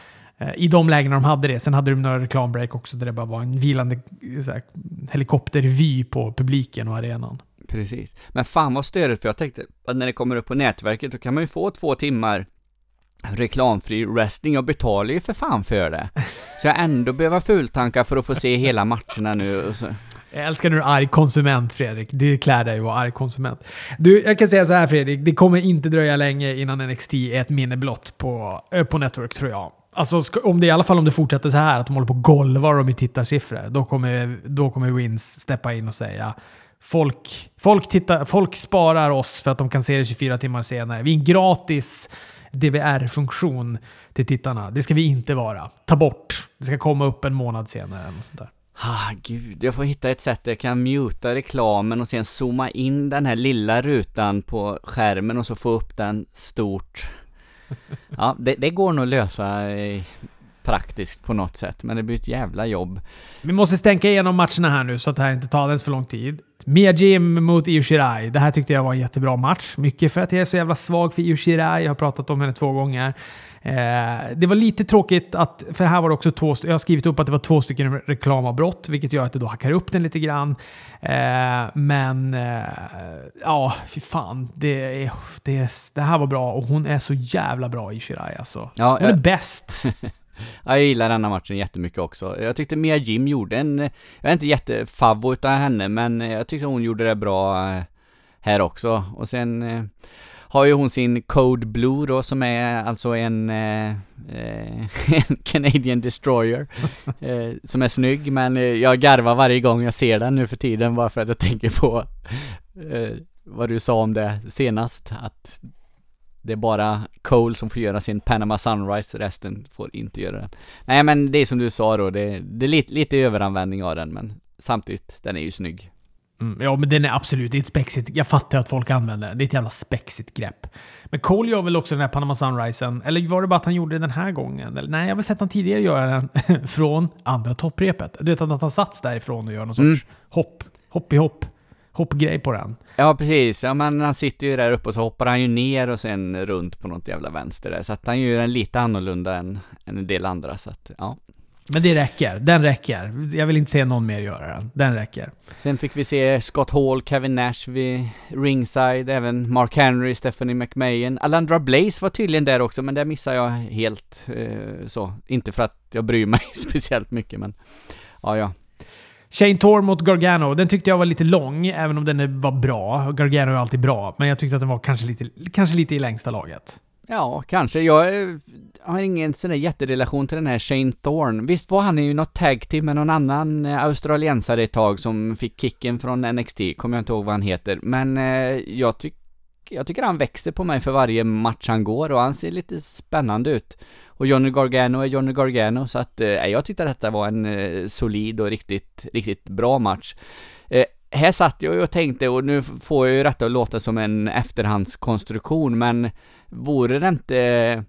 i de lägena de hade det. Sen hade de några reklambreak också där det bara var en vilande här, helikoptervy på publiken och arenan. Precis. Men fan vad störigt, för jag tänkte att när det kommer upp på nätverket då kan man ju få två timmar reklamfri wrestling och betalar ju för fan för det. Så jag ändå behöver fulltanka för att få se hela matcherna nu. Och så. Jag älskar när du är arg konsument, Fredrik. Du klär dig att vara arg konsument. Du, jag kan säga så här, Fredrik. Det kommer inte dröja länge innan N X T är ett minne blott på, på Network, tror jag. Alltså om det, i alla fall om det fortsätter så här att de håller på och golvar dem i tittarsiffror, då kommer, då kommer Wins steppa in och säga folk, folk, tittar, folk sparar oss för att de kan se det tjugofyra timmar senare. Vi är en gratis D V R-funktion till tittarna. Det ska vi inte vara. Ta bort. Det ska komma upp en månad senare. Eller sånt där. Ah, gud, jag får hitta ett sätt där jag kan muta reklamen och sen zooma in den här lilla rutan på skärmen och så få upp den stort. Ja, det, det går nog att lösa eh, praktiskt på något sätt, men det blir ett jävla jobb. Vi måste stänka igenom matcherna här nu så att det här inte tar ens för lång tid. Mia Jim mot Io Shirai. Det här tyckte jag var en jättebra match. Mycket för att jag är så jävla svag för Io Shirai. Jag har pratat om henne två gånger. Eh, det var lite tråkigt att, för här var det också två, jag har skrivit upp att det var två stycken reklamavbrott, vilket gör att det då hackar upp den lite grann. Eh, men eh, ja, fy fan. Det, det, det här var bra och hon är så jävla bra i Shirai alltså. Ja, hon jag... är bäst. Jag gillar denna matchen jättemycket också. Jag tyckte Mia Jim gjorde en, jag är inte jättefavorit av henne, men jag tyckte hon gjorde det bra här också. Och sen eh, har ju hon sin Code Blue då, som är alltså en, eh, en Canadian Destroyer eh, som är snygg, men jag garvar varje gång jag ser den nu för tiden bara för att jag tänker på eh, vad du sa om det senast, att det är bara Cole som får göra sin Panama Sunrise, resten får inte göra den. Nej, men det är som du sa då, det, det är lite, lite överanvändning av den, men samtidigt, den är ju snygg. Mm, ja, men den är absolut, det är ett spexigt, jag fattar att folk använder den, det är ett jävla spexigt grepp. Men Cole gör väl också den här Panama Sunrisen, eller var det bara att han gjorde den här gången? Eller, nej, jag har väl sett han tidigare göra den från andra topprepet. Du vet att han satts därifrån och gör någon sorts mm. hopp, hopp i hopp. hoppgrej på den. Ja, precis. Ja, men han sitter ju där uppe och så hoppar han ju ner och sen runt på något jävla vänster där. Så att han gör den lite annorlunda än, än en del andra. Så att, ja. Men det räcker. Den räcker. Jag vill inte se någon mer göra den. Den räcker. Sen fick vi se Scott Hall, Kevin Nash vid ringside, även Mark Henry, Stephanie McMahon. Alundra Blaze var tydligen där också, men det missar jag helt eh, så. Inte för att jag bryr mig speciellt mycket, men ja, ja. Shane Thor mot Gargano, den tyckte jag var lite lång, även om den var bra. Gargano är alltid bra, men jag tyckte att den var kanske lite, kanske lite i längsta laget. Ja, kanske. Jag eh, har ingen sån där jätterelation till den här Shane Thorne. Visst var han ju något tag team med någon annan eh, australiensare ett tag som fick kicken från N X T. Kommer jag inte ihåg vad han heter. Men eh, jag, tyck, jag tycker han växer på mig för varje match han går och han ser lite spännande ut. Och Johnny Gargano är Johnny Gargano, så att eh, jag tyckte att detta var en eh, solid och riktigt, riktigt bra match. Eh, här satt jag och tänkte, och nu får jag ju rätt att låta som en efterhandskonstruktion, men vore det inte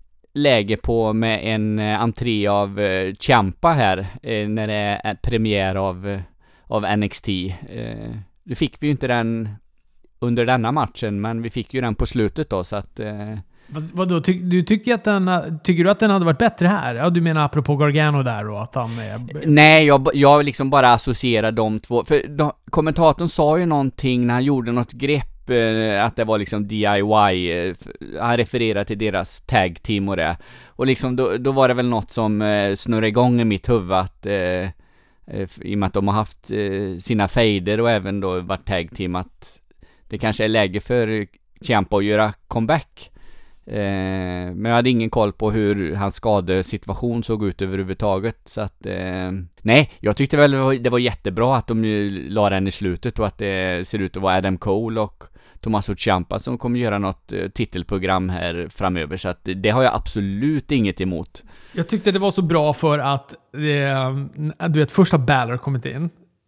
läge på med en entré av uh, Ciampa här uh, när det är premiär av, uh, av N X T? Uh, nu fick vi ju inte den under denna matchen, men vi fick ju den på slutet då, så att... Uh, Vad, vadå, ty, du tycker, att den, tycker du att den hade varit bättre här? Ja, du menar apropå Gargano där och att han är... Nej, jag, jag liksom bara associerar de två. För de, kommentatorn sa ju någonting när han gjorde något grepp, eh, att det var liksom D I Y. Eh, han refererade till deras tag team och det. Och liksom då, då var det väl något som eh, snurrade igång i mitt huvud att... Eh, i och med att de har haft eh, sina fejder och även då varit tag team, att det kanske är läge för Ciampa att göra comeback. Eh, men jag hade ingen koll på hur hans skadesituation såg ut överhuvudtaget, så att eh, nej, jag tyckte väl det var, det var jättebra att de la den i slutet och att det ser ut att vara Adam Cole och Tommaso Ciampa som kommer göra något eh, titelprogram här framöver, så att det har jag absolut inget emot. Jag tyckte det var så bra för att eh, du vet, första Balor kommit in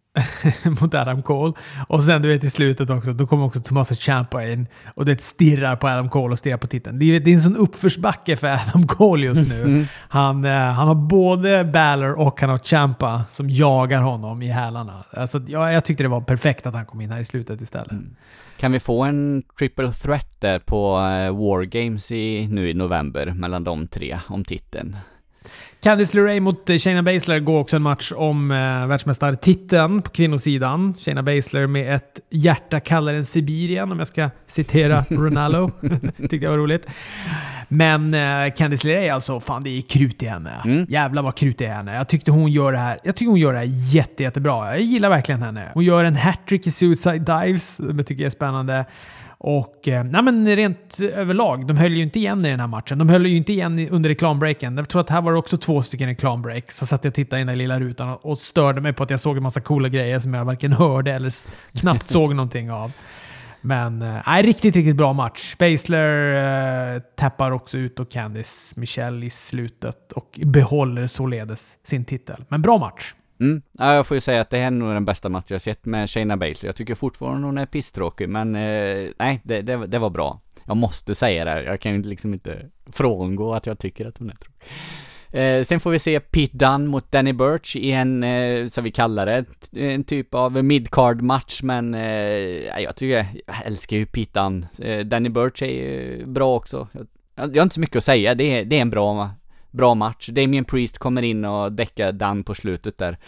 mot Adam Cole. Och sen du vet i slutet också, då kommer också Tommaso Ciampa in och det stirrar på Adam Cole och stirrar på titeln. Det är, det är en sån uppförsbacke för Adam Cole just nu. Mm. Han, eh, han har både Balor och han har Ciampa som jagar honom i hälarna. Alltså, jag, jag tyckte det var perfekt att han kom in här i slutet istället. Mm. Kan vi få en triple threat där på uh, War Games i, nu i november mellan de tre om titeln? Candice LeRae mot Shayna Baszler går också en match om eh, världsmästartiteln på kvinnosidan. Shayna Baszler med ett hjärta kallar en Sibirien, om jag ska citera Ronaldo. Tyckte jag var roligt. Men eh, Candice LeRae, alltså, fan, det är krut i henne. Mm. Jävlar vad krut i henne. Jag tyckte hon gör det här. Jag tycker hon gör det här jätte, jättebra. Jag gillar verkligen henne. Hon gör en hattrick i Suicide Dives. Det tycker jag är spännande. Och eh, nej, men rent överlag, de höll ju inte igen i den här matchen. De höll ju inte igen under reklambreaken. Jag tror att här var det också två stycken reklambreak. Så satt jag och tittade i den där lilla rutan och, och störde mig på att jag såg en massa coola grejer som jag varken hörde eller s- knappt såg någonting av. Men nej, äh, riktigt, riktigt bra match. Baszler äh, tappar också ut och Candice Michelle i slutet och behåller således sin titel. Men bra match. Mm. Ja, jag får ju säga att det här är nog den bästa match jag sett med Shayna Baszler. Jag tycker fortfarande hon är pisstråkig, men eh, nej, det, det, det var bra. Jag måste säga det här. Jag kan ju liksom inte frångå att jag tycker att hon är tråkig. Eh, sen får vi se Pete Dunne mot Danny Burch i en, eh, som vi kallar det, en typ av midcard-match, men eh, jag tycker, jag älskar ju Pete Dunne. Eh, Danny Burch är ju bra också. Jag, jag har inte så mycket att säga. Det är, det är en bra bra match. Damien Priest kommer in och däckar Dan på slutet där.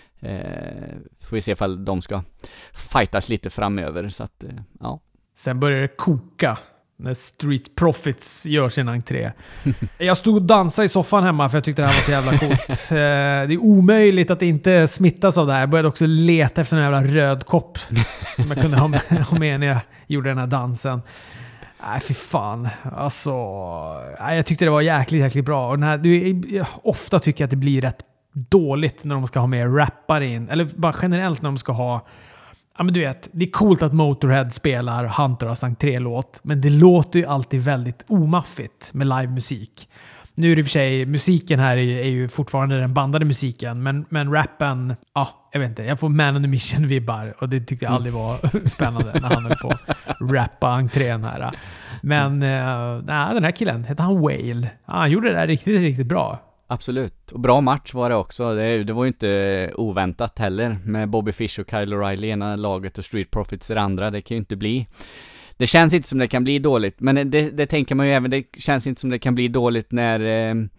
Eh, får vi se ifall de ska fightas lite framöver. Så att, eh, ja. Sen börjar det koka när Street Profits gör sin entré. Jag stod och dansade i soffan hemma för jag tyckte det här var så jävla coolt. Eh, det är omöjligt att inte smittas av det här. Jag började också leta efter en jävla röd kopp som jag kunde ha med, ha med när jag gjorde den här dansen. Nej, fy fan. Alltså, nej, jag tyckte det var jäkligt, jäkligt bra. Och den här, du, ofta tycker jag att det blir rätt dåligt när de ska ha med rappar in. Eller bara generellt när de ska ha... Ja, men du vet, det är coolt att Motorhead spelar Hunter entré-låt, men det låter ju alltid väldigt omaffigt med livemusik. Nu är det i och för sig, musiken här är, är ju fortfarande den bandade musiken, men, men rappen, ja, jag vet inte, jag får Man on the Mission-vibbar och det tyckte jag aldrig var spännande när han höll på att rappa entrén här. Men uh, nej, den här killen, heter han Whale? Ja, han gjorde det där riktigt, riktigt bra. Absolut. Och bra match var det också. Det, det var ju inte oväntat heller med Bobby Fish och Kyle O'Reilly ena laget och Street Profits det andra. Det kan ju inte bli. Det känns inte som det kan bli dåligt, men det, det tänker man ju även, det känns inte som det kan bli dåligt när eh,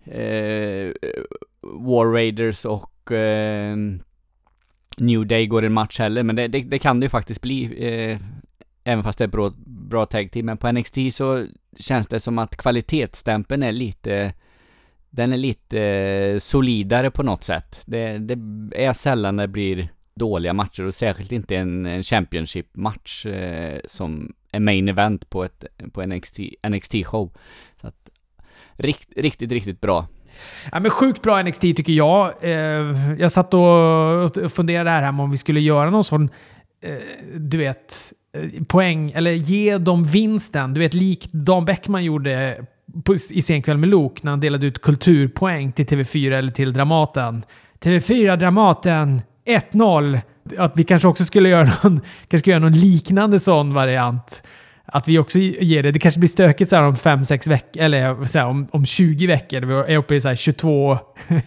eh, War Raiders och eh, New Day går en match heller, men det, det, det kan det ju faktiskt bli, eh, även fast det är bra, bra tag team. Men på N X T så känns det som att kvalitetsstämpeln är lite, den är lite eh, solidare på något sätt. Det, det är sällan det blir dåliga matcher, och särskilt inte en, en championship-match eh, som en main event på, ett, på en N X T, N X T-show. Så att, rikt, riktigt, riktigt bra. Ja, men sjukt bra N X T tycker jag. Eh, jag satt och funderade här om vi skulle göra någon sån, eh, du vet, poäng, eller ge dem vinsten. Du vet, likt Dan Bäckman gjorde på, i Senkväll med Lok när han delade ut kulturpoäng till T V fyra eller till Dramaten. T V fyra Dramaten ett noll. Att vi kanske också skulle göra någon, kanske skulle göra någon liknande sån variant. Att vi också ger det. Det kanske blir stökigt så här om fem sex veckor, eller så här, om, om tjugo veckor. Vi är uppe i så här tjugotvå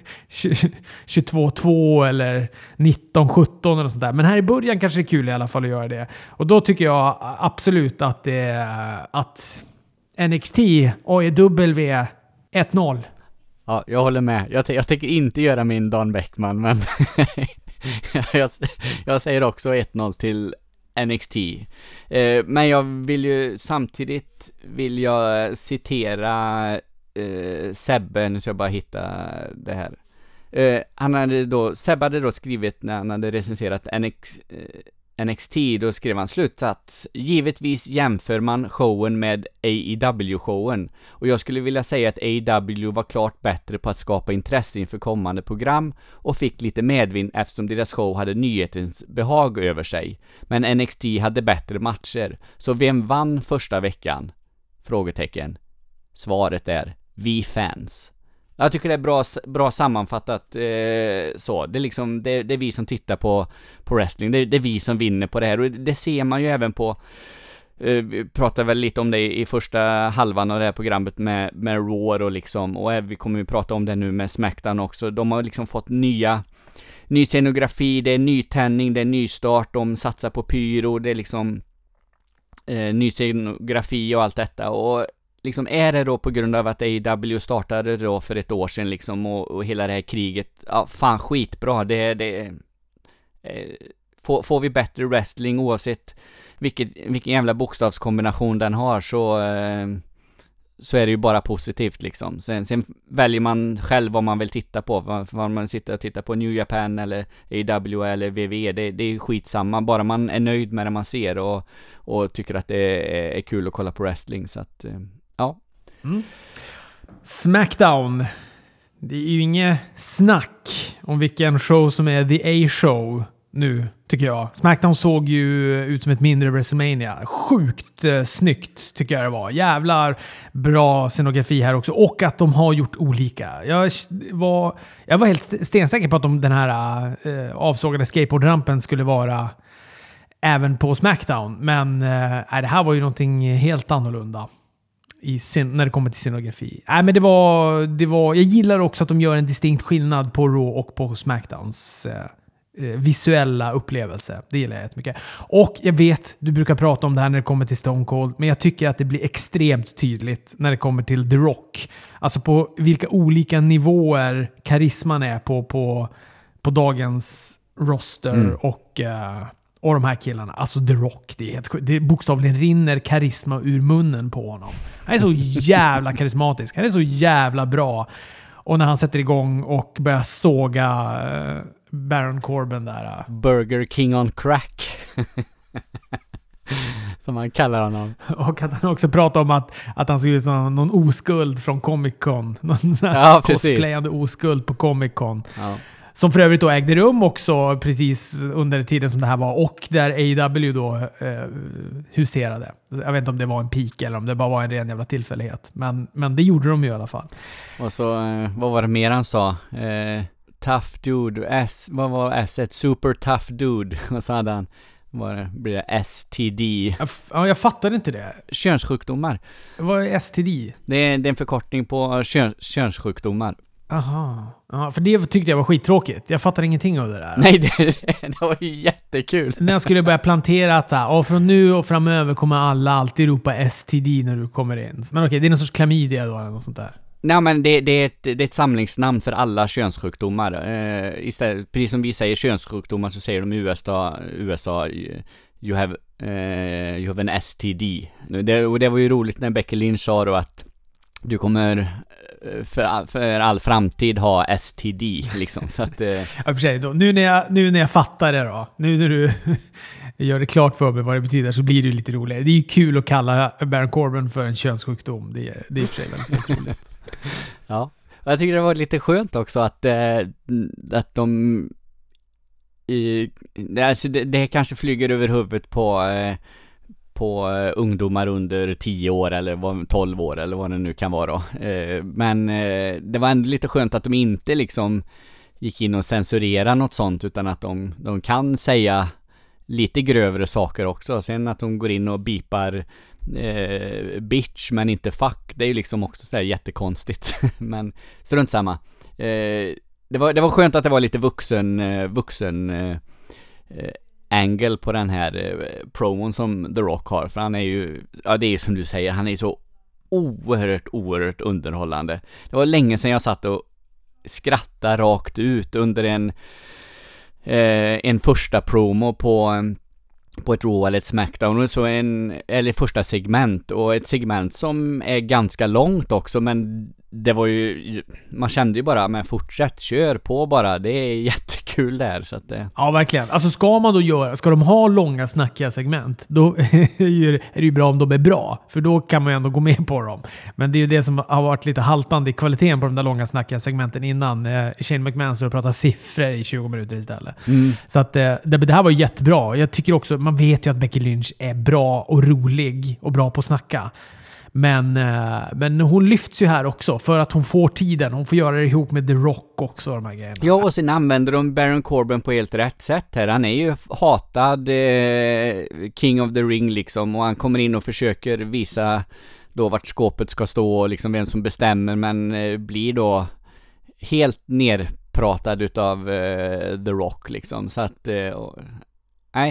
tjugotvå två eller nitton sjutton eller sånt där. Men här i början kanske det är kul i alla fall att göra det. Och då tycker jag absolut att det är att N X T A E W ett noll. Ja, jag håller med. Jag, t- jag tänker inte göra min Dan Bäckman, men jag, jag säger också ett noll till N X T. Eh, men jag vill ju samtidigt vill jag citera eh, Sebbe, nu ska jag bara hitta det här. Eh, han hade då, Sebbe hade då skrivit när han hade recenserat N X, eh, N X T, då skrev han slutsats: givetvis jämför man showen med A E W-showen, och jag skulle vilja säga att A E W var klart bättre på att skapa intresse inför kommande program och fick lite medvind eftersom deras show hade nyhetens behag över sig, men N X T hade bättre matcher. Så vem vann första veckan? Frågetecken. Svaret är vi fans. Jag tycker det är bra, bra sammanfattat eh, så. Det är liksom det, det är vi som tittar på, på wrestling. Det, det är vi som vinner på det här. Och det ser man ju även på, eh, vi pratar väl lite om det i, i första halvan av det här programmet med, med Raw och liksom, och vi kommer ju prata om det nu med SmackDown också. De har liksom fått nya, ny scenografi, det är nytändning, det är nystart, de satsar på pyro, det är liksom eh, ny scenografi och allt detta. Och liksom är det då på grund av att A E W startade då för ett år sedan liksom, och, och hela det här kriget, ja fan skitbra, det, det eh, får, får vi bättre wrestling oavsett vilket, vilken jävla bokstavskombination den har, så eh, så är det ju bara positivt liksom. Sen, sen väljer man själv vad man vill titta på, vad, vad man sitter och tittar på, New Japan eller A E W eller W W E, det, det är skitsamma, bara man är nöjd med det man ser och, och tycker att det är, är kul att kolla på wrestling, så att eh, ja. Mm. SmackDown. Det är ju inget snack om vilken show som är the A-show nu, tycker jag. SmackDown såg ju ut som ett mindre WrestleMania. Sjukt eh, snyggt tycker jag det var. Jävlar bra scenografi här också. Och att de har gjort olika. Jag var, jag var helt stensäker på att de, den här eh, avsågade skateboardrampen skulle vara även på SmackDown. Men eh, det här var ju någonting helt annorlunda. I sin, när det kommer till scenografi. Nej, men det var, det var... Jag gillar också att de gör en distinkt skillnad på Raw och på SmackDowns eh, visuella upplevelse. Det gillar jag jättemycket. Och jag vet, du brukar prata om det här när det kommer till Stone Cold, men jag tycker att det blir extremt tydligt när det kommer till The Rock. Alltså på vilka olika nivåer karisman är på, på, på dagens roster mm. och... Uh, och de här killarna, alltså The Rock, det är helt sjukt. Det bokstavligen rinner karisma ur munnen på honom. Han är så jävla karismatisk. Han är så jävla bra. Och när han sätter igång och börjar såga uh, Baron Corbin där. Uh. Burger King on crack. Som man kallar honom. Och att han också pratar om att, att han ser ut som någon oskuld från Comic Con. Någon ja, cosplayande oskuld på Comic Con. Ja. Som för övrigt då ägde rum också precis under tiden som det här var. Och där A E W då eh, huserade. Jag vet inte om det var en peak eller om det bara var en ren jävla tillfällighet. Men, men det gjorde de ju i alla fall. Och så, eh, vad var det mer han sa? Eh, tough dude. S, vad var S? Ett super tough dude. Och så hade han, vad det, blir det S T D. Jag, ja, jag fattade inte det. Könssjukdomar. Vad är S T D? Det är, det är en förkortning på kön, könssjukdomar. Aha. Aha, för det tyckte jag var skittråkigt. Jag fattar ingenting av det där. Nej, det, det var ju jättekul. När jag skulle börja plantera att så här, och från nu och framöver kommer alla alltid ropa S T D när du kommer in. Men okej, det är någon sorts klamydia då eller något sånt där. Nej, men det, det, är ett, det är ett samlingsnamn för alla könssjukdomar. Eh, istället, precis som vi säger könssjukdomar så säger de i U S A, U S A you have, eh, you have an S T D. Det, och det var ju roligt när Becky Lynch sa då att du kommer för, för all framtid ha S T D liksom. Så att, eh. ja, för sig då, nu, när jag, nu när jag fattar det då, nu när du gör det klart för mig vad det betyder, så blir det ju lite roligare. Det är ju kul att kalla Baron Corbin för en könssjukdom. Det är, det är i och för sig väldigt roligt. Ja, och jag tycker det var lite skönt också att, eh, att de i, alltså det, det kanske flyger över huvudet på eh, på uh, ungdomar under tio år eller vad, tolv år eller vad det nu kan vara då. Uh, men uh, det var ändå lite skönt att de inte liksom gick in och censurerade något sånt, utan att de, de kan säga lite grövre saker också. Sen att de går in och bipar uh, bitch men inte fuck, det är ju liksom också sådär jättekonstigt. Men strunt samma. Uh, det, var, det var skönt att det var lite vuxen uh, vuxen uh, uh, angle på den här eh, promon som The Rock har, för han är ju, ja det är ju som du säger, han är så oerhört, oerhört underhållande. Det var länge sedan jag satt och skrattade rakt ut under en eh, en första promo på på ett Raw eller ett Smackdown, och så en, eller första segment, och ett segment som är ganska långt också, men det var ju, man kände ju bara, men fortsätt, kör på bara, det är jättekul där, så att det... Ja, verkligen. Alltså ska man då göra, ska de ha långa snackiga segment, då är det ju bra om de är bra, för då kan man ju ändå gå med på dem. Men det är ju det som har varit lite haltande i kvaliteten på de där långa snackiga segmenten innan. Eh, Shane McMahon står och pratar siffror i tjugo minuter istället. Mm. Så att eh, det, det här var jättebra. Jag tycker också, man vet ju att Becky Lynch är bra och rolig och bra på att snacka. Men, men hon lyfts ju här också för att hon får tiden. Hon får göra det ihop med The Rock också, de här grejerna. Ja, och sen använder de Baron Corbin på helt rätt sätt här. Han är ju hatad eh, King of the Ring liksom, och han kommer in och försöker visa då vart skåpet ska stå och liksom vem som bestämmer, men eh, blir då helt nerpratad utav eh, The Rock liksom. Så att eh, och, nej,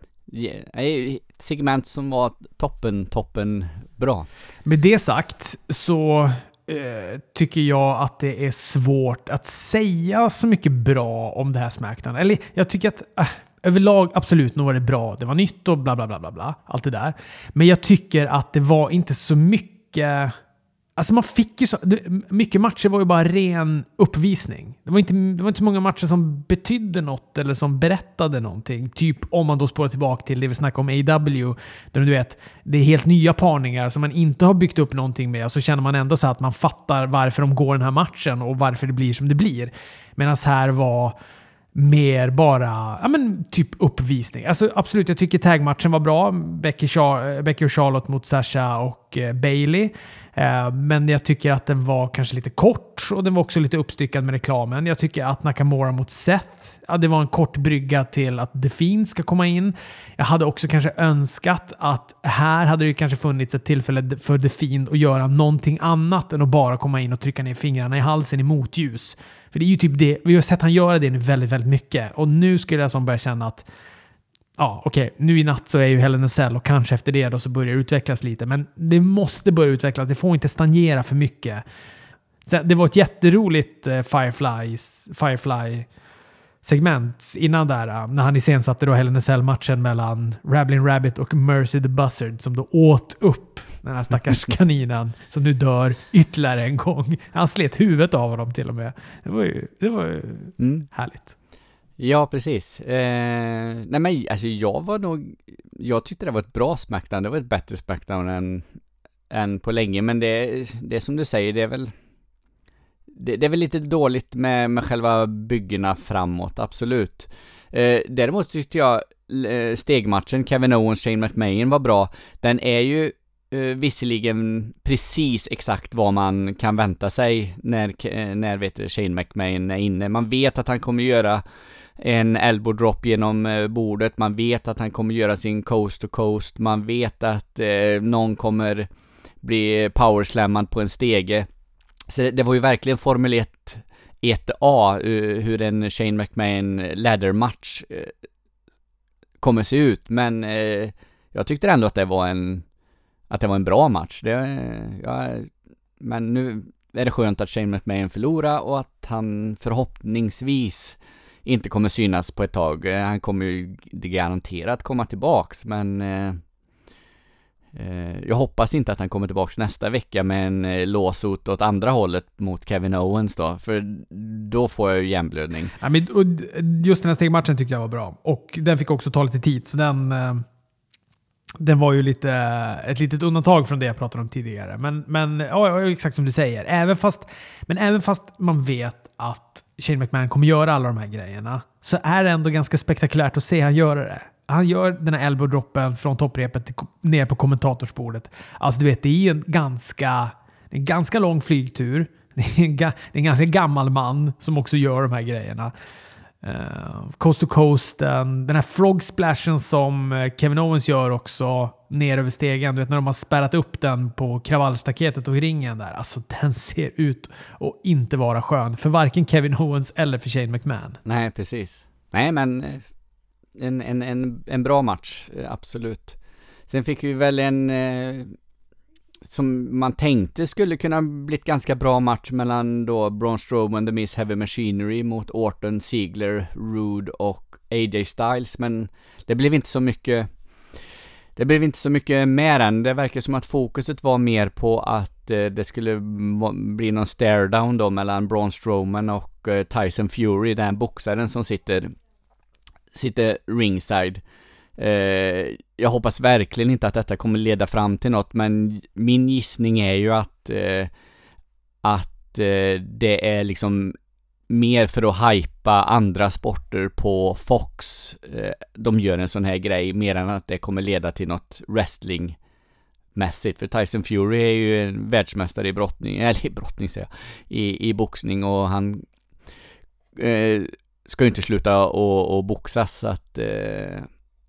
yeah, segment som var toppen, toppen bra. Med det sagt så eh, tycker jag att det är svårt att säga så mycket bra om det här Smackdown. Eller jag tycker att äh, överlag absolut nog var det bra. Det var nytt och bla bla bla bla bla. Allt det där. Men jag tycker att det var inte så mycket... Alltså man fick ju så... Mycket matcher var ju bara ren uppvisning. Det var inte, det var inte så många matcher som betydde något eller som berättade någonting. Typ om man då spårar tillbaka till det vi snackade om A E W. Där du vet, det är helt nya parningar som man inte har byggt upp någonting med. Och så känner man ändå så att man fattar varför de går den här matchen och varför det blir som det blir. Medan här var... mer bara, ja men typ uppvisning. Alltså absolut, jag tycker tagmatchen var bra. Becky, Char- Becky och Charlotte mot Sasha och eh, Bailey. Eh, men jag tycker att den var kanske lite kort och den var också lite uppstyckad med reklamen. Jag tycker att Nakamura mot Seth, ja, det var en kort brygga till att The Fiend ska komma in. Jag hade också kanske önskat att här hade det kanske funnits ett tillfälle för The Fiend att göra någonting annat än att bara komma in och trycka ner fingrarna i halsen i motljus. För det är ju typ det, vi har sett han göra det nu väldigt, väldigt mycket. Och nu skulle jag som börja känna att ja, okej, okay, nu i natt så är ju Hell in a Cell och kanske efter det då så börjar det utvecklas lite. Men det måste börja utvecklas, det får inte stagnera för mycket. Så det var ett jätteroligt eh, Firefly, Firefly segment innan där, när han iscensatte då Hell in a Cell-matchen mellan Rabblin' Rabbit och Mercy the Buzzard som då åt upp den här stackars kaninen som nu dör ytterligare en gång. Han slet huvudet av honom till och med. Det var ju, det var ju mm. härligt. Ja, precis. Eh, nej men alltså jag var nog, jag tyckte det var ett bra Smackdown. Det var ett bättre Smackdown än, än på länge, men det, det som du säger, det är väl Det, det är väl lite dåligt med, med själva byggena framåt, absolut. Eh, däremot tyckte jag eh, stegmatchen Kevin Owens, Shane McMahon var bra. Den är ju eh, visserligen precis exakt vad man kan vänta sig när, när vet du, Shane McMahon är inne. Man vet att han kommer göra en elbow drop genom eh, bordet. Man vet att han kommer göra sin coast to coast. Man vet att eh, någon kommer bli powerslammad på en stege. Så det, det var ju verkligen Formel ett ett A uh, hur en Shane McMahon ladder match uh, kommer se ut, men uh, jag tyckte ändå att det var en att det var en bra match. Det, uh, ja, men nu är det skönt att Shane McMahon förlorar och att han förhoppningsvis inte kommer synas på ett tag. Han kommer ju garanterat komma tillbaks, men eh, eh, jag hoppas inte att han kommer tillbaks nästa vecka med en eh, låsot åt andra hållet mot Kevin Owens då, för då får jag ju hjärnblödning. Ja, men, och just den här stegmatchen tyckte jag var bra, och den fick också ta lite tid, så den eh, den var ju lite ett litet undantag från det jag pratade om tidigare. Men, men ja, exakt som du säger. Även fast, men även fast man vet att Shane McMahon kommer göra alla de här grejerna, så är det ändå ganska spektakulärt att se han göra det. Han gör den här elbow-droppen från topprepet till, ner på kommentatorsbordet. Alltså du vet, det är en ganska, en ganska lång flygtur. Det är, en, det är en ganska gammal man som också gör de här grejerna. Uh, coast to coast, den, den här frog splashen som Kevin Owens gör också ner över stegen, du vet när de har spärrat upp den på kravallstaketet och i ringen där, alltså den ser ut att inte vara skön för varken Kevin Owens eller för Shane McMahon. Nej, precis. Nej, men en, en, en, en bra match, absolut. Sen fick vi väl en eh, som man tänkte skulle kunna bli ett ganska bra match mellan då Braun Strowman, The Miz Heavy Machinery mot Orton, Ziggler, Rude och A J Styles, men det blev inte så mycket det blev inte så mycket mer än. Det verkar som att fokuset var mer på att eh, det skulle bli någon stare down då mellan Braun Strowman och eh, Tyson Fury, den boxaren som sitter sitter ringside. Eh, jag hoppas verkligen inte att detta kommer leda fram till något, men min gissning är ju att eh, att eh, det är liksom mer för att hypa andra sporter på Fox. Eh, de gör en sån här grej mer än att det kommer leda till något wrestlingmässigt, för Tyson Fury är ju en världsmästare i brottning, eller i brottning säger jag, i, i boxning, och han eh, ska ju inte sluta och, och boxas, så att eh,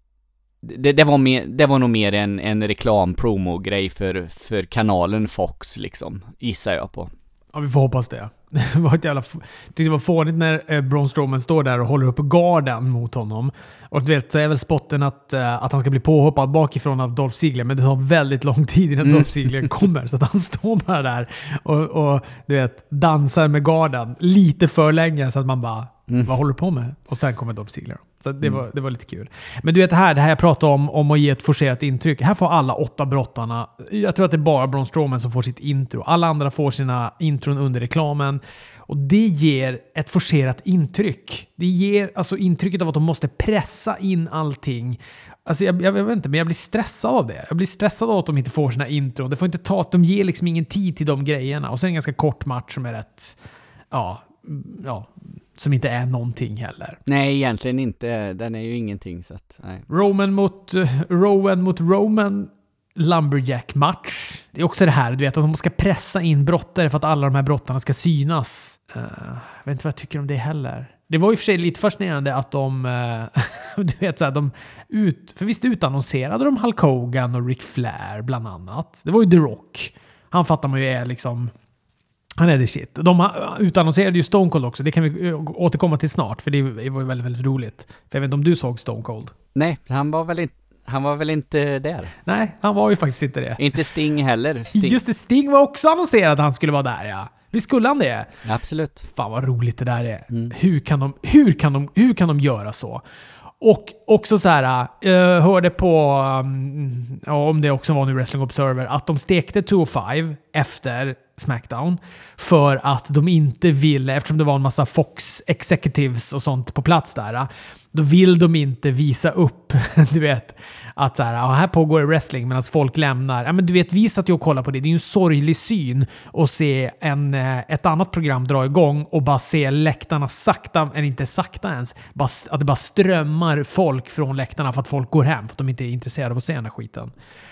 Det, det, var mer, det var nog mer en, en reklam-promo-grej för, för kanalen Fox, liksom, gissar jag på. Ja, vi får hoppas det. Det var ett jävla, jag tyckte det var fånigt när eh, Braun Strowman står där och håller upp garden mot honom. Och du vet, så är väl spotten att, uh, att han ska bli påhoppad bakifrån av Dolph Ziggler, men det tar väldigt lång tid innan mm. Dolph Ziggler kommer, så att han står bara där och, och du vet, dansar med garden lite för länge, så att man bara, mm. vad håller du på med? Och sen kommer Dolph Ziggler. Så det, mm. var, det var lite kul. Men du vet det här, det här jag pratade om, om att ge ett forcerat intryck. Här får alla åtta brottarna, jag tror att det är bara Braun Strowman som får sitt intro. Alla andra får sina intron under reklamen. Och det ger ett forcerat intryck. Det ger alltså intrycket av att de måste pressa in allting. Alltså jag, jag, jag vet inte, men jag blir stressad av det. Jag blir stressad av att de inte får sina intron. Det får inte ta att de ger liksom ingen tid till de grejerna. Och sen en ganska kort match som är rätt, ja, ja, som inte är någonting heller. Nej, egentligen inte. Den är ju ingenting, så att, nej. Roman mot uh, Rowan mot Roman Lumberjack-match. Det är också det här, du vet, att de ska pressa in brottare för att alla de här brottarna ska synas. Uh, jag vet inte vad jag tycker om det heller. Det var ju för sig lite fascinerande att de uh, du vet så här, de ut, för visst utannonserade de Hulk Hogan och Ric Flair bland annat. Det var ju The Rock. Han fattar man ju är liksom, han är det shit. De utannonserade ju Stone Cold också. Det kan vi återkomma till snart, för det var ju väldigt, väldigt roligt. För jag vet inte om du såg Stone Cold. Nej, han var väl inte Han var väl inte där? Nej, han var ju faktiskt inte det. Inte Sting heller. Sting. Just det, Sting var också annonserad att han skulle vara där, ja. Visst skulle han det? Absolut. Fan vad roligt det där är. Mm. Hur kan de, hur kan de, hur kan de göra så? Och också så här, jag hörde på, um, ja, om det också var nu Wrestling Observer, att de stekte två fem efter SmackDown för att de inte ville, eftersom det var en massa Fox executives och sånt på plats där, då vill de inte visa upp, du vet, att så här, ja, här pågår wrestling medan folk lämnar. Ja, men du vet, vi satt ju och kollade på det. Det är ju en sorglig syn att se en, ett annat program dra igång och bara se läktarna sakta, eller inte sakta ens, bara, att det bara strömmar folk från läktarna för att folk går hem för att de inte är intresserade av att se den här skiten.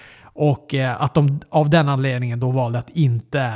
Och eh, att de av den anledningen då valde att inte,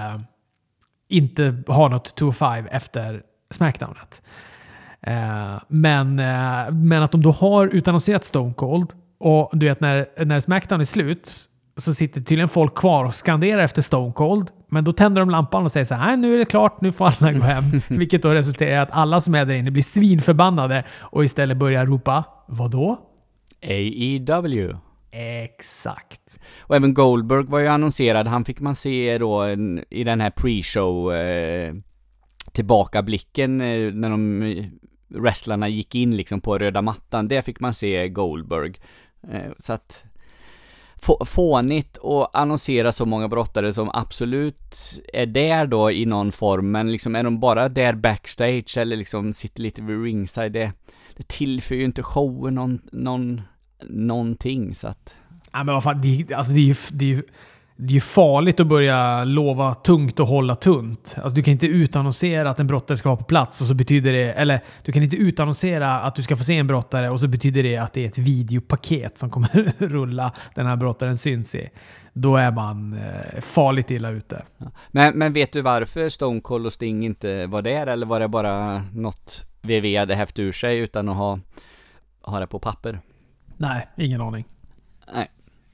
inte ha något två fem efter SmackDownet. Eh, men, eh, men att de då har utannonserat Stone Cold, och du vet när, när SmackDown är slut så sitter tydligen folk kvar och skanderar efter Stone Cold, men då tänder de lampan och säger så här: nej, nu är det klart, nu får alla gå hem. Vilket då resulterar i att alla som är där inne blir svinförbannade och istället börjar ropa, vadå? A E W. Exakt. Och även Goldberg var ju annonserad. Han fick man se då en, i den här pre-show eh, tillbakablicken eh, när de wrestlarna gick in liksom på röda mattan. Det fick man se Goldberg. Eh, så att få, fånigt och annonsera så många brottare som absolut är där då i någon form, men liksom är de bara där backstage eller liksom sitter lite vid ringside, det, det tillför ju inte showen någon, någon, någonting så att... Ja, men vad fan, det, alltså det är ju det är, det är ju farligt att börja lova tungt och hålla tunt. Alltså du kan inte utannonsera att en brottare ska vara på plats och så betyder det, eller du kan inte utannonsera att du ska få se en brottare och så betyder det att det är ett videopaket som kommer rulla den här brottaren syns i. Då är man eh, farligt illa ute. Ja. Men, men vet du varför Stone Cold och Sting inte var där, eller var det bara något V V hade häft ur sig utan att ha, ha det på papper? Nej, ingen aning. Nej.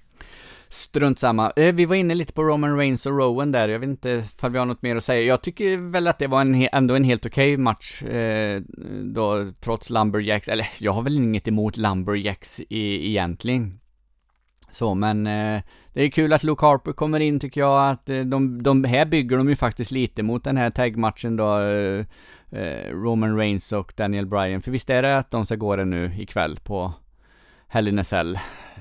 Strunt samma. Vi var inne lite på Roman Reigns och Rowan där. Jag vet inte om vi har något mer att säga. Jag tycker väl att det var en, ändå en helt okej okay match eh, då, trots Lumberjacks. Eller jag har väl inget emot Lumberjacks i, egentligen. Så, men eh, det är kul att Luke Harper kommer in, tycker jag. Att eh, de, de här bygger de ju faktiskt lite mot den här tagmatchen då. Eh, eh, Roman Reigns och Daniel Bryan. För visst är det att de ska gå det nu ikväll på Hell in a Cell.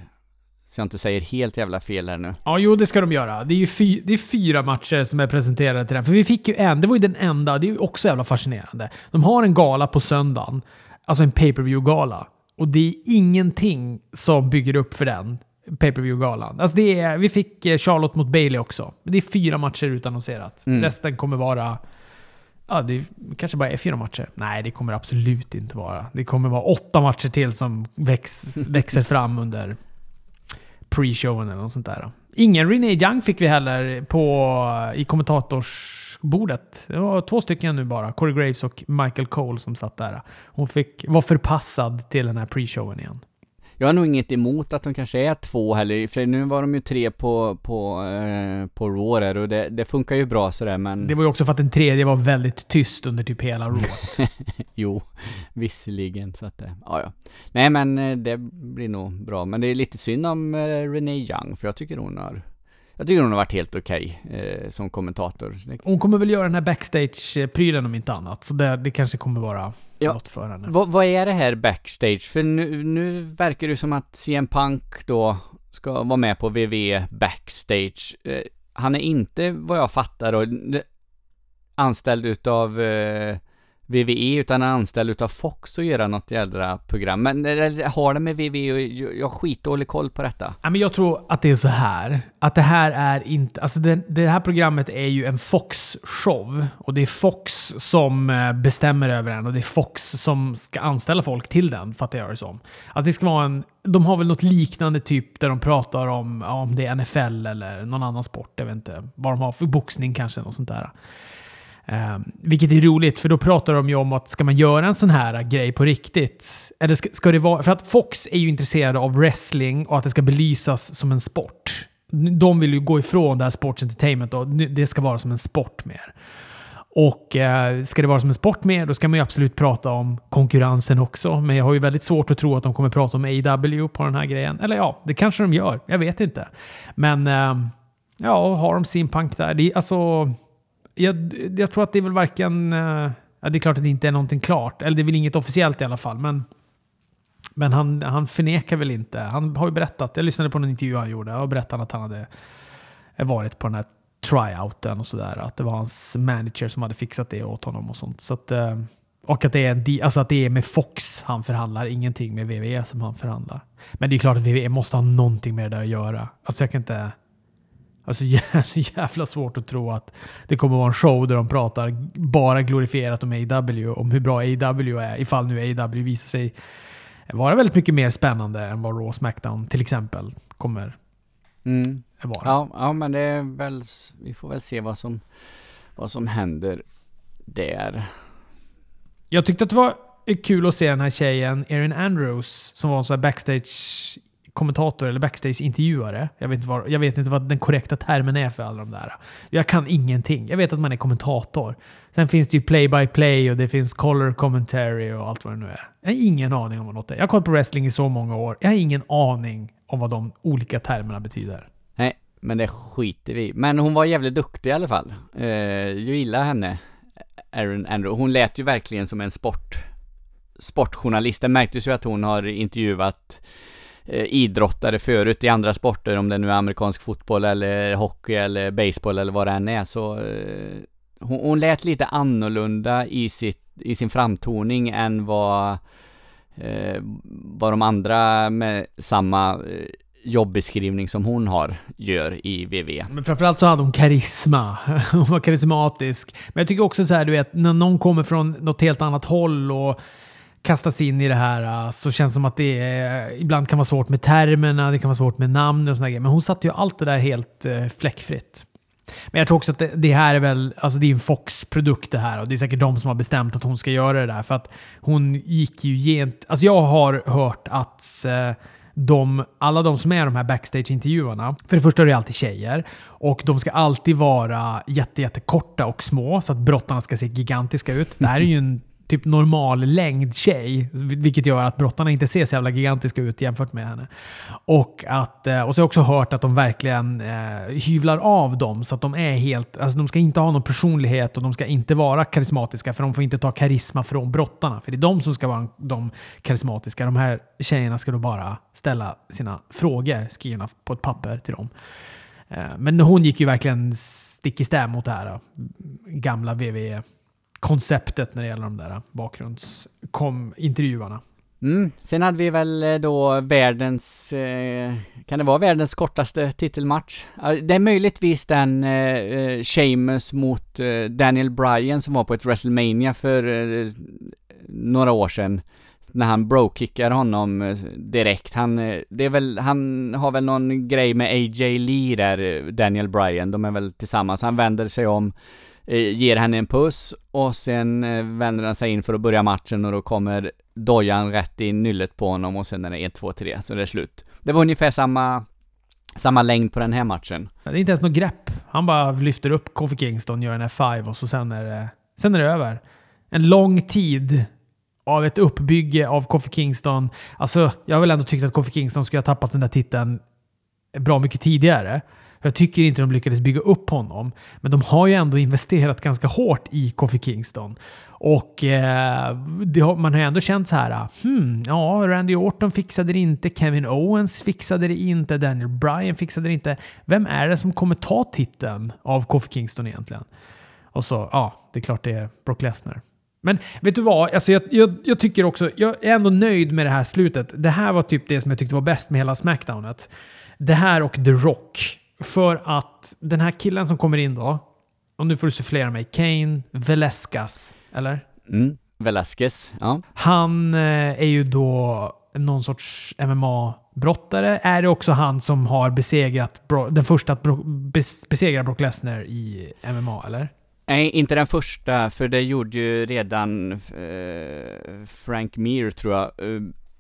Så jag inte säger helt jävla fel här nu. Ja, jo, det ska de göra. Det är ju fy, det är fyra matcher som är presenterade till den. För vi fick ju en, det var ju den enda, det är ju också jävla fascinerande. De har en gala på söndagen, alltså en pay-per-view-gala. Och det är ingenting som bygger upp för den pay-per-view-galan. Alltså det är, vi fick Charlotte mot Bailey också. Det är fyra matcher utannonserat. Mm. Resten kommer vara... Ja, det kanske bara är fyra matcher. Nej, det kommer absolut inte vara. Det kommer vara åtta matcher till som väx, växer fram under pre-showen eller något sånt där. Ingen Renee Young fick vi heller på, i kommentatorsbordet. Det var två stycken nu bara. Corey Graves och Michael Cole som satt där. Hon fick, var förpassad till den här pre-showen igen. Jag har nog inget emot att de kanske är två heller. För nu var de ju tre på, på, eh, på Raw där, och det, det funkar ju bra sådär, men... Det var ju också för att den tredje var väldigt tyst under typ hela Raw. Jo, visserligen. Så att, ja, ja. Nej, men det blir nog bra. Men det är lite synd om eh, Renee Young, för jag tycker hon har... Jag tycker hon har varit helt okej okay, eh, som kommentator. Hon kommer väl göra den här backstage-prylen om inte annat. Så det, det kanske kommer vara ja. något för henne. Va, vad är det här backstage? För nu, nu verkar det som att C M Punk då ska vara med på W W E backstage. Eh, han är inte, vad jag fattar, då, anställd utav eh, W W E, utan är anställd utav Fox och göra något jävla program. Men eller, har det med W W E, jag, jag har skitdålig koll på detta. Ja, men jag tror att det är så här. Att det här är inte... Alltså det, det här programmet är ju en Fox-show. Och det är Fox som bestämmer över den. Och det är Fox som ska anställa folk till den, fattar jag det som. Att det ska vara en... De har väl något liknande typ där de pratar om, om det är N F L eller någon annan sport. Jag vet inte vad de har för boxning kanske, något sånt där. Um, vilket är roligt, för då pratar de ju om att ska man göra en sån här grej på riktigt, eller ska, ska det vara, för att Fox är ju intresserade av wrestling och att det ska belysas som en sport. De vill ju gå ifrån det här sports entertainment och det ska vara som en sport mer. Och uh, ska det vara som en sport mer, då ska man ju absolut prata om konkurrensen också, men jag har ju väldigt svårt att tro att de kommer prata om A E W på den här grejen. Eller ja, det kanske de gör, jag vet inte. Men uh, ja, har de sin punk där, det är alltså... Jag, jag tror att det är väl varken... Uh, ja, det är klart att det inte är någonting klart. Eller det är väl inget officiellt i alla fall. Men, men han, han förnekar väl inte. Han har ju berättat... Jag lyssnade på en intervju han gjorde. Och berättade att han hade varit på den här tryouten och sådär. Att det var hans manager som hade fixat det åt honom och sånt. Så att, uh, och att det, är en, alltså att det är med Fox han förhandlar. Ingenting med W W E som han förhandlar. Men det är klart att W W E måste ha någonting med det att göra. Alltså jag kan inte... Alltså så jävla svårt att tro att det kommer vara en show där de pratar bara glorifierat om A E W, om hur bra A E W är, ifall nu A E W visar sig vara väldigt mycket mer spännande än vad Raw SmackDown till exempel kommer mm. vara. Ja, ja, men det är väl, vi får väl se vad som, vad som händer där. Jag tyckte att det var kul att se den här tjejen, Erin Andrews, som var en sån här backstage kommentator eller backstage-intervjuare. Jag vet, inte vad, jag vet inte vad den korrekta termen är för alla de där. Jag kan ingenting. Jag vet att man är kommentator. Sen finns det ju play-by-play och det finns color commentary och allt vad det nu är. Jag har ingen aning om vad något är. Jag har kollat på wrestling i så många år. Jag har ingen aning om vad de olika termerna betyder. Nej, men det skiter vi. Men hon var jävligt duktig i alla fall. Uh, jag gillar henne, Erin Andrew. Hon lät ju verkligen som en sport sportjournalist. Det märktes ju att hon har intervjuat eh, idrottare förut i andra sporter, om det nu är amerikansk fotboll eller hockey eller baseball eller vad det än är. Så eh, hon, hon lät lite annorlunda i, sitt, i sin framtoning än vad, eh, vad de andra med samma eh, jobbeskrivning som hon har gör i V V. Men framförallt så hade hon karisma. Hon var karismatisk. Men jag tycker också så här, du vet, när någon kommer från något helt annat håll och kastas in i det här, så känns det som att det är, ibland kan vara svårt med termerna, det kan vara svårt med namn och sådär grejer. Men hon satte ju allt det där helt eh, fläckfritt. Men jag tror också att det, det här är väl, alltså det är en Fox-produkt det här, och det är säkert de som har bestämt att hon ska göra det där, för att hon gick ju gent, alltså jag har hört att eh, de, alla de som är de här backstage-intervjuerna, för det första är det alltid tjejer, och de ska alltid vara jätte, jätte korta och små så att brottarna ska se gigantiska ut. Det här är ju en typ normal längd tjej, vilket gör att brottarna inte ser så jävla gigantiska ut jämfört med henne. Och att och så har jag också hört att de verkligen eh, hyvlar av dem så att de är helt, alltså de ska inte ha någon personlighet och de ska inte vara karismatiska, för de får inte ta karisma från brottarna, för det är de som ska vara de karismatiska. De här tjejerna ska då bara ställa sina frågor skrivna på ett papper till dem. Eh, men hon gick ju verkligen stick i stäm mot det här då. Gamla V V konceptet när det gäller de där bakgrundsintervjuarna. Mm. Sen hade vi väl då världens, eh, kan det vara världens kortaste titelmatch? Det är möjligtvis den eh, Sheamus mot eh, Daniel Bryan som var på ett WrestleMania för eh, några år sedan, när han bro-kickar honom eh, direkt. Han, eh, det är väl, han har väl någon grej med A J Lee där, Daniel Bryan. De är väl tillsammans. Han vänder sig om, ger henne en puss och sen vänder han sig in för att börja matchen, och då kommer dojan rätt i nyllet på honom och sen är det ett, två, tre, så det är slut. Det var ungefär samma samma längd på den här matchen. Det är inte ens något grepp. Han bara lyfter upp Kofi Kingston, gör en F fem och så sen är det, sen är det över. En lång tid av ett uppbygge av Kofi Kingston. Alltså, jag har väl ändå tyckt att Kofi Kingston skulle ha tappat den där titeln bra mycket tidigare. Jag tycker inte de lyckades bygga upp honom. Men de har ju ändå investerat ganska hårt i Kofi Kingston. Och eh, det har, man har ju ändå känt så här. Hmm, ja, Randy Orton fixade det inte. Kevin Owens fixade det inte. Daniel Bryan fixade det inte. Vem är det som kommer ta titeln av Kofi Kingston egentligen? Och så, ja, det är klart det är Brock Lesnar. Men vet du vad? Alltså jag, jag, jag tycker också, jag är ändå nöjd med det här slutet. Det här var typ det som jag tyckte var bäst med hela SmackDownet. Det här och The Rock. För att den här killen som kommer in då, och nu får du sufflera mig, Cain Velasquez, eller? Mm, Velasquez, ja. Han eh, är ju då någon sorts M M A-brottare. Är det också han som har besegrat Bro- den första att bro- bes- besegra Brock Lesnar i M M A, eller? Nej, inte den första, för det gjorde ju redan eh, Frank Mir, tror jag, eh,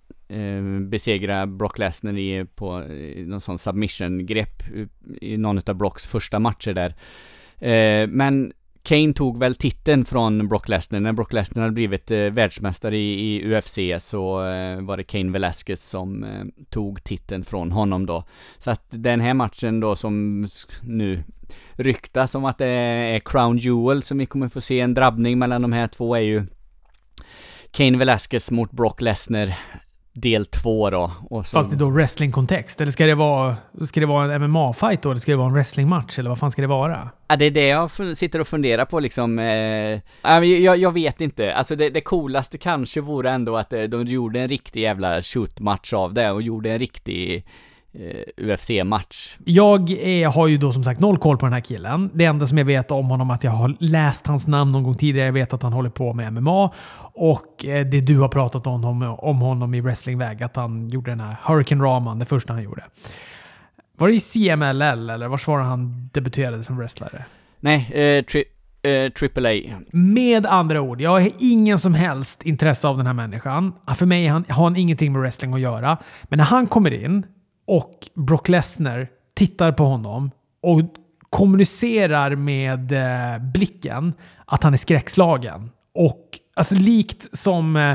besegra Brock Lesnar i, på i någon sån submission-grepp i någon av Brocks första matcher där. Eh, men Kane tog väl titeln från Brock Lesnar. När Brock Lesnar hade blivit eh, världsmästare i, i U F C, så eh, var det Cain Velasquez som eh, tog titeln från honom då. Så att den här matchen då, som nu ryktas som att det är Crown Jewel som vi kommer få se en drabbning mellan de här två, är ju Cain Velasquez mot Brock Lesnar del två då. Och så... Fast det är då wrestling-kontext. Eller ska det vara, ska det vara en M M A-fight då? Eller ska det vara en wrestling-match? Eller vad fan ska det vara? Ja, det är det jag sitter och funderar på liksom. Eh, jag, jag vet inte. Alltså det, det coolaste kanske vore ändå att de gjorde en riktig jävla shoot-match av det och gjorde en riktig U F C-match. Jag är, har ju då som sagt noll koll på den här killen. Det enda som jag vet om honom är att jag har läst hans namn någon gång tidigare. Jag vet att han håller på med M M A. Och det du har pratat om honom, om honom i wrestlingväg, att han gjorde den här Hurricane Raman, det första han gjorde. Var det i C M L L eller var var han debuterade som wrestlare? Nej, eh, tri- eh, Triple A. Med andra ord, jag har ingen som helst intresse av den här människan. För mig han, har han ingenting med wrestling att göra. Men när han kommer in och Brock Lesnar tittar på honom och kommunicerar med eh, blicken att han är skräckslagen. Och alltså likt som eh,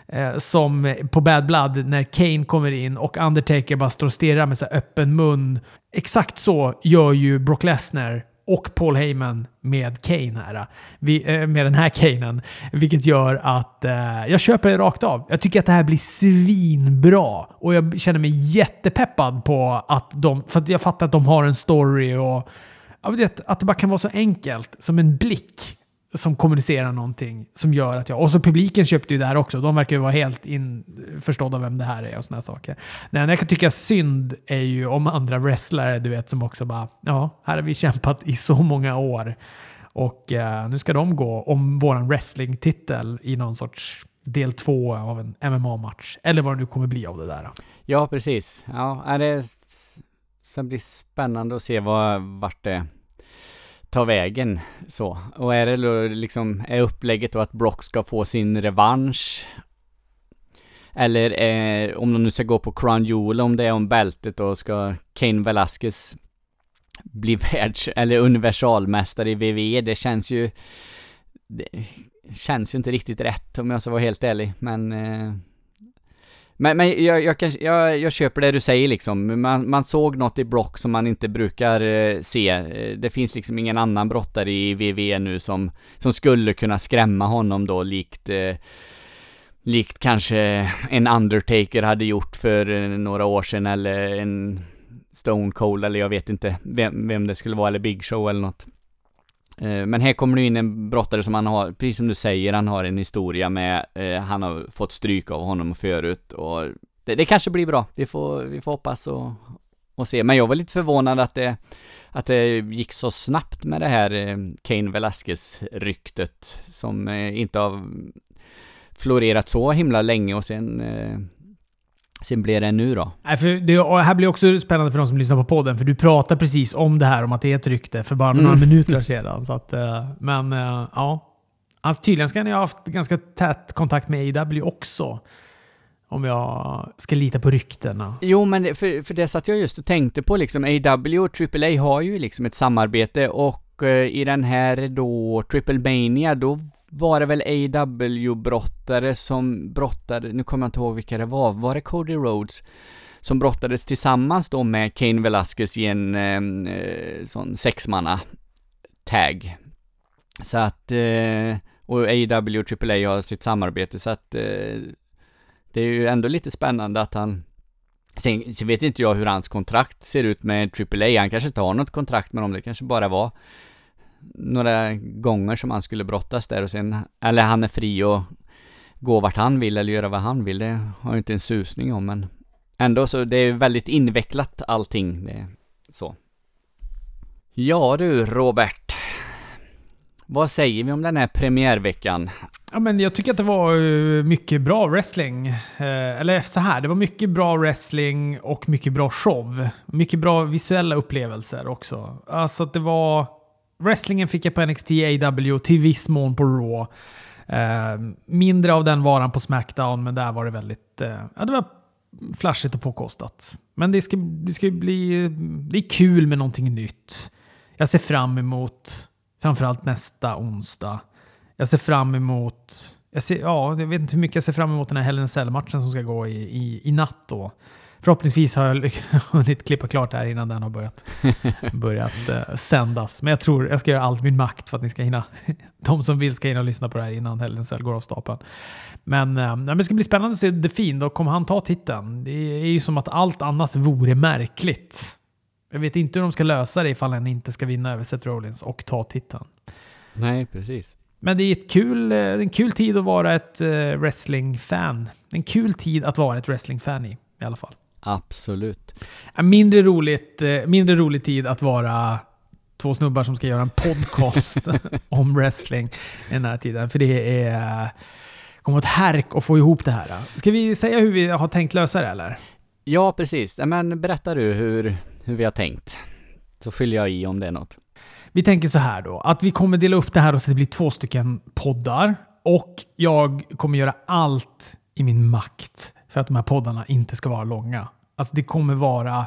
Eh, som på Bad Blood när Kane kommer in och Undertaker bara står och stirrar med så öppen mun. Exakt så gör ju Brock Lesnar och Paul Heyman med Kane här. Vi, eh, med den här Kanen. Vilket gör att eh, jag köper det rakt av. Jag tycker att det här blir svinbra. Och jag känner mig jättepeppad på att de... För att jag fattar att de har en story och... Jag vet, att det bara kan vara så enkelt som en blick som kommunicerar någonting som gör att jag... Och så publiken köpte ju det här också. De verkar ju vara helt införstådda vem det här är och såna här saker. Nej, jag kan tycka synd är ju om andra wrestlare, du vet, som också bara... Ja, här har vi kämpat i så många år. Och eh, nu ska de gå om våran wrestlingtitel i någon sorts del två av en M M A-match. Eller vad det nu kommer bli av det där. Ja, precis. Ja, är det... Sen blir det spännande att se vad, vart det tar vägen. Så. Och är det liksom, är upplägget då att Brock ska få sin revansch? Eller eh, om de nu ska gå på Crown Jewel, om det är om bältet, då ska Cain Velasquez bli världs- eller universalmästare i W W E. Det känns ju det känns ju inte riktigt rätt, om jag ska vara helt ärlig. Men... Eh, Men, men jag, jag, kanske, jag, jag köper det du säger liksom. Man, man såg något i Brock som man inte brukar eh, se. Det finns liksom ingen annan brottare i W W E nu som, som skulle kunna skrämma honom då, likt, eh, likt kanske en Undertaker hade gjort för eh, några år sedan, eller en Stone Cold, eller jag vet inte vem, vem det skulle vara, eller Big Show eller något. Men här kommer det in en brottare som han har, precis som du säger, han har en historia med, eh, han har fått stryk av honom förut, och det, det kanske blir bra. Vi får, vi får hoppas och, och se. Men jag var lite förvånad att det, att det gick så snabbt med det här eh, Cain Velasquez-ryktet som eh, inte har florerat så himla länge, och sen... Eh, Sen blir det nu då. Nej, för det och här blir också spännande för de som lyssnar på podden, för du pratar precis om det här, om att det är ett rykte för bara några mm. minuter sedan. Så att, men ja, alltså, tydligen ska ni ha haft ganska tät kontakt med A E W också, om jag ska lita på ryktena. Jo, men det, för, för det satt jag just och tänkte på liksom, A E W och Triple A har ju liksom ett samarbete, och eh, i den här då Triple Mania, då var det väl A E W-brottare som brottade, nu kommer jag inte ihåg vilka det var, var det Cody Rhodes som brottades tillsammans då med Cain Velasquez i en eh, sån sexmanna tag. Så att, eh, och A E W och Triple A har sitt samarbete, så att eh, det är ju ändå lite spännande att han, sen, sen vet inte jag hur hans kontrakt ser ut med Triple A, han kanske inte har något kontrakt med dem, det kanske bara var några gånger som han skulle brottas där, och sen, eller han är fri och gå vart han vill eller göra vad han vill, det har jag inte en susning om, men ändå så det är väldigt invecklat allting, det är så. Ja du Robert, vad säger vi om den här premiärveckan? Ja, men jag tycker att det var mycket bra wrestling. Eh, eller så här, det var mycket bra wrestling och mycket bra show. Mycket bra visuella upplevelser också. Alltså att det var... Wrestlingen fick jag på N X T, A E W, till viss mån på Raw. Eh, mindre av den varan på SmackDown, men där var det väldigt... Eh, ja, det var flashigt och påkostat. Men det ska, det ska bli... Det är kul med någonting nytt. Jag ser fram emot framförallt nästa onsdag. Jag ser fram emot... Jag, ser, ja, jag vet inte hur mycket jag ser fram emot den här Hell in a Cell-matchen som ska gå i, i, i natt då. Förhoppningsvis har jag hunnit klippa klart här innan den har börjat, börjat uh, sändas. Men jag tror jag ska göra allt min makt för att ni ska hinna, de som vill ska hinna lyssna på det här innan Hell in a Cell går av stapeln. Men, uh, men det ska bli spännande att se The Fiend, och kommer han ta titeln? Det är ju som att allt annat vore märkligt. Jag vet inte hur de ska lösa det ifall han inte ska vinna över Seth Rollins och ta titeln. Nej, precis. Men det är ett kul, en kul tid att vara ett uh, wrestling-fan. En kul tid att vara ett wrestling-fan i, i alla fall. Absolut. Mindre roligt, mindre rolig tid att vara två snubbar som ska göra en podcast om wrestling i den här tiden. För det är kommer ett härk att få ihop det här. Ska vi säga hur vi har tänkt lösa det, eller? Ja, precis. Men berättar du hur, hur vi har tänkt. Så fyller jag i om det är något. Vi tänker så här då, att vi kommer dela upp det här och så det blir två stycken poddar. Och jag kommer göra allt i min makt för att de här poddarna inte ska vara långa. Alltså det kommer vara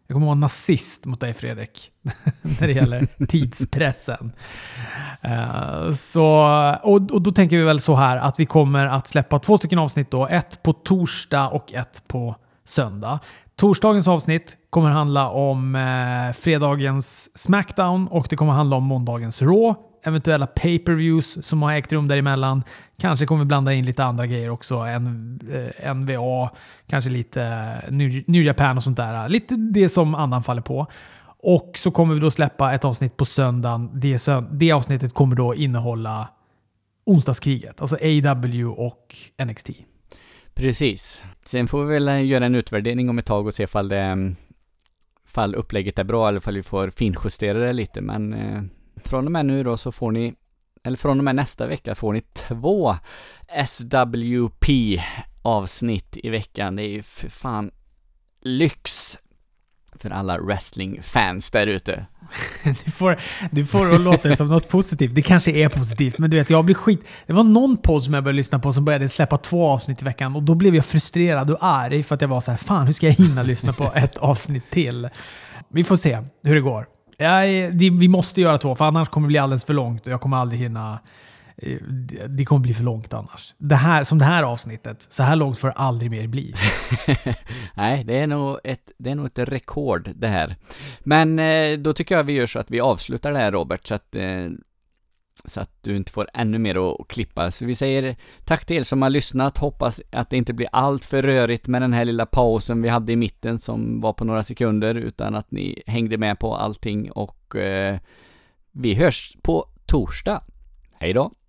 Jag kommer vara nazist mot dig, Fredrik, när det gäller tidspressen. Uh, så, och, och då tänker vi väl så här att vi kommer att släppa två stycken avsnitt då. Ett på torsdag och ett på söndag. Torsdagens avsnitt kommer handla om eh, fredagens Smackdown och det kommer handla om måndagens Raw. Eventuella pay-per-views som har ägt rum däremellan. Kanske kommer vi blanda in lite andra grejer också. En, eh, N V A, kanske lite New, New Japan och sånt där. Lite det som annan faller på. Och så kommer vi då släppa ett avsnitt på söndagen. Det, sö- det avsnittet kommer då innehålla onsdagskriget. Alltså A E W och N X T. Precis. Sen får vi väl göra en utvärdering om ett tag och se ifall, det, ifall upplägget är bra eller ifall vi får finjustera det lite. Men eh, från och med nu då så får ni, eller från och med nästa vecka får ni två S W P-avsnitt i veckan. Det är ju för fan lyx för alla wrestling-fans där ute. Du får, du får att låta det som något positivt. Det kanske är positivt, men du vet, jag blir skit. Det var någon podd som jag började lyssna på som började släppa två avsnitt i veckan och då blev jag frustrerad och arg för att jag var så här, fan, hur ska jag hinna lyssna på ett avsnitt till? Vi får se hur det går. Jag, det, vi måste göra två, för annars kommer det bli alldeles för långt och jag kommer aldrig hinna. Det kommer bli för långt annars. Det här, som det här avsnittet, så här långt får det aldrig mer bli. Nej, det är nog ett, det är nog ett rekord det här. Men eh, då tycker jag vi gör så att vi avslutar det här, Robert, så att, eh, så att du inte får ännu mer att, att klippa. Så vi säger tack till er som har lyssnat. Hoppas att det inte blir allt för rörigt med den här lilla pausen vi hade i mitten som var på några sekunder, utan att ni hängde med på allting och eh, vi hörs på torsdag. Hej då!